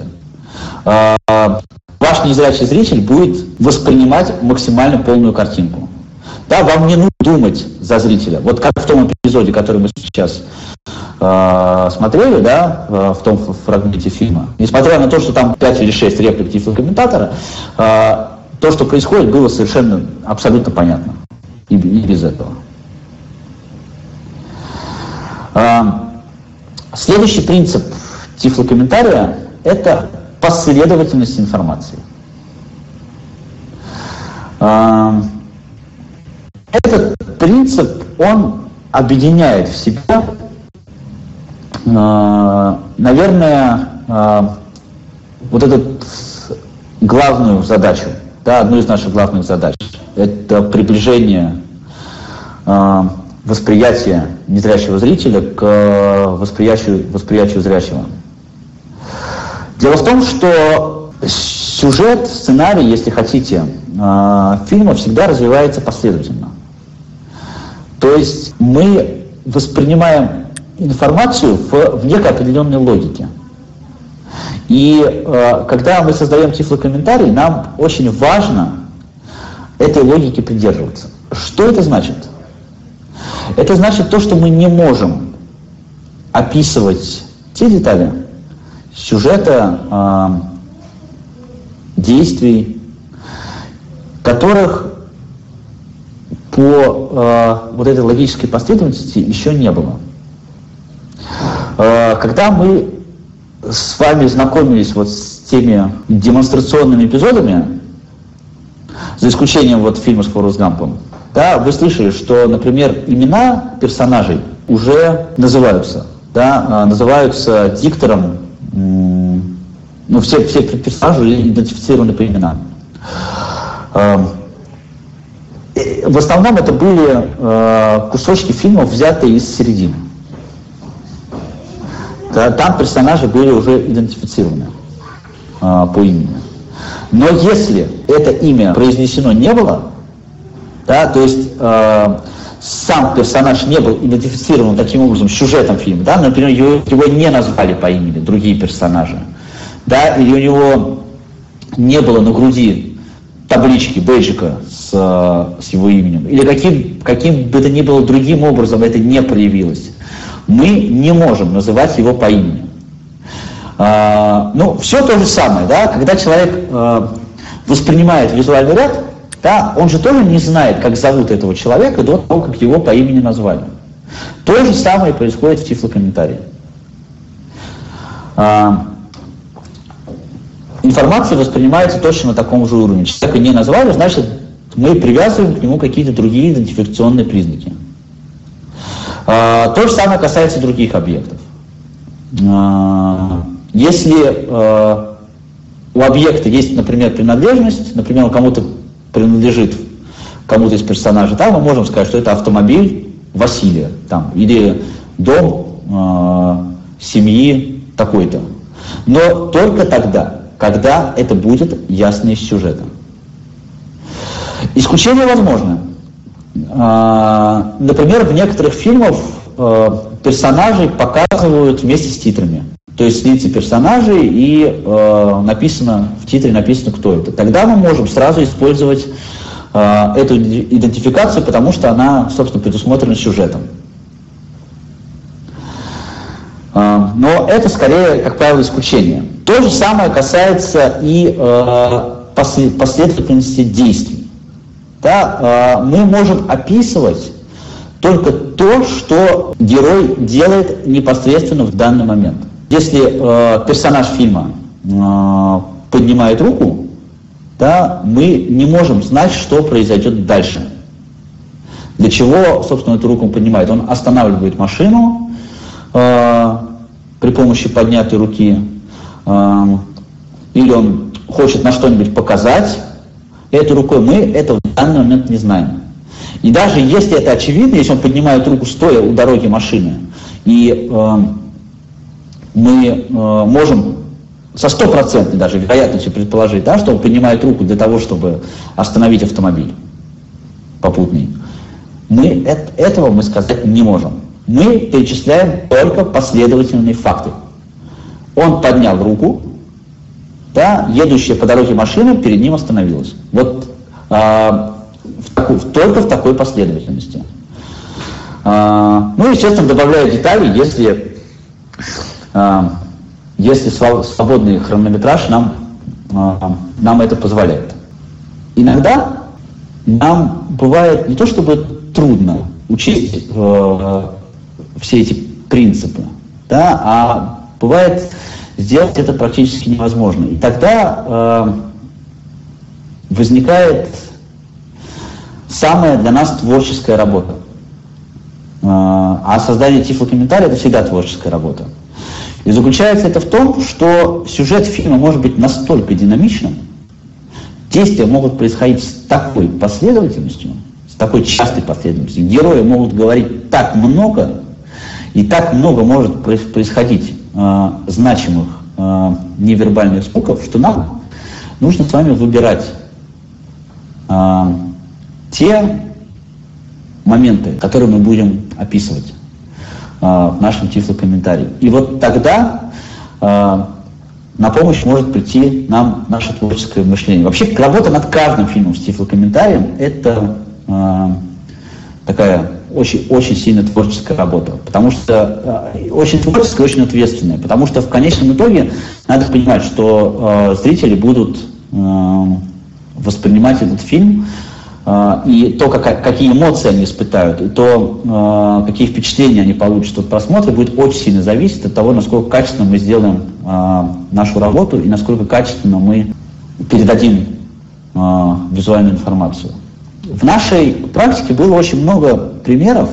ваш незрячий зритель будет воспринимать максимально полную картинку. Да, вам не нужно думать за зрителя. Вот как в том эпизоде, который мы сейчас смотрели, да, в том фрагменте фильма. Несмотря на то, что там 5 или 6 реплик тифлокомментатора, то, что происходит, было совершенно абсолютно понятно. И без этого. Следующий принцип тифлокомментария – это последовательность информации. Этот принцип, он объединяет в себя, наверное, вот эту главную задачу, да, одну из наших главных задач. Это приближение восприятия незрячего зрителя к восприятию зрячего. Дело в том, что сюжет, сценарий, если хотите, фильма всегда развивается последовательно. То есть мы воспринимаем информацию в некой определенной логике. И когда мы создаем тифлокомментарий, нам очень важно этой логике придерживаться. Что это значит? Это значит то, что мы не можем описывать те детали сюжета, действий, которых по вот этой логической последовательности еще не было. Когда мы с вами знакомились вот с теми демонстрационными эпизодами, за исключением вот фильма с Форрест Гампом, да, вы слышали, что, например, имена персонажей уже называются, да, называются диктором, ну, все персонажи идентифицированы по именам. В основном это были кусочки фильмов, взятые из середины. Там персонажи были уже идентифицированы по имени. Но если это имя произнесено не было, да, то есть сам персонаж не был идентифицирован таким образом сюжетом фильма, да, например, его не назвали по имени другие персонажи, да, или у него не было на груди таблички, бейджика с его именем, или каким бы то ни было другим образом это не проявилось, мы не можем называть его по имени. Ну, все то же самое, да, когда человек воспринимает визуальный ряд, да, он же тоже не знает, как зовут этого человека до того, как его по имени назвали. То же самое происходит в тифлокомментарии. Информация воспринимается точно на таком же уровне. Человека не назвали, значит, мы привязываем к нему какие-то другие идентификационные признаки. То же самое касается других объектов. Если у объекта есть, например, принадлежность, например, он кому-то принадлежит, кому-то из персонажей, там мы можем сказать, что это автомобиль Василия, там, или дом семьи такой-то. Но только тогда, когда это будет ясно из сюжета. Исключения возможны. Например, в некоторых фильмах персонажей показывают вместе с титрами. То есть лица персонажей и написано, в титре написано, кто это. Тогда мы можем сразу использовать эту идентификацию, потому что она, собственно, предусмотрена сюжетом. Но это скорее, как правило, исключение. То же самое касается и последовательности действий. Да? Мы можем описывать только то, что герой делает непосредственно в данный момент. Если персонаж фильма поднимает руку, да, мы не можем знать, что произойдет дальше. Для чего, собственно, эту руку он поднимает? Он останавливает машину при помощи поднятой руки, или он хочет на что-нибудь показать этой рукой. Мы этого в данный момент не знаем. И даже если это очевидно, если он поднимает руку стоя у дороги машины, и мы можем со 100% даже вероятностью предположить, да, что он поднимает руку для того, чтобы остановить автомобиль попутный, этого мы сказать не можем. Мы перечисляем только последовательные факты. Он поднял руку, да, едущая по дороге машина перед ним остановилась. Вот только в такой последовательности. Ну, естественно, добавляю детали, если свободный хронометраж нам это позволяет. Иногда нам бывает не то чтобы трудно учить все эти принципы, да, а бывает сделать это практически невозможно. И тогда возникает самая для нас творческая работа. А создание тифлокомментария — это всегда творческая работа. И заключается это в том, что сюжет фильма может быть настолько динамичным, действия могут происходить с такой последовательностью, с такой частой последовательностью, герои могут говорить так много, и так много может происходить значимых невербальных звуков, что нам нужно с вами выбирать те моменты, которые мы будем описывать в нашем тифлокомментарии. И вот тогда на помощь может прийти нам наше творческое мышление. Вообще, работа над каждым фильмом с тифлокомментарием — это такая очень, очень сильно творческая работа, потому что очень творческая, очень ответственная, потому что в конечном итоге надо понимать, что зрители будут воспринимать этот фильм, и то, какие эмоции они испытают, и то, какие впечатления они получат от просмотра, будет очень сильно зависеть от того, насколько качественно мы сделаем нашу работу и насколько качественно мы передадим визуальную информацию. В нашей практике было очень много примеров,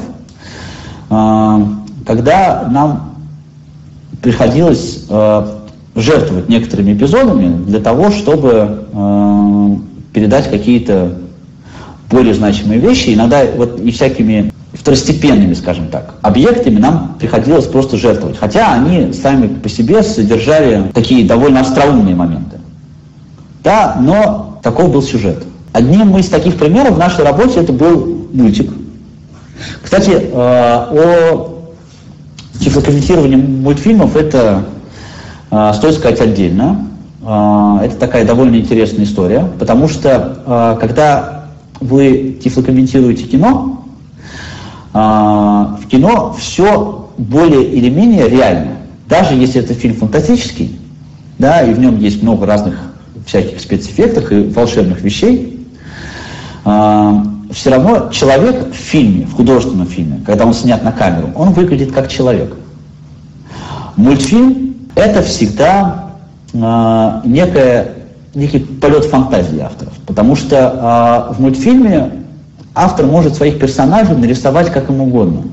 когда нам приходилось жертвовать некоторыми эпизодами для того, чтобы передать какие-то более значимые вещи, иногда вот и всякими второстепенными, скажем так, объектами нам приходилось просто жертвовать. Хотя они сами по себе содержали такие довольно остроумные моменты. Да, но таков был сюжет. Одним из таких примеров в нашей работе это был мультик. Кстати, о тифлокомментировании мультфильмов это стоит сказать отдельно. Это такая довольно интересная история, потому что когда вы тифлокомментируете кино, в кино все более или менее реально. Даже если это фильм фантастический, да, и в нем есть много разных всяких спецэффектов и волшебных вещей, все равно человек в фильме, в художественном фильме, когда он снят на камеру, он выглядит как человек. Мультфильм — это всегда некий полет фантазии авторов, потому что в мультфильме автор может своих персонажей нарисовать как ему угодно.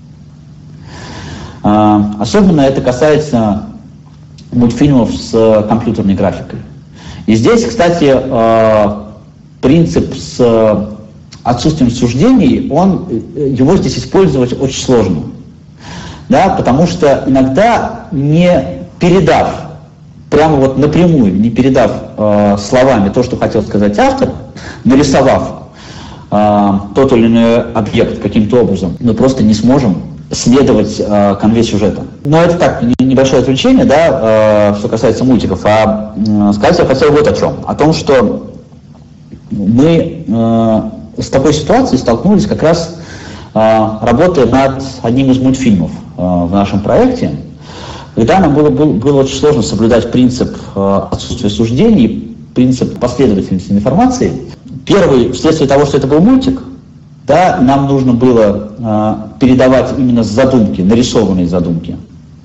Особенно это касается мультфильмов с компьютерной графикой. И здесь, кстати, принцип с отсутствием суждений, его здесь использовать очень сложно. Да, потому что иногда, не передав прямо вот напрямую, не передав словами то, что хотел сказать автор, нарисовав тот или иной объект каким-то образом, мы просто не сможем следовать конве сюжета. Но это так, небольшое отвлечение, да, что касается мультиков. А сказать я хотел вот о чем. О том, что мы с такой ситуацией столкнулись как раз работая над одним из мультфильмов в нашем проекте, когда нам было очень сложно соблюдать принцип отсутствия суждений, принцип последовательности информации. Первый, вследствие того, что это был мультик, да, нам нужно было передавать именно задумки, нарисованные задумки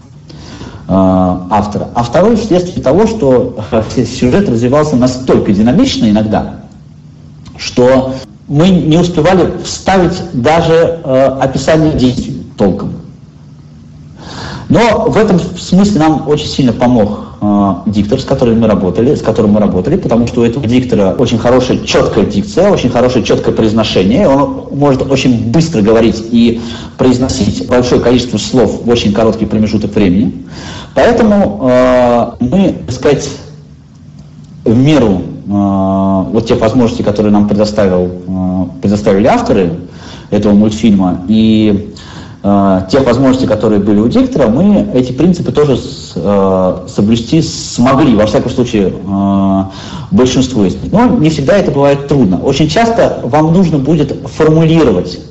автора. А второй, вследствие того, что сюжет развивался настолько динамично иногда, что мы не успевали вставить даже описание действий толком. Но в этом смысле нам очень сильно помог диктор, с которым мы работали, потому что у этого диктора очень хорошая четкая дикция, очень хорошее четкое произношение, он может очень быстро говорить и произносить большое количество слов в очень короткий промежуток времени. Поэтому мы, так сказать, в меру вот тех возможностей, которые нам предоставили авторы этого мультфильма, и тех возможностей, которые были у диктора, мы эти принципы тоже соблюсти смогли, во всяком случае, большинству из них. Но не всегда это бывает трудно. Очень часто вам нужно будет формулировать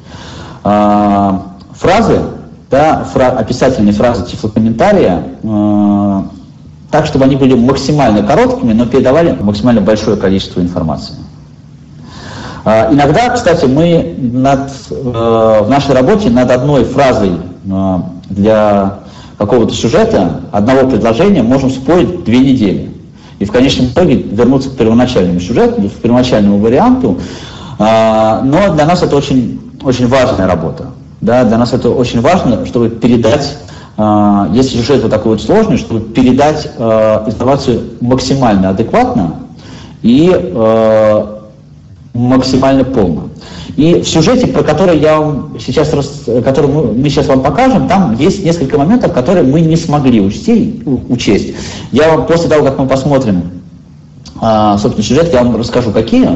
фразы, да, описательные фразы тифлокомментария, так, чтобы они были максимально короткими, но передавали максимально большое количество информации. Иногда, кстати, мы в нашей работе над одной фразой для какого-то сюжета, одного предложения можем спорить 2 недели. И в конечном итоге вернуться к первоначальному сюжету, к первоначальному варианту. Но для нас это очень, очень важная работа. Да? Для нас это очень важно, чтобы передать, если сюжет вот такой вот сложный, чтобы передать информацию максимально адекватно и максимально полно. И в сюжете, про который который мы сейчас вам покажем, там есть несколько моментов, которые мы не смогли учесть. Я вам после того, как мы посмотрим, собственно, сюжет, я вам расскажу, какие,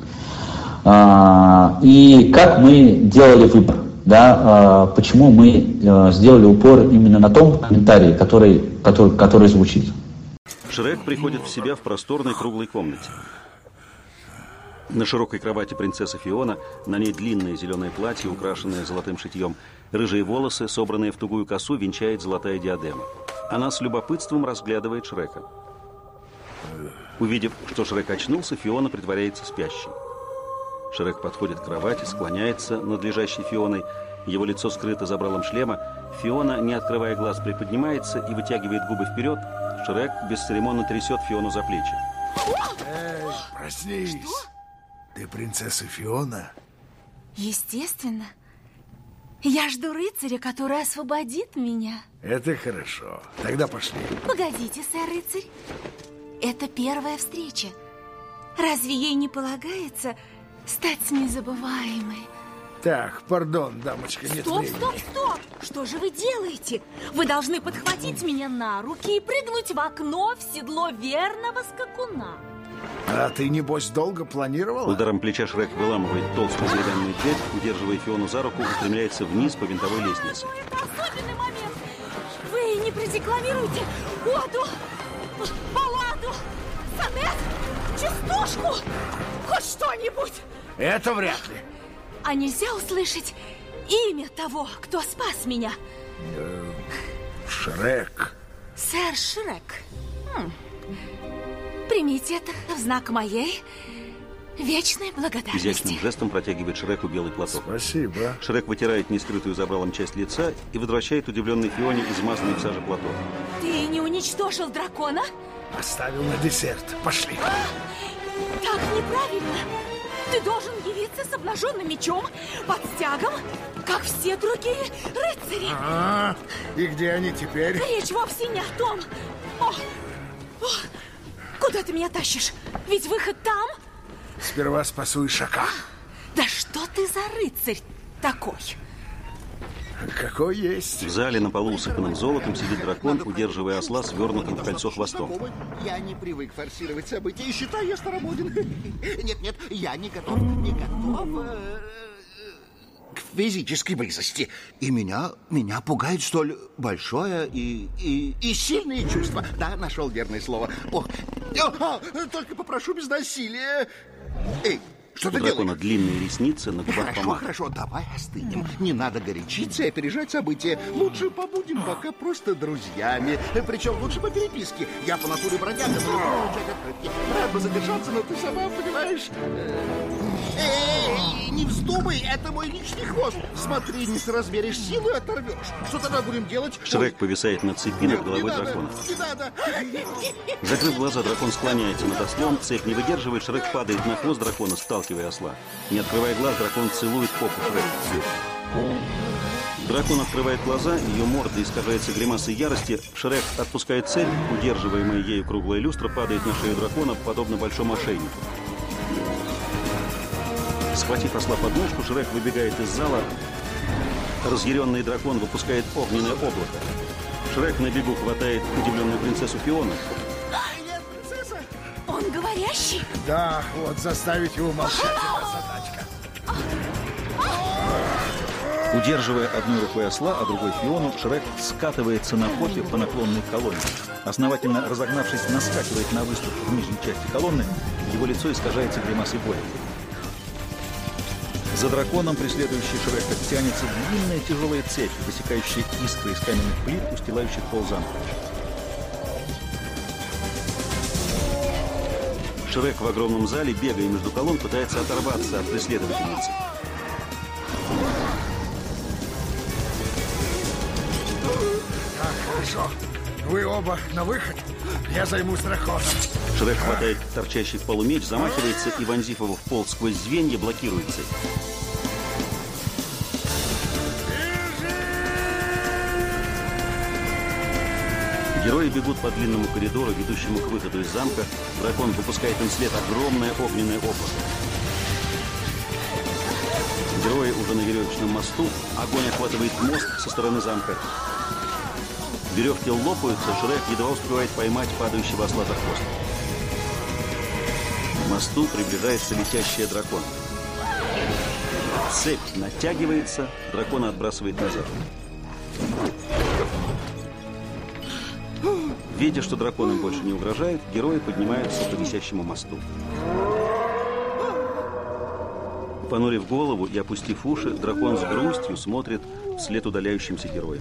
и как мы делали выбор, да, почему мы сделали упор именно на том комментарии, который звучит. Шрек приходит в себя в просторной круглой комнате. На широкой кровати принцесса Фиона, на ней длинное зеленое платье, украшенное золотым шитьем. Рыжие волосы, собранные в тугую косу, венчает золотая диадема. Она с любопытством разглядывает Шрека. Увидев, что Шрек очнулся, Фиона притворяется спящей. Шрек подходит к кровати, склоняется над лежащей Фионой. Его лицо скрыто забралом шлема. Фиона, не открывая глаз, приподнимается и вытягивает губы вперед. Шрек бесцеремонно трясет Фиону за плечи. Эй, проснись! Что? Ты принцесса Фиона? Естественно. Я жду рыцаря, который освободит меня. Это хорошо. Тогда пошли. Погодите, сэр-рыцарь. Это первая встреча. Разве ей не полагается стать незабываемой? Так, пардон, дамочка, нет времени. Стоп! Что же вы делаете? Вы должны подхватить меня на руки и прыгнуть в окно в седло верного скакуна. А ты, небось, долго планировала? Ударом плеча Шрек выламывает толстую деревянную дверь, удерживая Фиону за руку, устремляется вниз по винтовой лестнице. Особенный момент. Вы не продекламируете оду, балладу, сонет, частушку, хоть что-нибудь? Это вряд ли. А нельзя услышать имя того, кто спас меня? Шрек. Сэр Шрек. Примите это в знак моей вечной благодарности. Изящным жестом протягивает Шреку белый платок. Спасибо. Шрек вытирает нескрытую забралом часть лица и возвращает удивленной Фионе измазанный в саже платок. Ты не уничтожил дракона? Оставил на десерт. Пошли. Так неправильно. Ты должен явиться с обнаженным мечом, под стягом, как все другие рыцари. И где они теперь? Речь вовсе не о том. Куда ты меня тащишь? Ведь выход там. Сперва спасу Ишака. Да что ты за рыцарь такой? Какой есть. В зале на полу, усыпанным золотом, сидит дракон, удерживая осла свернутым в кольцо хвостом. Я не привык форсировать события и считаю, я старомоден. Нет, я не готов к физической близости. И меня пугает столь большое и сильное чувство. Да, нашел верное слово. Только попрошу без насилия. Эй, что ты делаешь? У дракона длинные ресницы, на губах помада. Хорошо, давай остынем. Не надо горячиться и опережать события. Лучше побудем пока просто друзьями. Причем лучше по переписке. Я по натуре бродяга, но люблю получать открытки. Рад бы задержаться, но ты сама понимаешь. Эй, не вздумай, это мой личный хвост. Смотри, не соразмеришь силу и оторвешь. Что тогда будем делать? Шрек повисает на цепи над головой дракона. Не надо. Закрыв глаза, дракон склоняется над ослом, цепь не выдерживает, Шрек падает на хвост дракона, сталкивая осла. Не открывая глаз, дракон целует попу Шрека. Дракон открывает глаза, ее морда искажается гримасой ярости. Шрек отпускает цепь, удерживаемая ею круглая люстра падает на шею дракона, подобно большому ошейнику. Схватив осла под мышку, Шрек выбегает из зала. Разъяренный дракон выпускает огненное облако. Шрек на бегу хватает удивленную принцессу Фиону. Он говорящий? Да, вот заставить его молчать — это задачка. Удерживая одной рукой осла, а другой Фиону, Шрек скатывается на попе по наклонной колонне. Основательно разогнавшись, наскакивает на выступ в нижней части колонны. Его лицо искажается гримасой боли. За драконом, преследующий Шрека, тянется длинная тяжелая цепь, высекающая искры из каменных плит, устилающих пол замка. Шрек в огромном зале, бегая между колонн, пытается оторваться от преследовательницы. Так, хорошо. Вы оба на выход. Я займусь драконом. Шрек хватает торчащий в полу меч, замахивается и, вонзив его в пол сквозь звенья, блокирует цепь. Герои бегут по длинному коридору, ведущему к выходу из замка. Дракон выпускает им вслед огромное огненное облако. Герои уже на веревочном мосту. Огонь охватывает мост со стороны замка. Веревки лопаются, Шрек едва успевает поймать падающего осла за хвост. К мосту приближается летящий дракон. Цепь натягивается, дракона отбрасывает назад. Видя, что дракон им больше не угрожает, герои поднимаются по висящему мосту. Понурив голову и опустив уши, дракон с грустью смотрит вслед удаляющимся героям.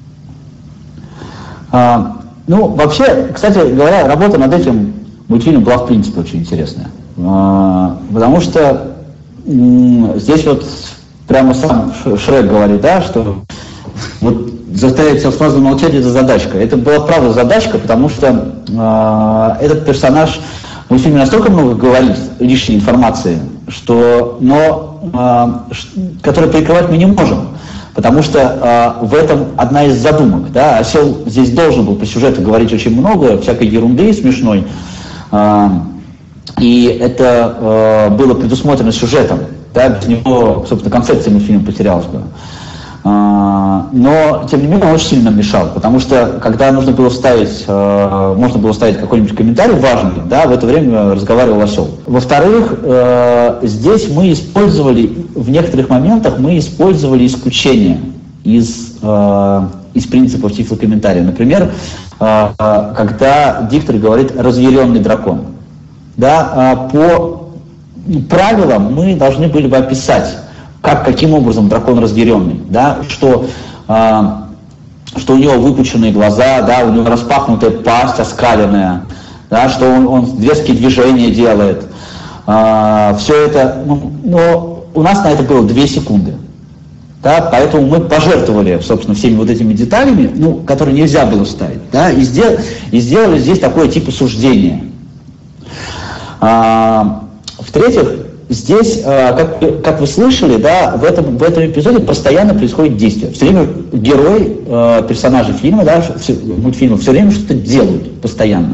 Вообще, кстати говоря, работа над этим мультфильмом была в принципе очень интересная. Потому что здесь вот прямо сам Шрек говорит, да, что вот заставить всех сразу молчать — это задачка. Это была правда задачка, потому что этот персонаж в мультфильме настолько много говорит лишней информации, которую перекрывать мы не можем. Потому что в этом одна из задумок. Да? Осел здесь должен был по сюжету говорить очень много, всякой ерунды смешной. И это было предусмотрено сюжетом. Да? Без него, собственно, концепция мультфильма потерялась бы. Но, тем не менее, он очень сильно мешал, потому что, когда можно было вставить какой-нибудь комментарий важный, да, в это время разговаривал осел. Во-вторых, здесь мы использовали, в некоторых моментах мы использовали исключения из принципов тифлокомментария. Например, когда диктор говорит «разъяренный дракон». Да, по правилам мы должны были бы описать, каким образом дракон разъяренный, да, что у него выпученные глаза, да, у него распахнутая пасть оскаленная, да, что он резкие движения делает. Все это, но у нас на это было 2 секунды. Да, поэтому мы пожертвовали, собственно, всеми вот этими деталями, которые нельзя было вставить, да, и сделали здесь такое типа суждение. В-третьих, здесь, как вы слышали, да, в этом эпизоде постоянно происходит действие. Все время герой, персонажи фильма, да, мультфильма, все время что-то делают постоянно.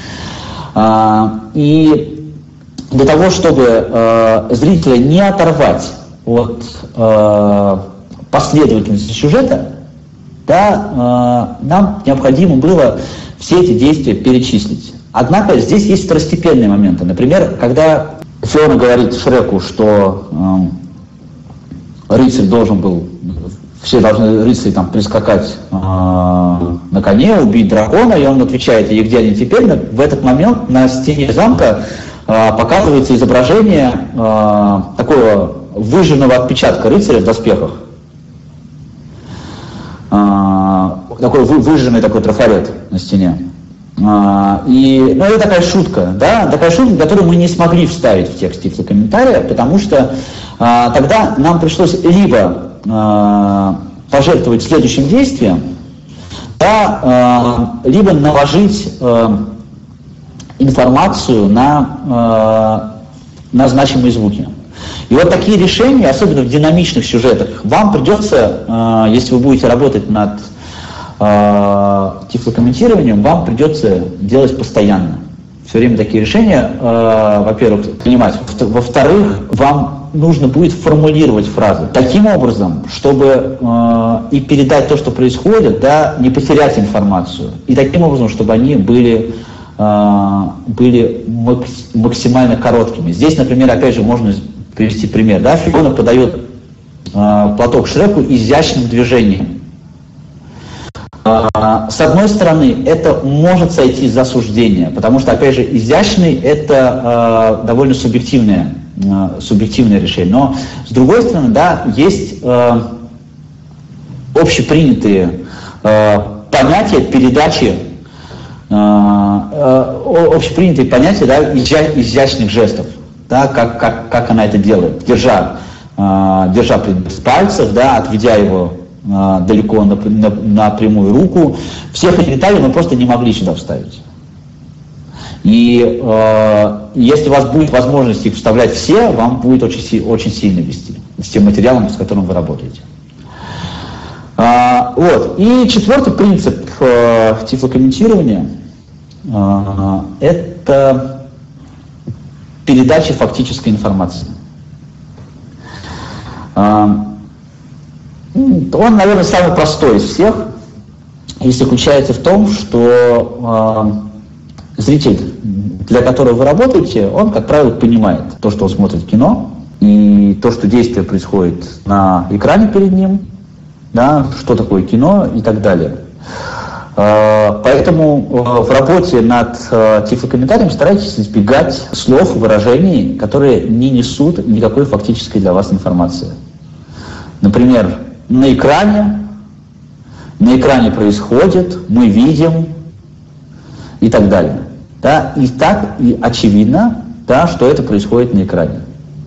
И для того, чтобы зрителя не оторвать от последовательности сюжета, да, нам необходимо было все эти действия перечислить. Однако здесь есть второстепенные моменты. Например, когда Фиона говорит Шреку, что рыцарь должен был, все должны рыцари там прискакать на коне, убить дракона, и он отвечает ей, где они теперь. В этот момент на стене замка показывается изображение такого выжженного отпечатка рыцаря в доспехах. Такой выжженный такой трафарет на стене. Это такая шутка, да, которую мы не смогли вставить в текст тифлокомментария, потому что тогда нам пришлось либо пожертвовать следующим действием, да, либо наложить информацию на значимые звуки. И вот такие решения, особенно в динамичных сюжетах, вам придется, если вы будете работать над тифлокомментированием, вам придется делать постоянно. Все время такие решения, во-первых, принимать. Во-вторых, вам нужно будет формулировать фразы таким образом, чтобы и передать то, что происходит, да, не потерять информацию. И таким образом, чтобы они были максимально короткими. Здесь, например, опять же, можно привести пример. Да? Фиона подает платок Шреку изящным движением. С одной стороны, это может сойти за суждение, потому что, опять же, изящный – это довольно субъективное решение. Но, с другой стороны, да, есть общепринятые понятия передачи, общепринятые понятия, да, изящных жестов, да, как она это делает, держа предмет в пальцах, да, отведя его далеко на прямую руку. Всех этих деталей мы просто не могли сюда вставить. И если у вас будет возможность их вставлять все, вам будет очень сильно вести с тем материалом, с которым вы работаете. Вот. И четвертый принцип тифлокомментирования – это передача фактической информации. Он, наверное, самый простой из всех и заключается в том, что зритель, для которого вы работаете, он, как правило, понимает то, что он смотрит кино, и то, что действие происходит на экране перед ним, да, что такое кино и так далее. Поэтому в работе над тифлокомментарием старайтесь избегать слов, выражений, которые не несут никакой фактической для вас информации. Например, на экране происходит, мы видим и так далее. Да? И так и очевидно, да, что это происходит на экране.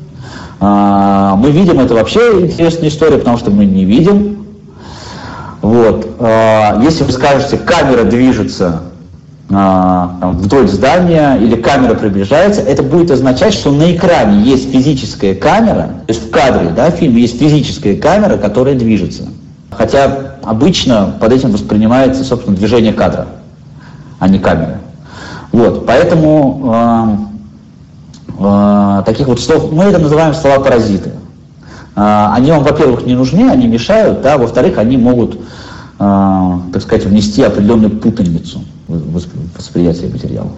Мы видим, это вообще интересная история, потому что мы не видим. Вот. Если вы скажете, камера движется вдоль здания или камера приближается, это будет означать, что на экране есть физическая камера, то есть в кадре, да, в фильме есть физическая камера, которая движется. Хотя обычно под этим воспринимается, собственно, движение кадра, а не камера. Вот. Поэтому таких вот слов, мы это называем слова-паразиты. Они вам, во-первых, не нужны, они мешают, да, во-вторых, они могут, так сказать, внести определенную путаницу в восприятие материала.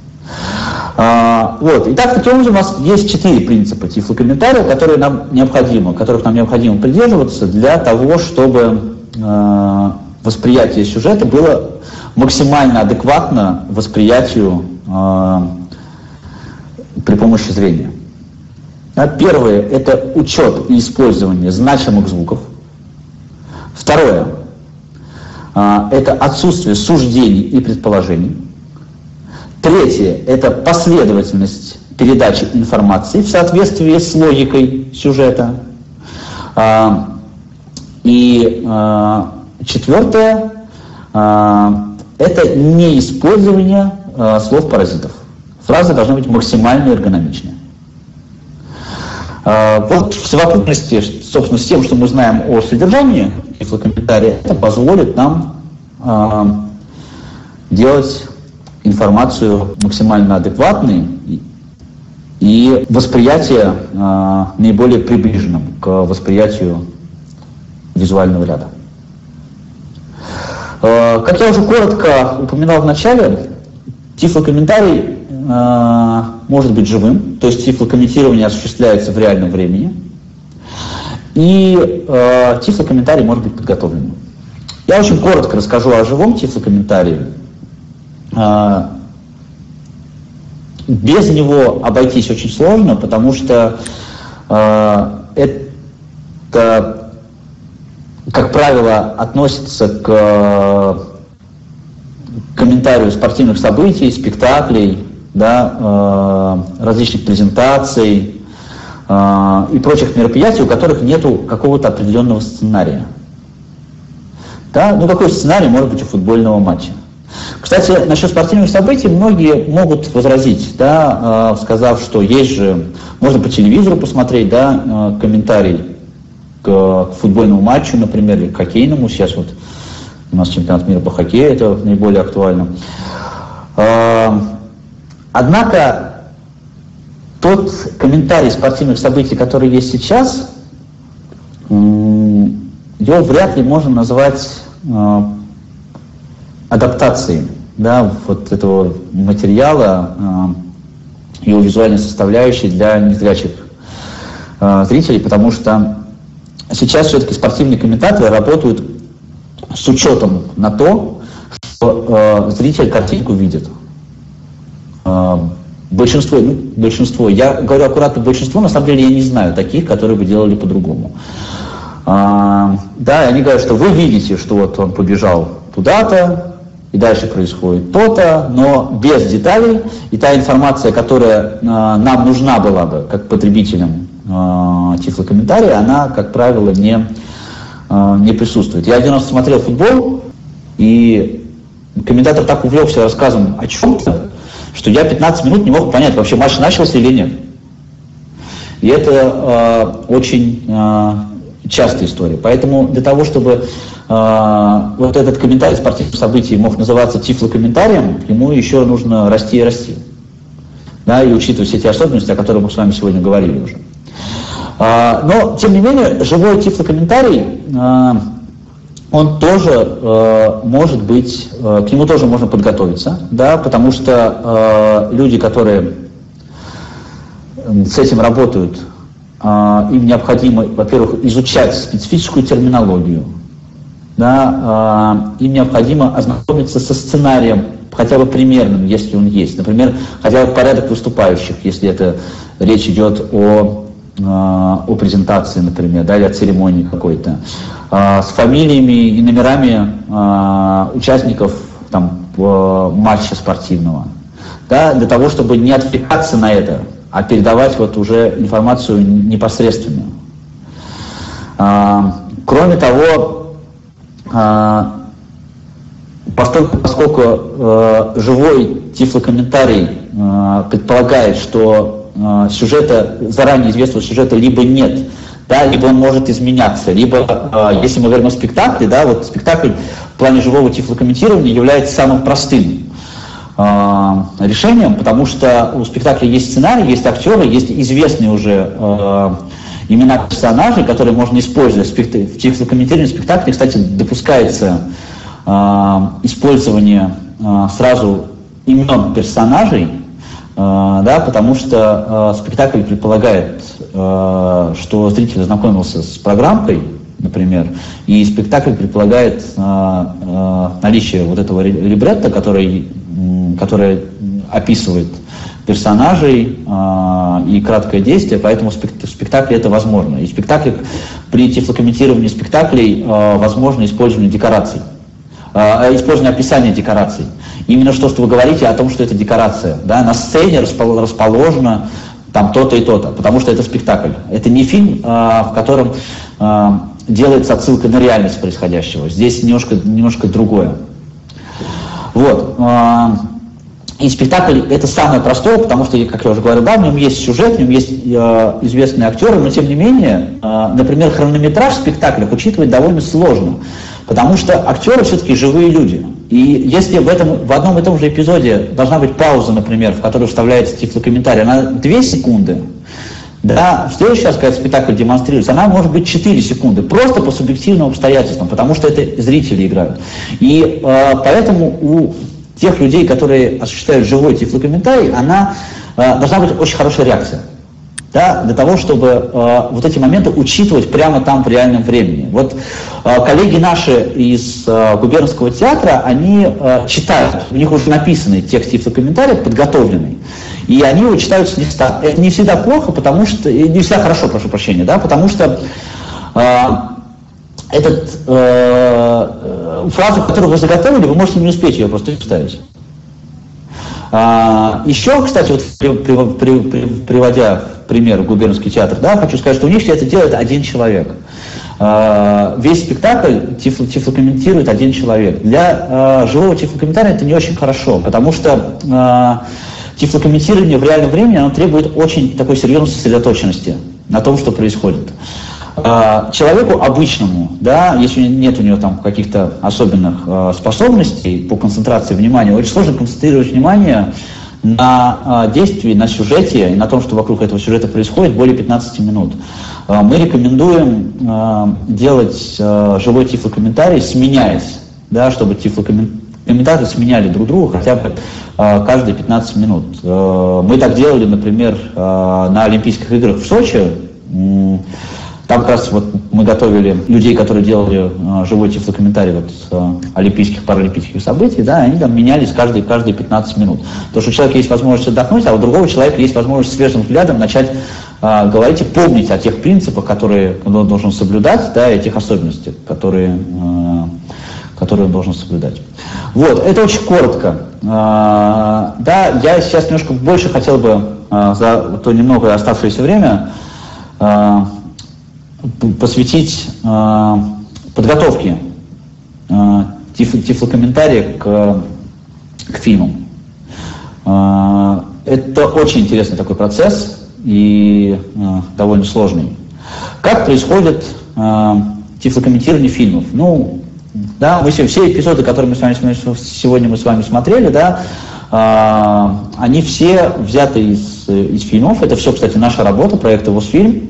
Вот. Итак, таким образом, у нас есть 4 принципа тифлокомментария, которых нам необходимо придерживаться для того, чтобы восприятие сюжета было максимально адекватно восприятию при помощи зрения. Первое – это учет и использование значимых звуков. Второе – это отсутствие суждений и предположений. Третье – это последовательность передачи информации в соответствии с логикой сюжета. И четвертое – это неиспользование слов-паразитов. Фразы должны быть максимально эргономичны. Вот в совокупности, собственно, с тем, что мы знаем о содержании тифлокомментария, это позволит нам делать информацию максимально адекватной и восприятие наиболее приближенным к восприятию визуального ряда. Как я уже коротко упоминал в начале, тифлокомментарий может быть живым, то есть тифлокомментирование осуществляется в реальном времени, и тифлокомментарий может быть подготовленным. Я очень коротко расскажу о живом тифлокомментарии. Без него обойтись очень сложно, потому что это, как правило, относится к комментарию спортивных событий, спектаклей, да, различных презентаций и прочих мероприятий, у которых нету какого-то определенного сценария. Да? Ну, какой сценарий может быть у футбольного матча? Кстати, насчет спортивных событий многие могут возразить, да, сказав, что есть же, можно по телевизору посмотреть, да, комментарий к футбольному матчу, например, или к хоккейному. Сейчас вот у нас чемпионат мира по хоккею, это наиболее актуально. Однако тот комментарий спортивных событий, который есть сейчас, его вряд ли можно назвать адаптацией, да, вот этого материала, его визуальной составляющей для незрячих зрителей, потому что сейчас все-таки спортивные комментаторы работают с учетом на то, что зритель картинку видит. Большинство, я говорю аккуратно большинство, на самом деле я не знаю таких, которые бы делали по-другому. Да, они говорят, что вы видите, что вот он побежал туда-то, и дальше происходит то-то, но без деталей, и та информация, которая нам нужна была бы, как потребителям тифлокомментария, она, как правило, не присутствует. Я один раз смотрел футбол, и комментатор так увлекся рассказом о чем-то, что я 15 минут не мог понять, вообще матч начался или нет. И это очень частая история. Поэтому для того, чтобы вот этот комментарий спортивных событий мог называться тифлокомментарием, ему еще нужно расти и расти. Да, и учитывать все те особенности, о которых мы с вами сегодня говорили уже. Но, тем не менее, живой тифлокомментарий, он тоже может быть, к нему тоже можно подготовиться, да, потому что люди, которые с этим работают, им необходимо, во-первых, изучать специфическую терминологию, да, им необходимо ознакомиться со сценарием, хотя бы примерным, если он есть. Например, хотя бы порядок выступающих, если это речь идет о презентации, например, да, или о церемонии какой-то. С фамилиями и номерами участников там, матча спортивного. Да, для того, чтобы не отвлекаться на это, а передавать вот уже информацию непосредственную. Кроме того, поскольку живой тифлокомментарий предполагает, что заранее известного сюжета либо нет, да, либо он может изменяться, либо, если мы говорим о спектакле, да, вот спектакль в плане живого тифлокомментирования является самым простым решением, потому что у спектакля есть сценарий, есть актеры, есть известные уже имена персонажей, которые можно использовать в тифлокомментировании спектакля. Кстати, допускается использование сразу имен персонажей, да, потому что спектакль предполагает, что зритель ознакомился с программкой, например, и спектакль предполагает наличие вот этого либретто, который описывает персонажей и краткое действие, поэтому в спектакле это возможно. И при тифлокомментировании спектаклей возможно использование декораций, использование описания декораций. Именно что вы говорите о том, что это декорация. Да? На сцене расположено там то-то и то-то, потому что это спектакль. Это не фильм, в котором делается отсылка на реальность происходящего. Здесь немножко другое. Вот. И спектакль это самое простое, потому что, как я уже говорил, да, в нем есть сюжет, в нем есть известные актеры, но тем не менее, например, хронометраж в спектаклях учитывать довольно сложно, потому что актеры все-таки живые люди. И если в одном и том же эпизоде должна быть пауза, например, в которой вставляется тифлокомментарий, она 2 секунды, да, в следующий раз, когда спектакль демонстрируется, она может быть 4 секунды, просто по субъективным обстоятельствам, потому что это зрители играют. И поэтому у тех людей, которые осуществляют живой тифлокомментарий, она должна быть очень хорошая реакция, да, для того, чтобы вот эти моменты учитывать прямо там в реальном времени. Вот коллеги наши из губернского театра, они читают, у них уже написанный текст тифлокомментария, подготовленный, и они его читают с листа. Это не всегда плохо, потому что, не всегда хорошо, прошу прощения, да, потому что фразу, которую вы заготовили, вы можете не успеть ее просто вставить. Еще, кстати, вот приводя пример губернский театр, да, хочу сказать, что у них это делает один человек. Весь спектакль тифлокомментирует один человек. Для живого тифлокомментария это не очень хорошо, потому что тифлокомментирование в реальном времени оно требует очень такой серьезной сосредоточенности на том, что происходит. Человеку обычному, да, если нет у него там каких-то особенных способностей по концентрации внимания, очень сложно концентрировать внимание на действии, на сюжете и на том, что вокруг этого сюжета происходит, более 15 минут. Мы рекомендуем делать живой тифлокомментарий, сменяясь, да, чтобы тифлокомментаторы сменяли друг друга хотя бы каждые 15 минут. Мы так делали, например, на Олимпийских играх в Сочи. Там как раз вот мы готовили людей, которые делали живой тифлокомментарий олимпийских, паралимпийских событий, да, они там менялись каждые 15 минут. Потому что у человека есть возможность отдохнуть, а у другого человека есть возможность свежим взглядом начать говорить и помнить о тех принципах, которые он должен соблюдать, да, и о тех особенностях, которые он должен соблюдать. Вот, это очень коротко. Да, я сейчас немножко больше хотел бы за то немного оставшееся время посвятить подготовке тифлокомментария к фильмам. Это очень интересный такой процесс и довольно сложный. Как происходит тифлокомментирование фильмов? Ну, да, все эпизоды, которые сегодня мы с вами смотрели, да, они все взяты из фильмов. Это все, кстати, наша работа, проекта «Восфильм».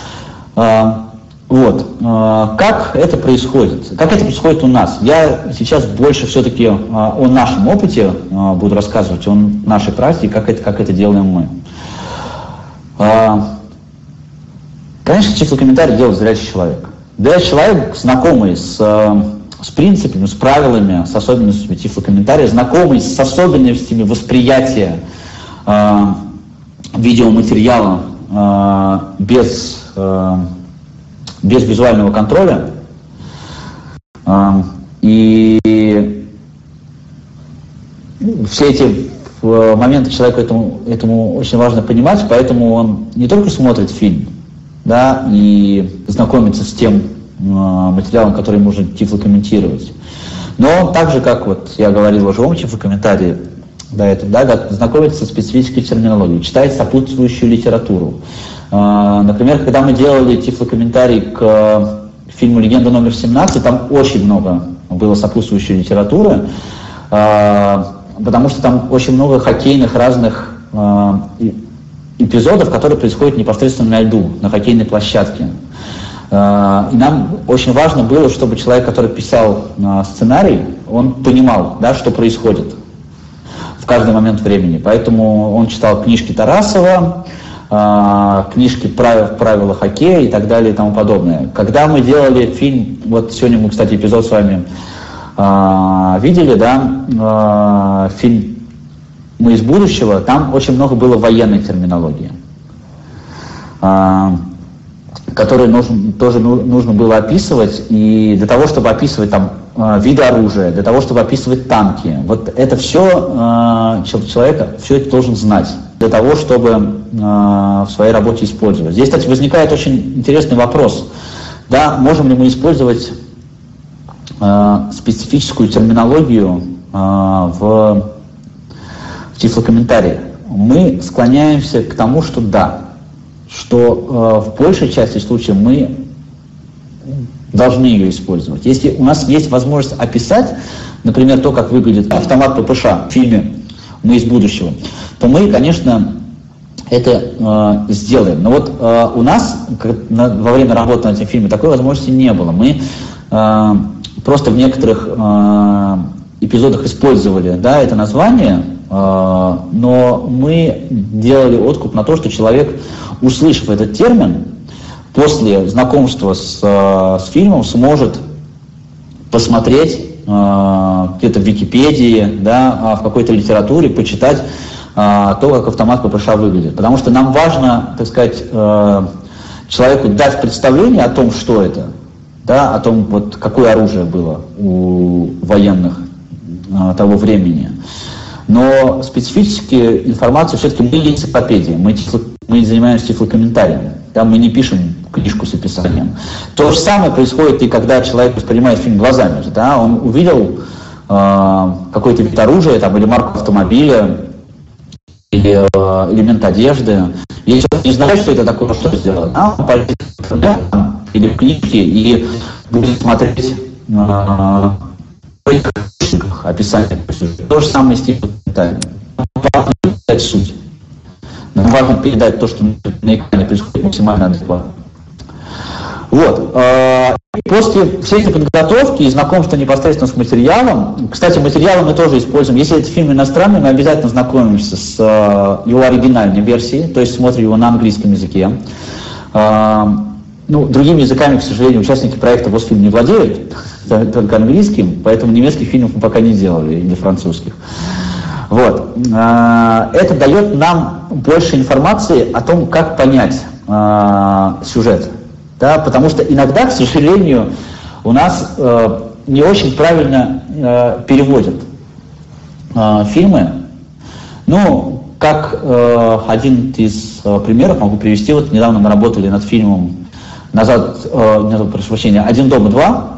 Вот. Как это происходит? Как это происходит у нас? Я сейчас больше все-таки о нашем опыте буду рассказывать, о нашей практике, как это делаем мы. Конечно, тифлокомментарий делает зрячий человек. Да, человек, знакомый с с принципами, с правилами, с особенностями тифлокомментария, знакомый с особенностями восприятия видеоматериала без визуального контроля. И все эти моменты человеку этому очень важно понимать, поэтому он не только смотрит фильм, да, и знакомится с тем материалом, который можно тифлокомментировать, но он также, как вот я говорил о живом тифлокомментарии до этого, да, знакомится со специфической терминологией, читает сопутствующую литературу. Например, когда мы делали тифлокомментарий к фильму «Легенда номер 17», там очень много было сопутствующей литературы, потому что там очень много хоккейных разных эпизодов, которые происходят непосредственно на льду, на хоккейной площадке. И нам очень важно было, чтобы человек, который писал сценарий, он понимал, да, что происходит в каждый момент времени. Поэтому он читал книжки Тарасова, книжки «Правила хоккея» и так далее и тому подобное. Когда мы делали фильм, вот сегодня мы, кстати, эпизод с вами видели, да, фильм «Мы из будущего», там очень много было военной терминологии, которую тоже нужно было описывать, и для того, чтобы описывать там виды оружия, для того, чтобы описывать танки, вот это все человек все это должен знать для того, чтобы в своей работе использовать. Здесь, кстати, возникает очень интересный вопрос, да, можем ли мы использовать специфическую терминологию в тифлокомментарии. Мы склоняемся к тому, что да, что в большей части случаев мы должны ее использовать. Если у нас есть возможность описать, например, то, как выглядит автомат ППШ в фильме «Мы из будущего», то мы, конечно, это сделаем. Но вот у нас во время работы над этим фильмом такой возможности не было. Мы просто в некоторых эпизодах использовали, да, это название, но мы делали откуп на то, что человек, услышав этот термин, после знакомства с фильмом сможет посмотреть где-то в Википедии, да, в какой-то литературе, почитать то, как автомат ППШ выглядит. Потому что нам важно, так сказать, человеку дать представление о том, что это, да, о том, вот, какое оружие было у военных того времени. Но специфически информацию все-таки мы не энциклопедия, мы занимаемся тифлокомментарием, да, мы не пишем книжку с описанием. То же самое происходит и когда человек воспринимает фильм глазами. Да, он увидел какой-то вид оружия там, или марку автомобиля, или элемент одежды. Если он не знает, что это такое, что сделать, он полезет в интернет или в книжке и будет смотреть описание. То же самое с тифлокомментарием. Важно передать суть. Нам важно передать то, что на экране происходит, максимально адекватно. Вот. После всей этой подготовки и знакомства непосредственно с материалом, кстати, материалы мы тоже используем. Если это фильм иностранный, мы обязательно знакомимся с его оригинальной версией, то есть смотрим его на английском языке. Ну, другими языками, к сожалению, участники проекта Мосфильм не владеют, только английским, поэтому немецких фильмов мы пока не делали, или французских. Вот. Это дает нам больше информации о том, как понять сюжет. Да? Потому что иногда, к сожалению, у нас не очень правильно переводят фильмы. Ну, как один из примеров могу привести. Вот недавно мы работали над фильмом прошу прощения, «Один дома, два».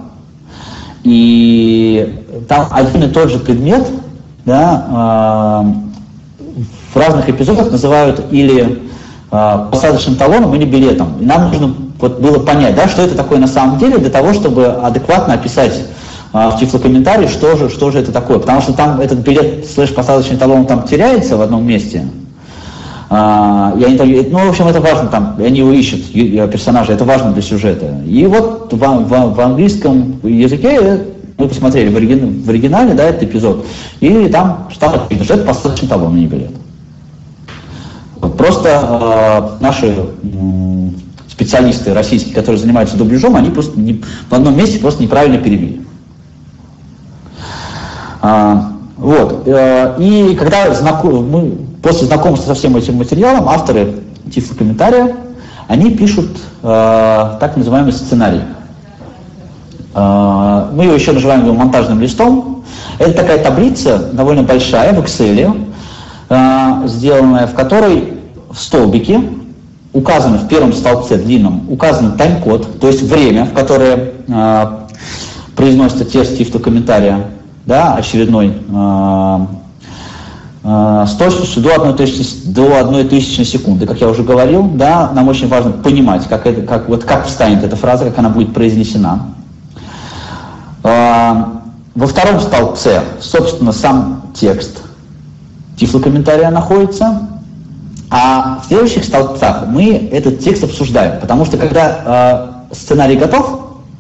И там один и тот же предмет, да, в разных эпизодах называют или посадочным талоном, или билетом. И нам нужно вот было понять, да, что это такое на самом деле, для того, чтобы адекватно описать в тифлокомментарии, что же это такое. Потому что там этот билет /посадочный талон там теряется в одном месте. И они, ну, в общем, это важно, там, они его ищут, персонажи, это важно для сюжета. И вот в английском языке мы посмотрели в оригинале, да, этот эпизод, и там стало видно, что это посадочный талон, а не билет. Вот, просто наши специалисты российские, которые занимаются дубляжом, они просто в одном месте просто неправильно перевели. И когда мы после знакомства со всем этим материалом, авторы тифлокомментария, они пишут так называемый сценарий. Мы его еще называем монтажным листом. Это такая таблица, довольно большая, в Excel, сделанная, в которой в столбике указано в первом столбце длинном, указан тайм-код, то есть время, в которое произносится текст тифлокомментария, да, очередной, с точностью до 1 тысячной секунды, как я уже говорил, да, нам очень важно понимать, как встанет эта фраза, как она будет произнесена. Во втором столбце, собственно, сам текст тифлокомментария находится, а в следующих столбцах мы этот текст обсуждаем, потому что когда сценарий готов,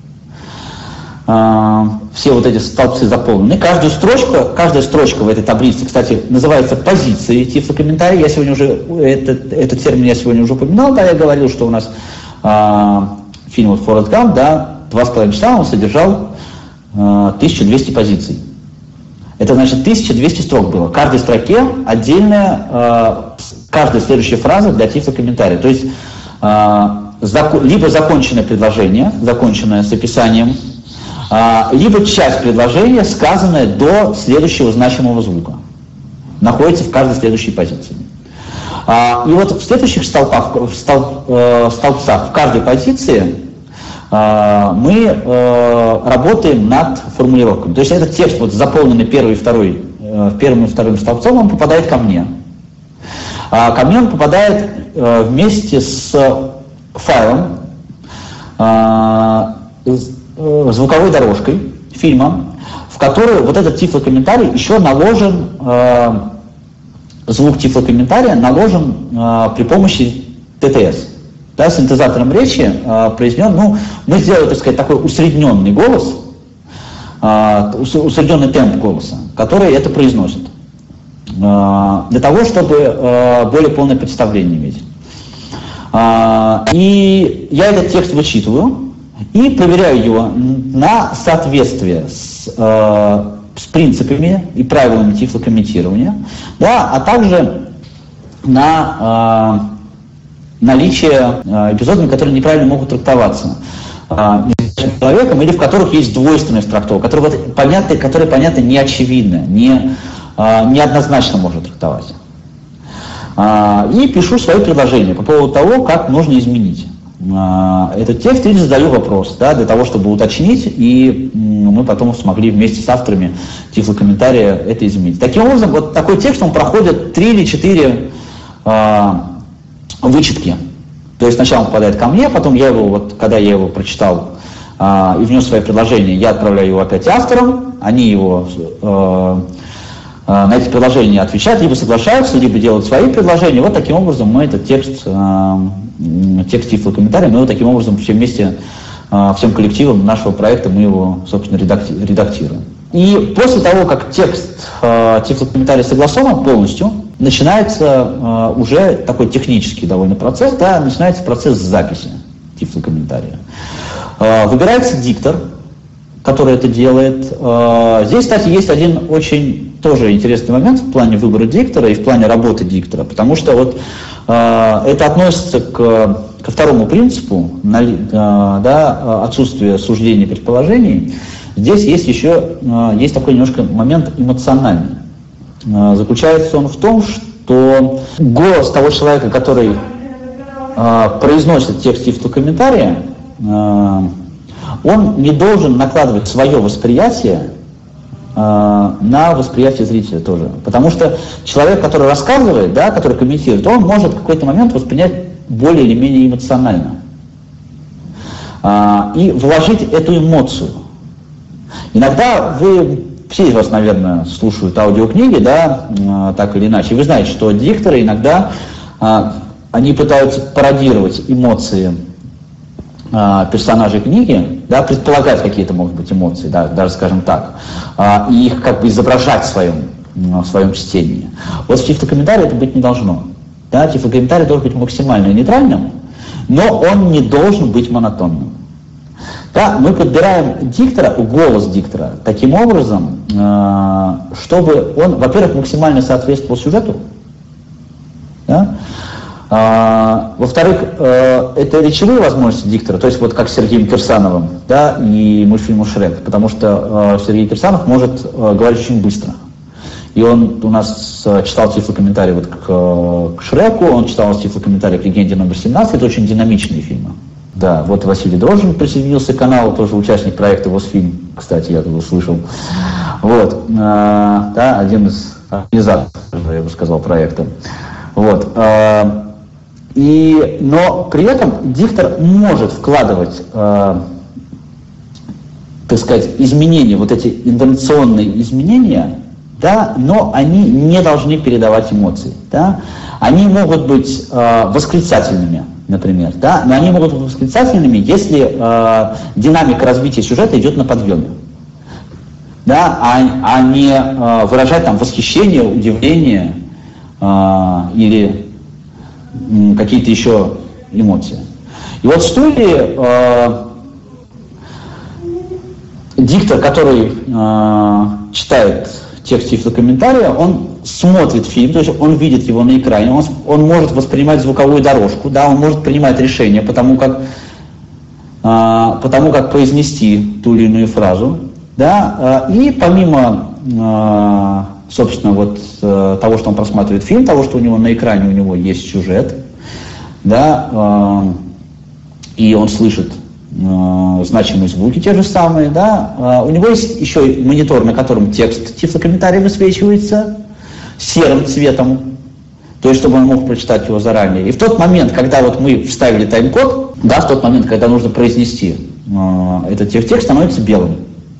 все вот эти столбцы заполнены, каждая строчка в этой таблице, кстати, называется позицией тифлокомментария. Я сегодня уже, этот термин я сегодня уже упоминал, да, я говорил, что у нас фильм вот «Форест Гамп», да, 2,5 часа он содержал 1200 позиций. Это значит 1200 строк было. В каждой строке отдельная, каждая следующая фраза для тифлокомментария. То есть либо законченное предложение, законченное с описанием, либо часть предложения, сказанная до следующего значимого звука, находится в каждой следующей позиции. И вот в следующих столбцах, в каждой позиции мы работаем над формулировками. То есть этот текст, вот заполненный первым и вторым столбцом, он попадает ко мне. Ко мне он попадает вместе с файлом, звуковой дорожкой фильма, в которой вот этот тифлокомментарий еще наложен, звук тифлокомментария наложен при помощи ТТС. Да, синтезатором речи произнесен, мы сделали, так сказать, такой усредненный голос, усредненный темп голоса, который это произносит, для того, чтобы более полное представление иметь. И я этот текст вычитываю и проверяю его на соответствие с принципами и правилами тифлокомментирования, да, а также на наличие эпизодов, которые неправильно могут трактоваться человеком, или в которых есть двойственность трактовка, которые понятны неочевидно, неоднозначно можно трактовать. И пишу свои предложения по поводу того, как нужно изменить этот текст, или задаю вопрос, да, для того, чтобы уточнить, и мы потом смогли вместе с авторами тифлокомментария это изменить. Таким образом, вот такой текст, он проходит 3 или 4 вычетки. То есть сначала он попадает ко мне, потом я его, вот, когда я его прочитал и внес свои предложения, я отправляю его опять авторам, они его на эти предложения отвечают, либо соглашаются, либо делают свои предложения. Вот таким образом мы этот текст тифлокомментария, мы его таким образом все вместе, всем коллективом нашего проекта мы его, собственно, редактируем. И после того, как текст тифлокомментария согласован полностью, начинается уже такой технический довольно процесс, да, начинается процесс записи тифлокомментария. Выбирается диктор, который это делает. Здесь, кстати, есть один очень тоже интересный момент в плане выбора диктора и в плане работы диктора, потому что вот это относится ко второму принципу, да, отсутствие суждений и предположений. Здесь есть еще такой немножко момент эмоциональный. Заключается он в том, что голос того человека, который произносит текст тифлокомментария, он не должен накладывать свое восприятие на восприятие зрителя тоже. Потому что человек, который рассказывает, да, который комментирует, он может в какой-то момент воспринять более или менее эмоционально. И вложить эту эмоцию. Иногда все из вас, наверное, слушают аудиокниги, да, так или иначе. Вы знаете, что дикторы иногда они пытаются пародировать эмоции персонажей книги, да, предполагать какие-то, может быть, эмоции, да, даже скажем так, и их как бы изображать в своем чтении. Вот в тифлокомментарии это быть не должно. Да, тифлокомментарий должен быть максимально нейтральным, но он не должен быть монотонным. Да, мы подбираем диктора, голос диктора таким образом, чтобы он, во-первых, максимально соответствовал сюжету, да? Во-вторых, это речевые возможности диктора, то есть вот как с Сергеем Кирсановым, да, и мультфильму «Шрек», потому что Сергей Кирсанов может говорить очень быстро. И он у нас читал тифлокомментарий вот к «Шреку», он читал тифлокомментарий к «Легенде номер 17», это очень динамичные фильмы. Да, вот Василий Дрожжин присоединился к каналу, тоже участник проекта «Восфильм», кстати, я его слышал. Вот, да, один из организаторов, я бы сказал, проекта. Вот. Но при этом диктор может вкладывать, так сказать, изменения, вот эти интонационные изменения, да, но они не должны передавать эмоции. Да. Они могут быть восклицательными, например, да, но они могут быть восклицательными, если динамика развития сюжета идет на подъеме. Да, а не выражать там восхищение, удивление или какие-то еще эмоции. И вот в студии диктор, который читает текст тифлокомментария, он смотрит фильм, то есть он видит его на экране, он может воспринимать звуковую дорожку, да, он может принимать решения потому как произнести ту или иную фразу, да, и помимо собственно, вот того, что он просматривает фильм, того, что у него на экране у него есть сюжет, да, и он слышит значимые звуки, те же самые, да, у него есть еще монитор, на котором текст тифлокомментария высвечивается серым цветом, то есть, чтобы он мог прочитать его заранее. И в тот момент, когда вот мы вставили тайм-код, да, в тот момент, когда нужно произнести этот текст, становится белым.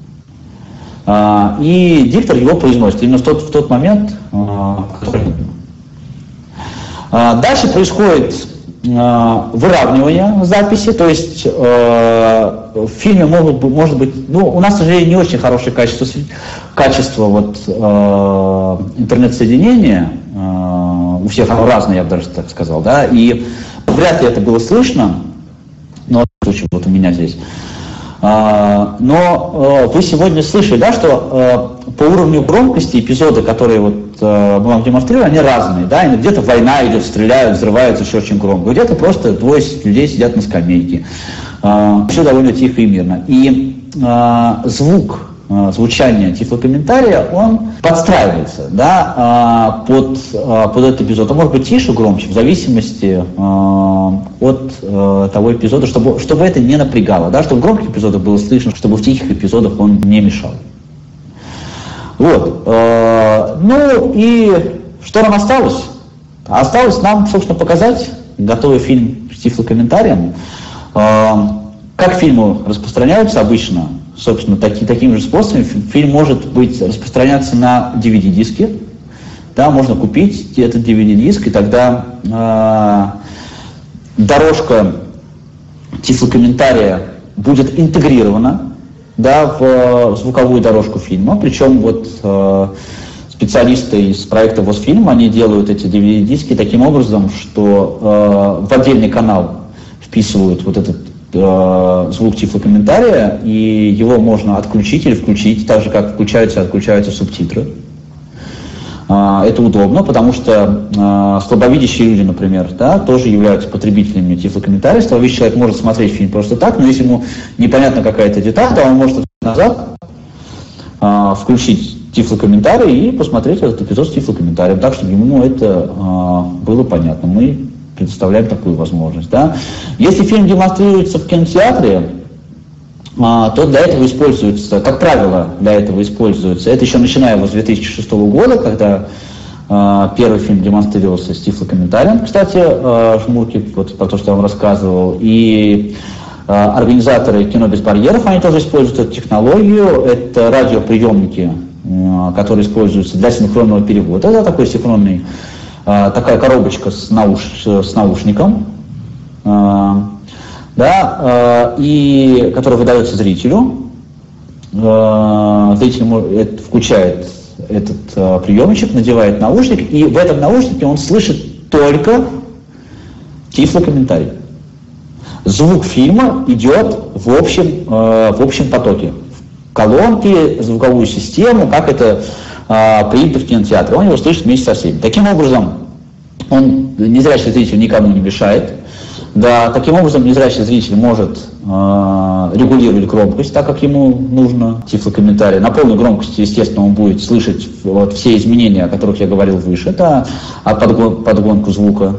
И диктор его произносит именно в тот момент, который нужно. Дальше происходит выравнивание записи, то есть в фильме может быть, ну, у нас, к сожалению, не очень хорошее качество вот, интернет-соединения, у всех оно разное, я бы даже так сказал, да, и вряд ли это было слышно, но вот у меня здесь. Но вы сегодня слышали, да, что по уровню громкости эпизоды, которые вот, мы вам демонстрировали, они разные. Да? Где-то война идет, стреляют, взрываются, все очень громко. Где-то просто двое людей сидят на скамейке. Все довольно тихо и мирно. И звучание тифлокомментария, он подстраивается, да, под этот эпизод. Он может быть тише, громче, в зависимости от того эпизода, чтобы это не напрягало, да, чтобы в громких эпизодах было слышно, чтобы в тихих эпизодах он не мешал. Вот. Ну и что нам осталось? Осталось нам, собственно, показать готовый фильм с тифлокомментарием. Как фильмы распространяются обычно? Собственно, таким же способом фильм может быть распространяться на DVD-диске. Да, можно купить этот DVD-диск, и тогда дорожка тифлокомментария будет интегрирована, да, в звуковую дорожку фильма. Причем вот специалисты из проекта «Восфильм», они делают эти DVD-диски таким образом, что в отдельный канал вписывают вот этот звук тифлокомментария, и его можно отключить или включить, так же, как включаются и отключаются субтитры. Это удобно, потому что слабовидящие люди, например, да, тоже являются потребителями тифлокомментариев. Слабовидящий человек может смотреть фильм просто так, но если ему непонятна какая-то деталь, то он может назад включить тифлокомментарий и посмотреть этот эпизод с тифлокомментарием, так, чтобы ему это было понятно. Мы предоставляем такую возможность. Да. Если фильм демонстрируется в кинотеатре, то для этого используется, как правило, это еще начиная с 2006 года, когда первый фильм демонстрировался с тифлокомментарием, кстати, «Жмурки», вот про то, что я вам рассказывал, и организаторы «Кино без барьеров», они тоже используют эту технологию, это радиоприемники, которые используются для синхронного перевода, это такой синхронный, такая коробочка с наушником, да, и который выдается зрителю. Зритель включает этот приемничек, надевает наушник, и в этом наушнике он слышит только тифлокомментарий. звук фильма идет в общем потоке. Колонки, звуковую систему, как это принято в кинотеатре. Он его слышит вместе со всеми. Таким образом, незрячий зритель никому не мешает. Да, таким образом, незрячий зритель может регулировать громкость, так как ему нужно, тифлокомментарий. На полной громкости, естественно, он будет слышать вот все изменения, о которых я говорил выше, это подгонку звука.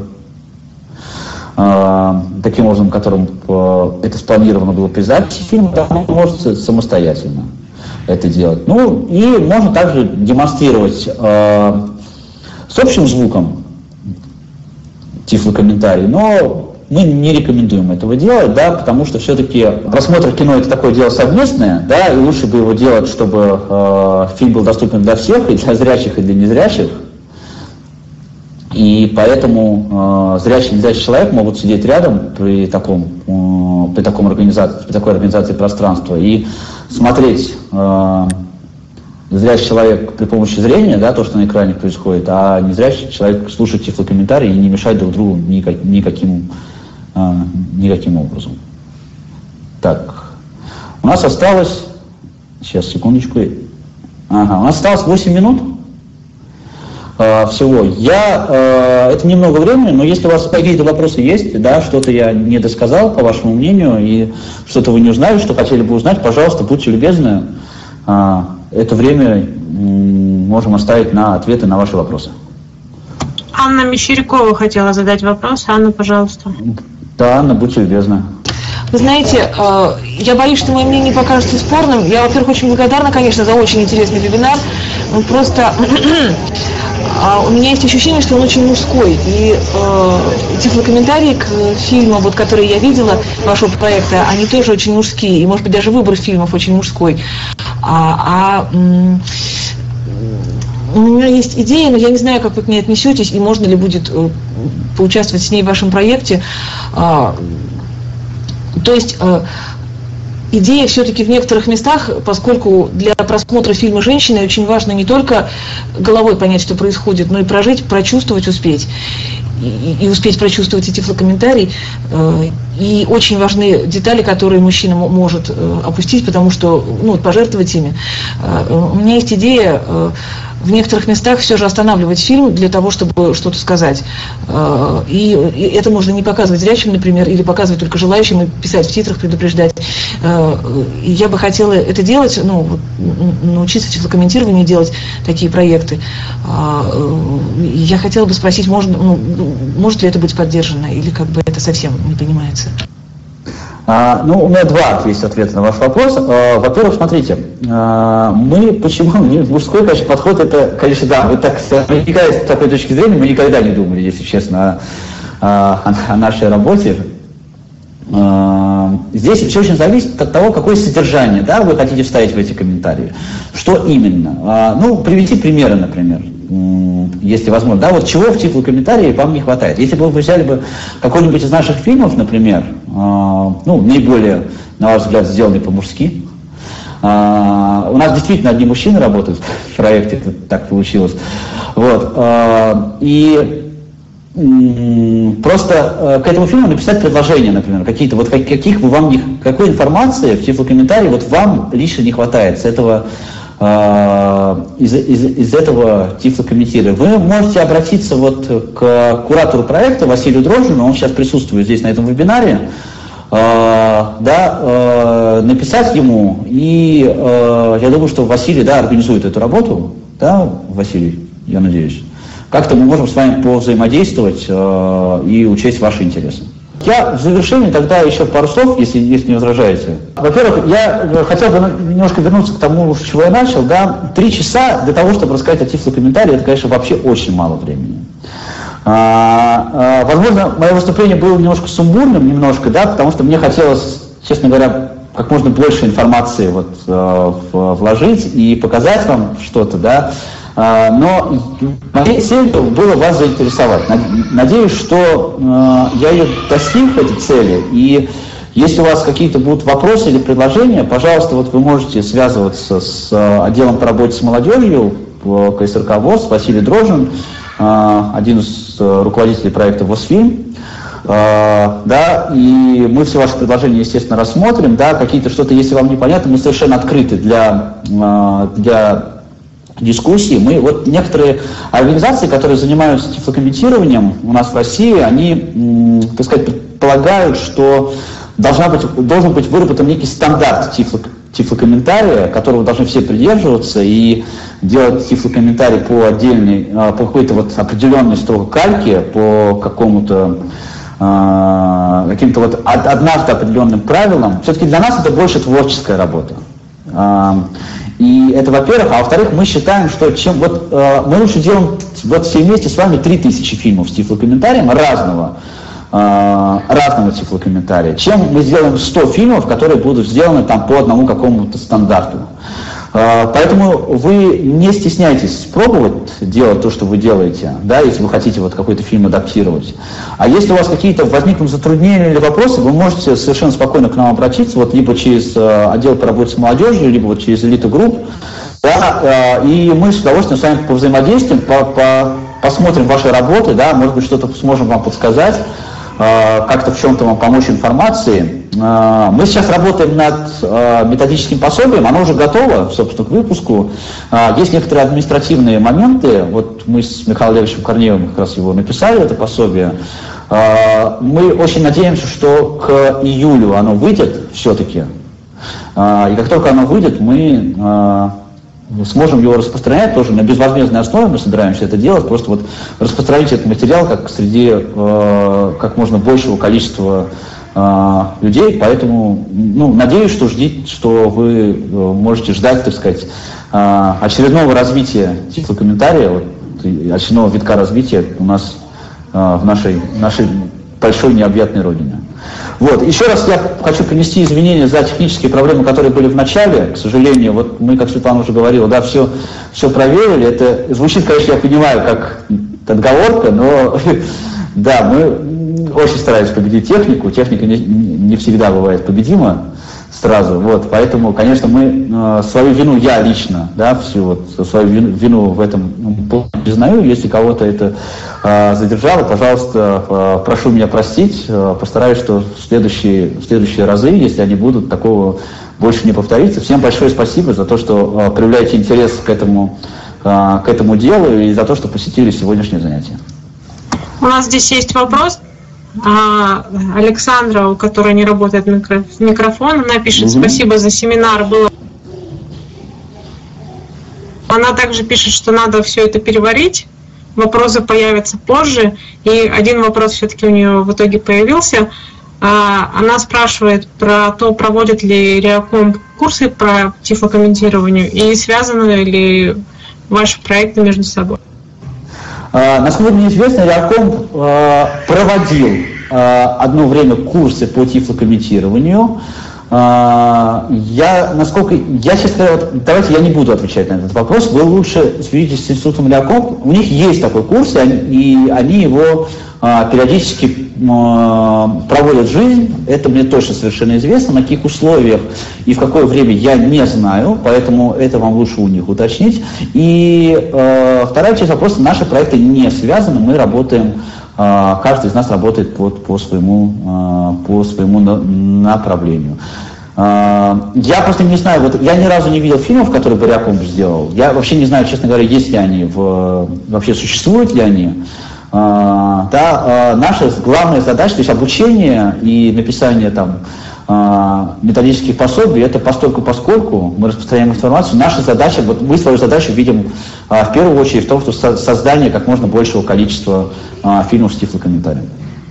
Таким образом, которым это спланировано было при записи фильма, он может самостоятельно это делать. Ну и можно также демонстрировать с общим звуком тифлокомментарий, но мы не рекомендуем этого делать, да, потому что все-таки просмотр кино это такое дело совместное, да, и лучше бы его делать, чтобы фильм был доступен для всех, и для зрячих, и для незрячих. И поэтому зрячий и незрячий человек могут сидеть рядом при такой организации пространства и смотреть зрячий человек при помощи зрения, да, то, что на экране происходит, а незрячий человек слушать тифлокомментарии и не мешать друг другу никаким образом. Так, у нас осталось, сейчас, секундочку, у нас осталось 8 минут. Всего. Это немного времени, но если у вас какие-то вопросы есть, да, что-то я не досказал, по вашему мнению, и что-то вы не узнали, что хотели бы узнать, пожалуйста, будьте любезны. Это время можем оставить на ответы на ваши вопросы. Анна Мещерякова хотела задать вопрос. Анна, пожалуйста. Да, Анна, будьте любезны. Вы знаете, я боюсь, что мое мнение покажется спорным. Я, во-первых, очень благодарна, конечно, за очень интересный вебинар. Просто у меня есть ощущение, что он очень мужской. И тифлокомментарии к фильмам, вот, которые я видела, вашего проекта, они тоже очень мужские. И, может быть, даже выбор фильмов очень мужской. У меня есть идея, но я не знаю, как вы к ней отнесетесь, и можно ли будет поучаствовать с ней в вашем проекте. То есть идея все-таки в некоторых местах, поскольку для просмотра фильма «Женщины» очень важно не только головой понять, что происходит, но и прожить, прочувствовать, успеть. И успеть прочувствовать и тифлокомментарий. И очень важны детали, которые мужчина может опустить, потому что, пожертвовать ими. У меня есть идея в некоторых местах все же останавливать фильм для того, чтобы что-то сказать. И это можно не показывать зрячим, например, или показывать только желающим и писать в титрах, предупреждать. И я бы хотела это делать, научиться тифлокомментированию, делать такие проекты. Я хотела бы спросить, может ли это быть поддержано, или как бы это совсем не понимается? У меня есть ответа на ваш вопрос. Во-первых, смотрите, мужской, конечно, подход, это, конечно, да, вот так, с такой точки зрения, мы никогда не думали, если честно, о нашей работе. Здесь все очень зависит от того, какое содержание, да, вы хотите вставить в эти комментарии. Что именно? Привести примеры, например, если возможно. Да, вот чего в тифлокомментарии вам не хватает. Если бы вы взяли бы какой-нибудь из наших фильмов, например, наиболее, на ваш взгляд, сделанный по-мужски. У нас действительно одни мужчины работают в проекте, это так получилось. Вот. И просто к этому фильму написать предложение, например, какие-то, вот какой информации в тифлокомментарии вот вам лично не хватает с этого, из этого тифлокомментария. Вы можете обратиться вот к куратору проекта Василию Дрожжину, он сейчас присутствует здесь на этом вебинаре, написать ему, и я думаю, что Василий, организует эту работу, да, Василий, я надеюсь. Как-то мы можем с вами повзаимодействовать и учесть ваши интересы. Я в завершении тогда еще пару слов, если не возражаете. Во-первых, я хотел бы немножко вернуться к тому, с чего я начал. 3 часа для того, чтобы рассказать о тифлокомментарии, это, конечно, вообще очень мало времени. Возможно, мое выступление было немножко сумбурным, потому что мне хотелось, честно говоря, как можно больше информации вложить и показать вам что-то, да. Но моей целью было вас заинтересовать. Надеюсь, что я ее достиг, этой цели. И если у вас какие-то будут вопросы или предложения, пожалуйста, вот вы можете связываться с отделом по работе с молодежью КСРК ВОС, Василий Дрожжин, один из руководителей проекта ВОСФИЛМ. Да, и мы все ваши предложения, естественно, рассмотрим, да, какие-то что-то, если вам непонятно, мы совершенно открыты для дискуссии. Мы, вот некоторые организации, которые занимаются тифлокомментированием у нас в России, они, так сказать, предполагают, что должен быть выработан некий стандарт тифлокомментария, которого должны все придерживаться, и делать тифлокомментарий по какой-то вот определенной строго кальке, по какому-то каким-то вот однажды определенным правилам. Все-таки для нас это больше творческая работа. И это, во-первых, а во-вторых, мы считаем, что мы лучше делаем вот все вместе с вами 3000 фильмов с тифлокомментарием разного тифлокомментария, чем мы сделаем 100 фильмов, которые будут сделаны там по одному какому-то стандарту. Поэтому вы не стесняйтесь пробовать делать то, что вы делаете, да, если вы хотите вот какой-то фильм адаптировать. А если у вас какие-то возникнут затруднения или вопросы, вы можете совершенно спокойно к нам обратиться, вот либо через отдел по работе с молодежью, либо вот через элиту групп, да, и мы с удовольствием с вами повзаимодействуем, посмотрим ваши работы, да, может быть, что-то сможем вам подсказать, как-то в чем-то вам помочь информации. Мы сейчас работаем над методическим пособием, оно уже готово, собственно, к выпуску. Есть некоторые административные моменты, вот мы с Михаилом Олеговичем Корнеевым как раз его написали, это пособие. Мы очень надеемся, что к июлю оно выйдет все-таки, и как только оно выйдет, мы сможем его распространять тоже на безвозмездной основе, мы собираемся это делать, просто вот распространить этот материал как среди как можно большего количества людей, поэтому надеюсь, что вы можете ждать, так сказать, очередного развития тифлокомментария, очередного витка развития у нас в нашей большой необъятной родине. Вот. Еще раз я хочу принести извинения за технические проблемы, которые были в начале. К сожалению, вот мы, как Светлана уже говорила, да, все проверили. Это звучит, конечно, я понимаю, как отговорка, но да, мы очень старались победить технику. Техника не всегда бывает победима сразу. Вот. Поэтому, конечно, мы свою вину, я лично, да, всю вот свою вину в этом признаю. Если кого-то это задержало, пожалуйста, прошу меня простить. Постараюсь, что в следующие разы, если они будут, такого больше не повторится. Всем большое спасибо за то, что проявляете интерес к этому делу и за то, что посетили сегодняшнее занятие. У нас здесь есть вопрос. Александра, у которой не работает микрофон, она пишет: спасибо за семинар. Она также пишет, что надо все это переварить. Вопросы появятся позже. И один вопрос все-таки у нее в итоге появился. Она спрашивает про то, проводят ли Реаком курсы по тифлокомментированию и связаны ли ваши проекты между собой. Насколько мне известно, Реаком проводил одно время курсы по тифлокомментированию. Честно говоря, давайте я не буду отвечать на этот вопрос. Вы лучше свяжитесь с институтом Реаком. У них есть такой курс, и они его периодически проводят в жизнь. Это мне точно совершенно известно. На каких условиях и в какое время я не знаю, поэтому это вам лучше у них уточнить. И вторая часть вопроса: наши проекты не связаны, мы работаем, каждый из нас работает по своему направлению. Я просто не знаю, вот я ни разу не видел фильмов, которые бы Реаком сделал. Я вообще не знаю, честно говоря, есть ли они, вообще существуют ли они. Наша главная задача, то есть обучение и написание там методических пособий, это поскольку мы распространяем информацию. Наша задача, вот мы свою задачу видим в первую очередь в том, что создание как можно большего количества фильмов с тифлокомментарием.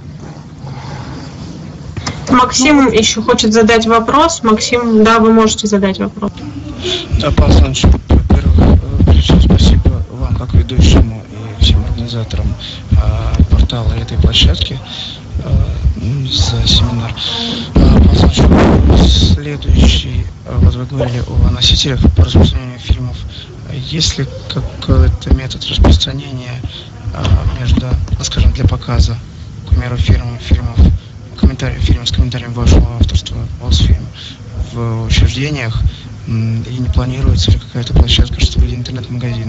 Максим еще хочет задать вопрос. Максим, да, вы можете задать вопрос. Да, Павел Александрович, во-первых, прежде всего спасибо вам, как ведущему, и всем организаторам портала этой площадки за семинар. Павел Александрович, следующий, вот вы говорили о носителях по распространению фильмов. Есть ли какой-то метод распространения между, скажем, для показа, к примеру, фильмов с комментарием вашего авторства, Волсфильм, в учреждениях, и не планируется ли какая-то площадка, что вроде интернет-магазина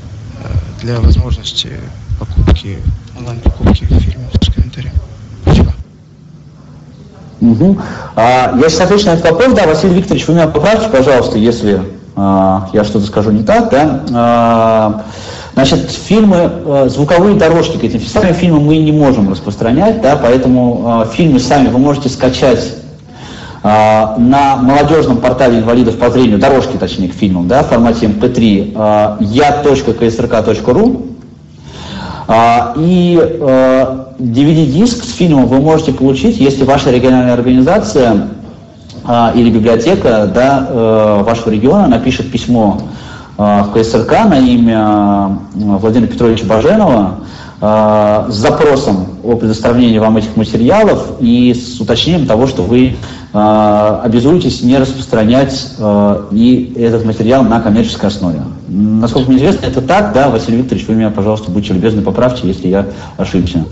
для возможности онлайн-покупки фильмов с комментарием? Спасибо. Угу. Я сейчас отвечу на этот вопрос. Да, Василий Викторович, вы меня поправьте, пожалуйста, если я что-то скажу не так. Да? Значит, фильмы, звуковые дорожки к этим фильмам мы не можем распространять, да, поэтому фильмы сами вы можете скачать на молодежном портале инвалидов по зрению, дорожки, точнее, к фильмам, да, в формате MP3 ya.ksrk.ru. И DVD-диск с фильмом вы можете получить, если ваша региональная организация или библиотека, да, вашего региона напишет письмо в КСРК на имя Владимира Петровича Баженова с запросом о предоставлении вам этих материалов и с уточнением того, что вы обязуетесь не распространять и этот материал на коммерческой основе. Насколько мне известно, это так, да, Василий Викторович, вы меня, пожалуйста, будьте любезны, поправьте, если я ошибся.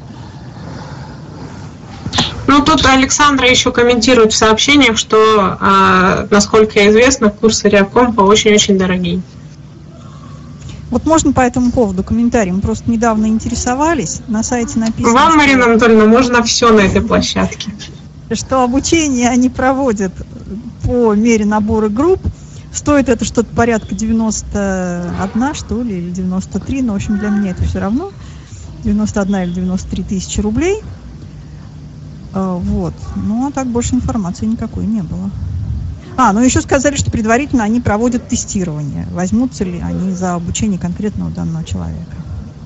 Ну, тут Александра еще комментирует в сообщениях, что, насколько известно, курсы Реакомпа очень-очень дорогие. Вот можно по этому поводу комментарий? Мы просто недавно интересовались, на сайте написано... Вам, Марина Анатольевна, можно все на этой площадке. Что обучение они проводят по мере набора групп. Стоит это что-то порядка 91, что ли, или 93, но, в общем, для меня это все равно. 91 или 93 тысячи рублей. Вот. Ну, а так больше информации никакой не было. Ну еще сказали, что предварительно они проводят тестирование. Возьмутся ли они за обучение конкретного данного человека.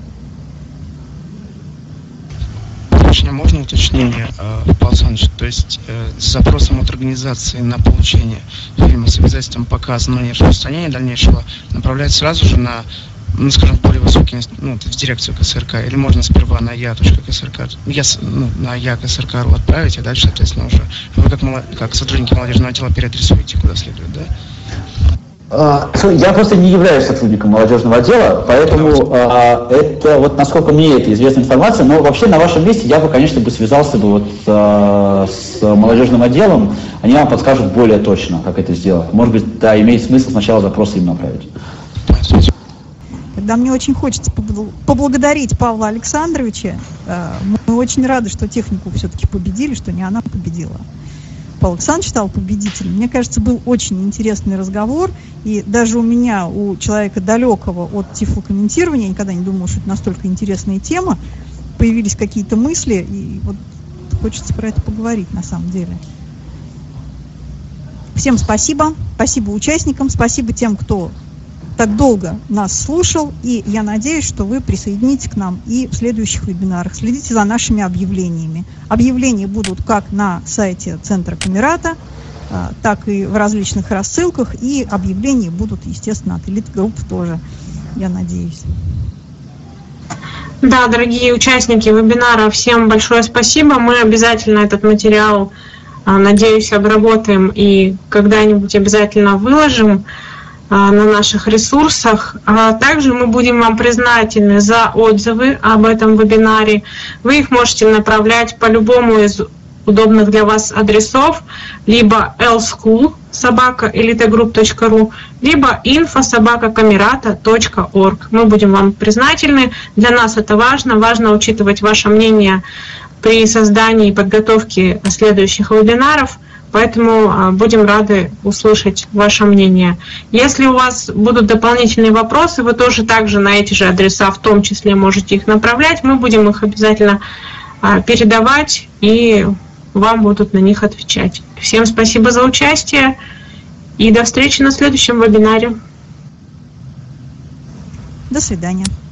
Можно уточнение, Павел Александрович? То есть с запросом от организации на получение фильма с обязательством показа, но не распространения дальнейшего направляется сразу же на, ну, скажем, более высокий, в дирекцию КСРК, или можно сперва на на я.КСРК.ру отправить, а дальше, соответственно, уже вы как сотрудники молодежного отдела переадресуете куда следует, да? Я просто не являюсь сотрудником молодежного отдела, поэтому это, вот насколько мне это известная информация, но вообще на вашем месте я бы, конечно, связался бы с молодежным отделом, они вам подскажут более точно, как это сделать. Может быть, да, имеет смысл сначала запросы им направить. Тогда мне очень хочется поблагодарить Павла Александровича. Мы очень рады, что технику все-таки победили, что не она победила. Павел Александрович стал победителем. Мне кажется, был очень интересный разговор, и даже у меня, у человека далекого от тифлокомментирования, я никогда не думала, что это настолько интересная тема, появились какие-то мысли, и вот хочется про это поговорить на самом деле. Всем спасибо, спасибо участникам, спасибо тем, кто так долго нас слушал, и я надеюсь, что вы присоединитесь к нам и в следующих вебинарах. Следите за нашими объявлениями. Объявления будут как на сайте Центра Камерата, так и в различных рассылках, и объявления будут, естественно, от элит-групп тоже, я надеюсь. Да, дорогие участники вебинара, всем большое спасибо. Мы обязательно этот материал, надеюсь, обработаем и когда-нибудь обязательно выложим на наших ресурсах. Также мы будем вам признательны за отзывы об этом вебинаре. Вы их можете направлять по любому из удобных для вас адресов, либо lschool@elitegroup.ru, либо info@camerata.org. Мы будем вам признательны. Для нас это важно. Важно учитывать ваше мнение при создании и подготовке следующих вебинаров. Поэтому будем рады услышать ваше мнение. Если у вас будут дополнительные вопросы, вы тоже также на эти же адреса в том числе можете их направлять. Мы будем их обязательно передавать, и вам будут на них отвечать. Всем спасибо за участие, и до встречи на следующем вебинаре. До свидания.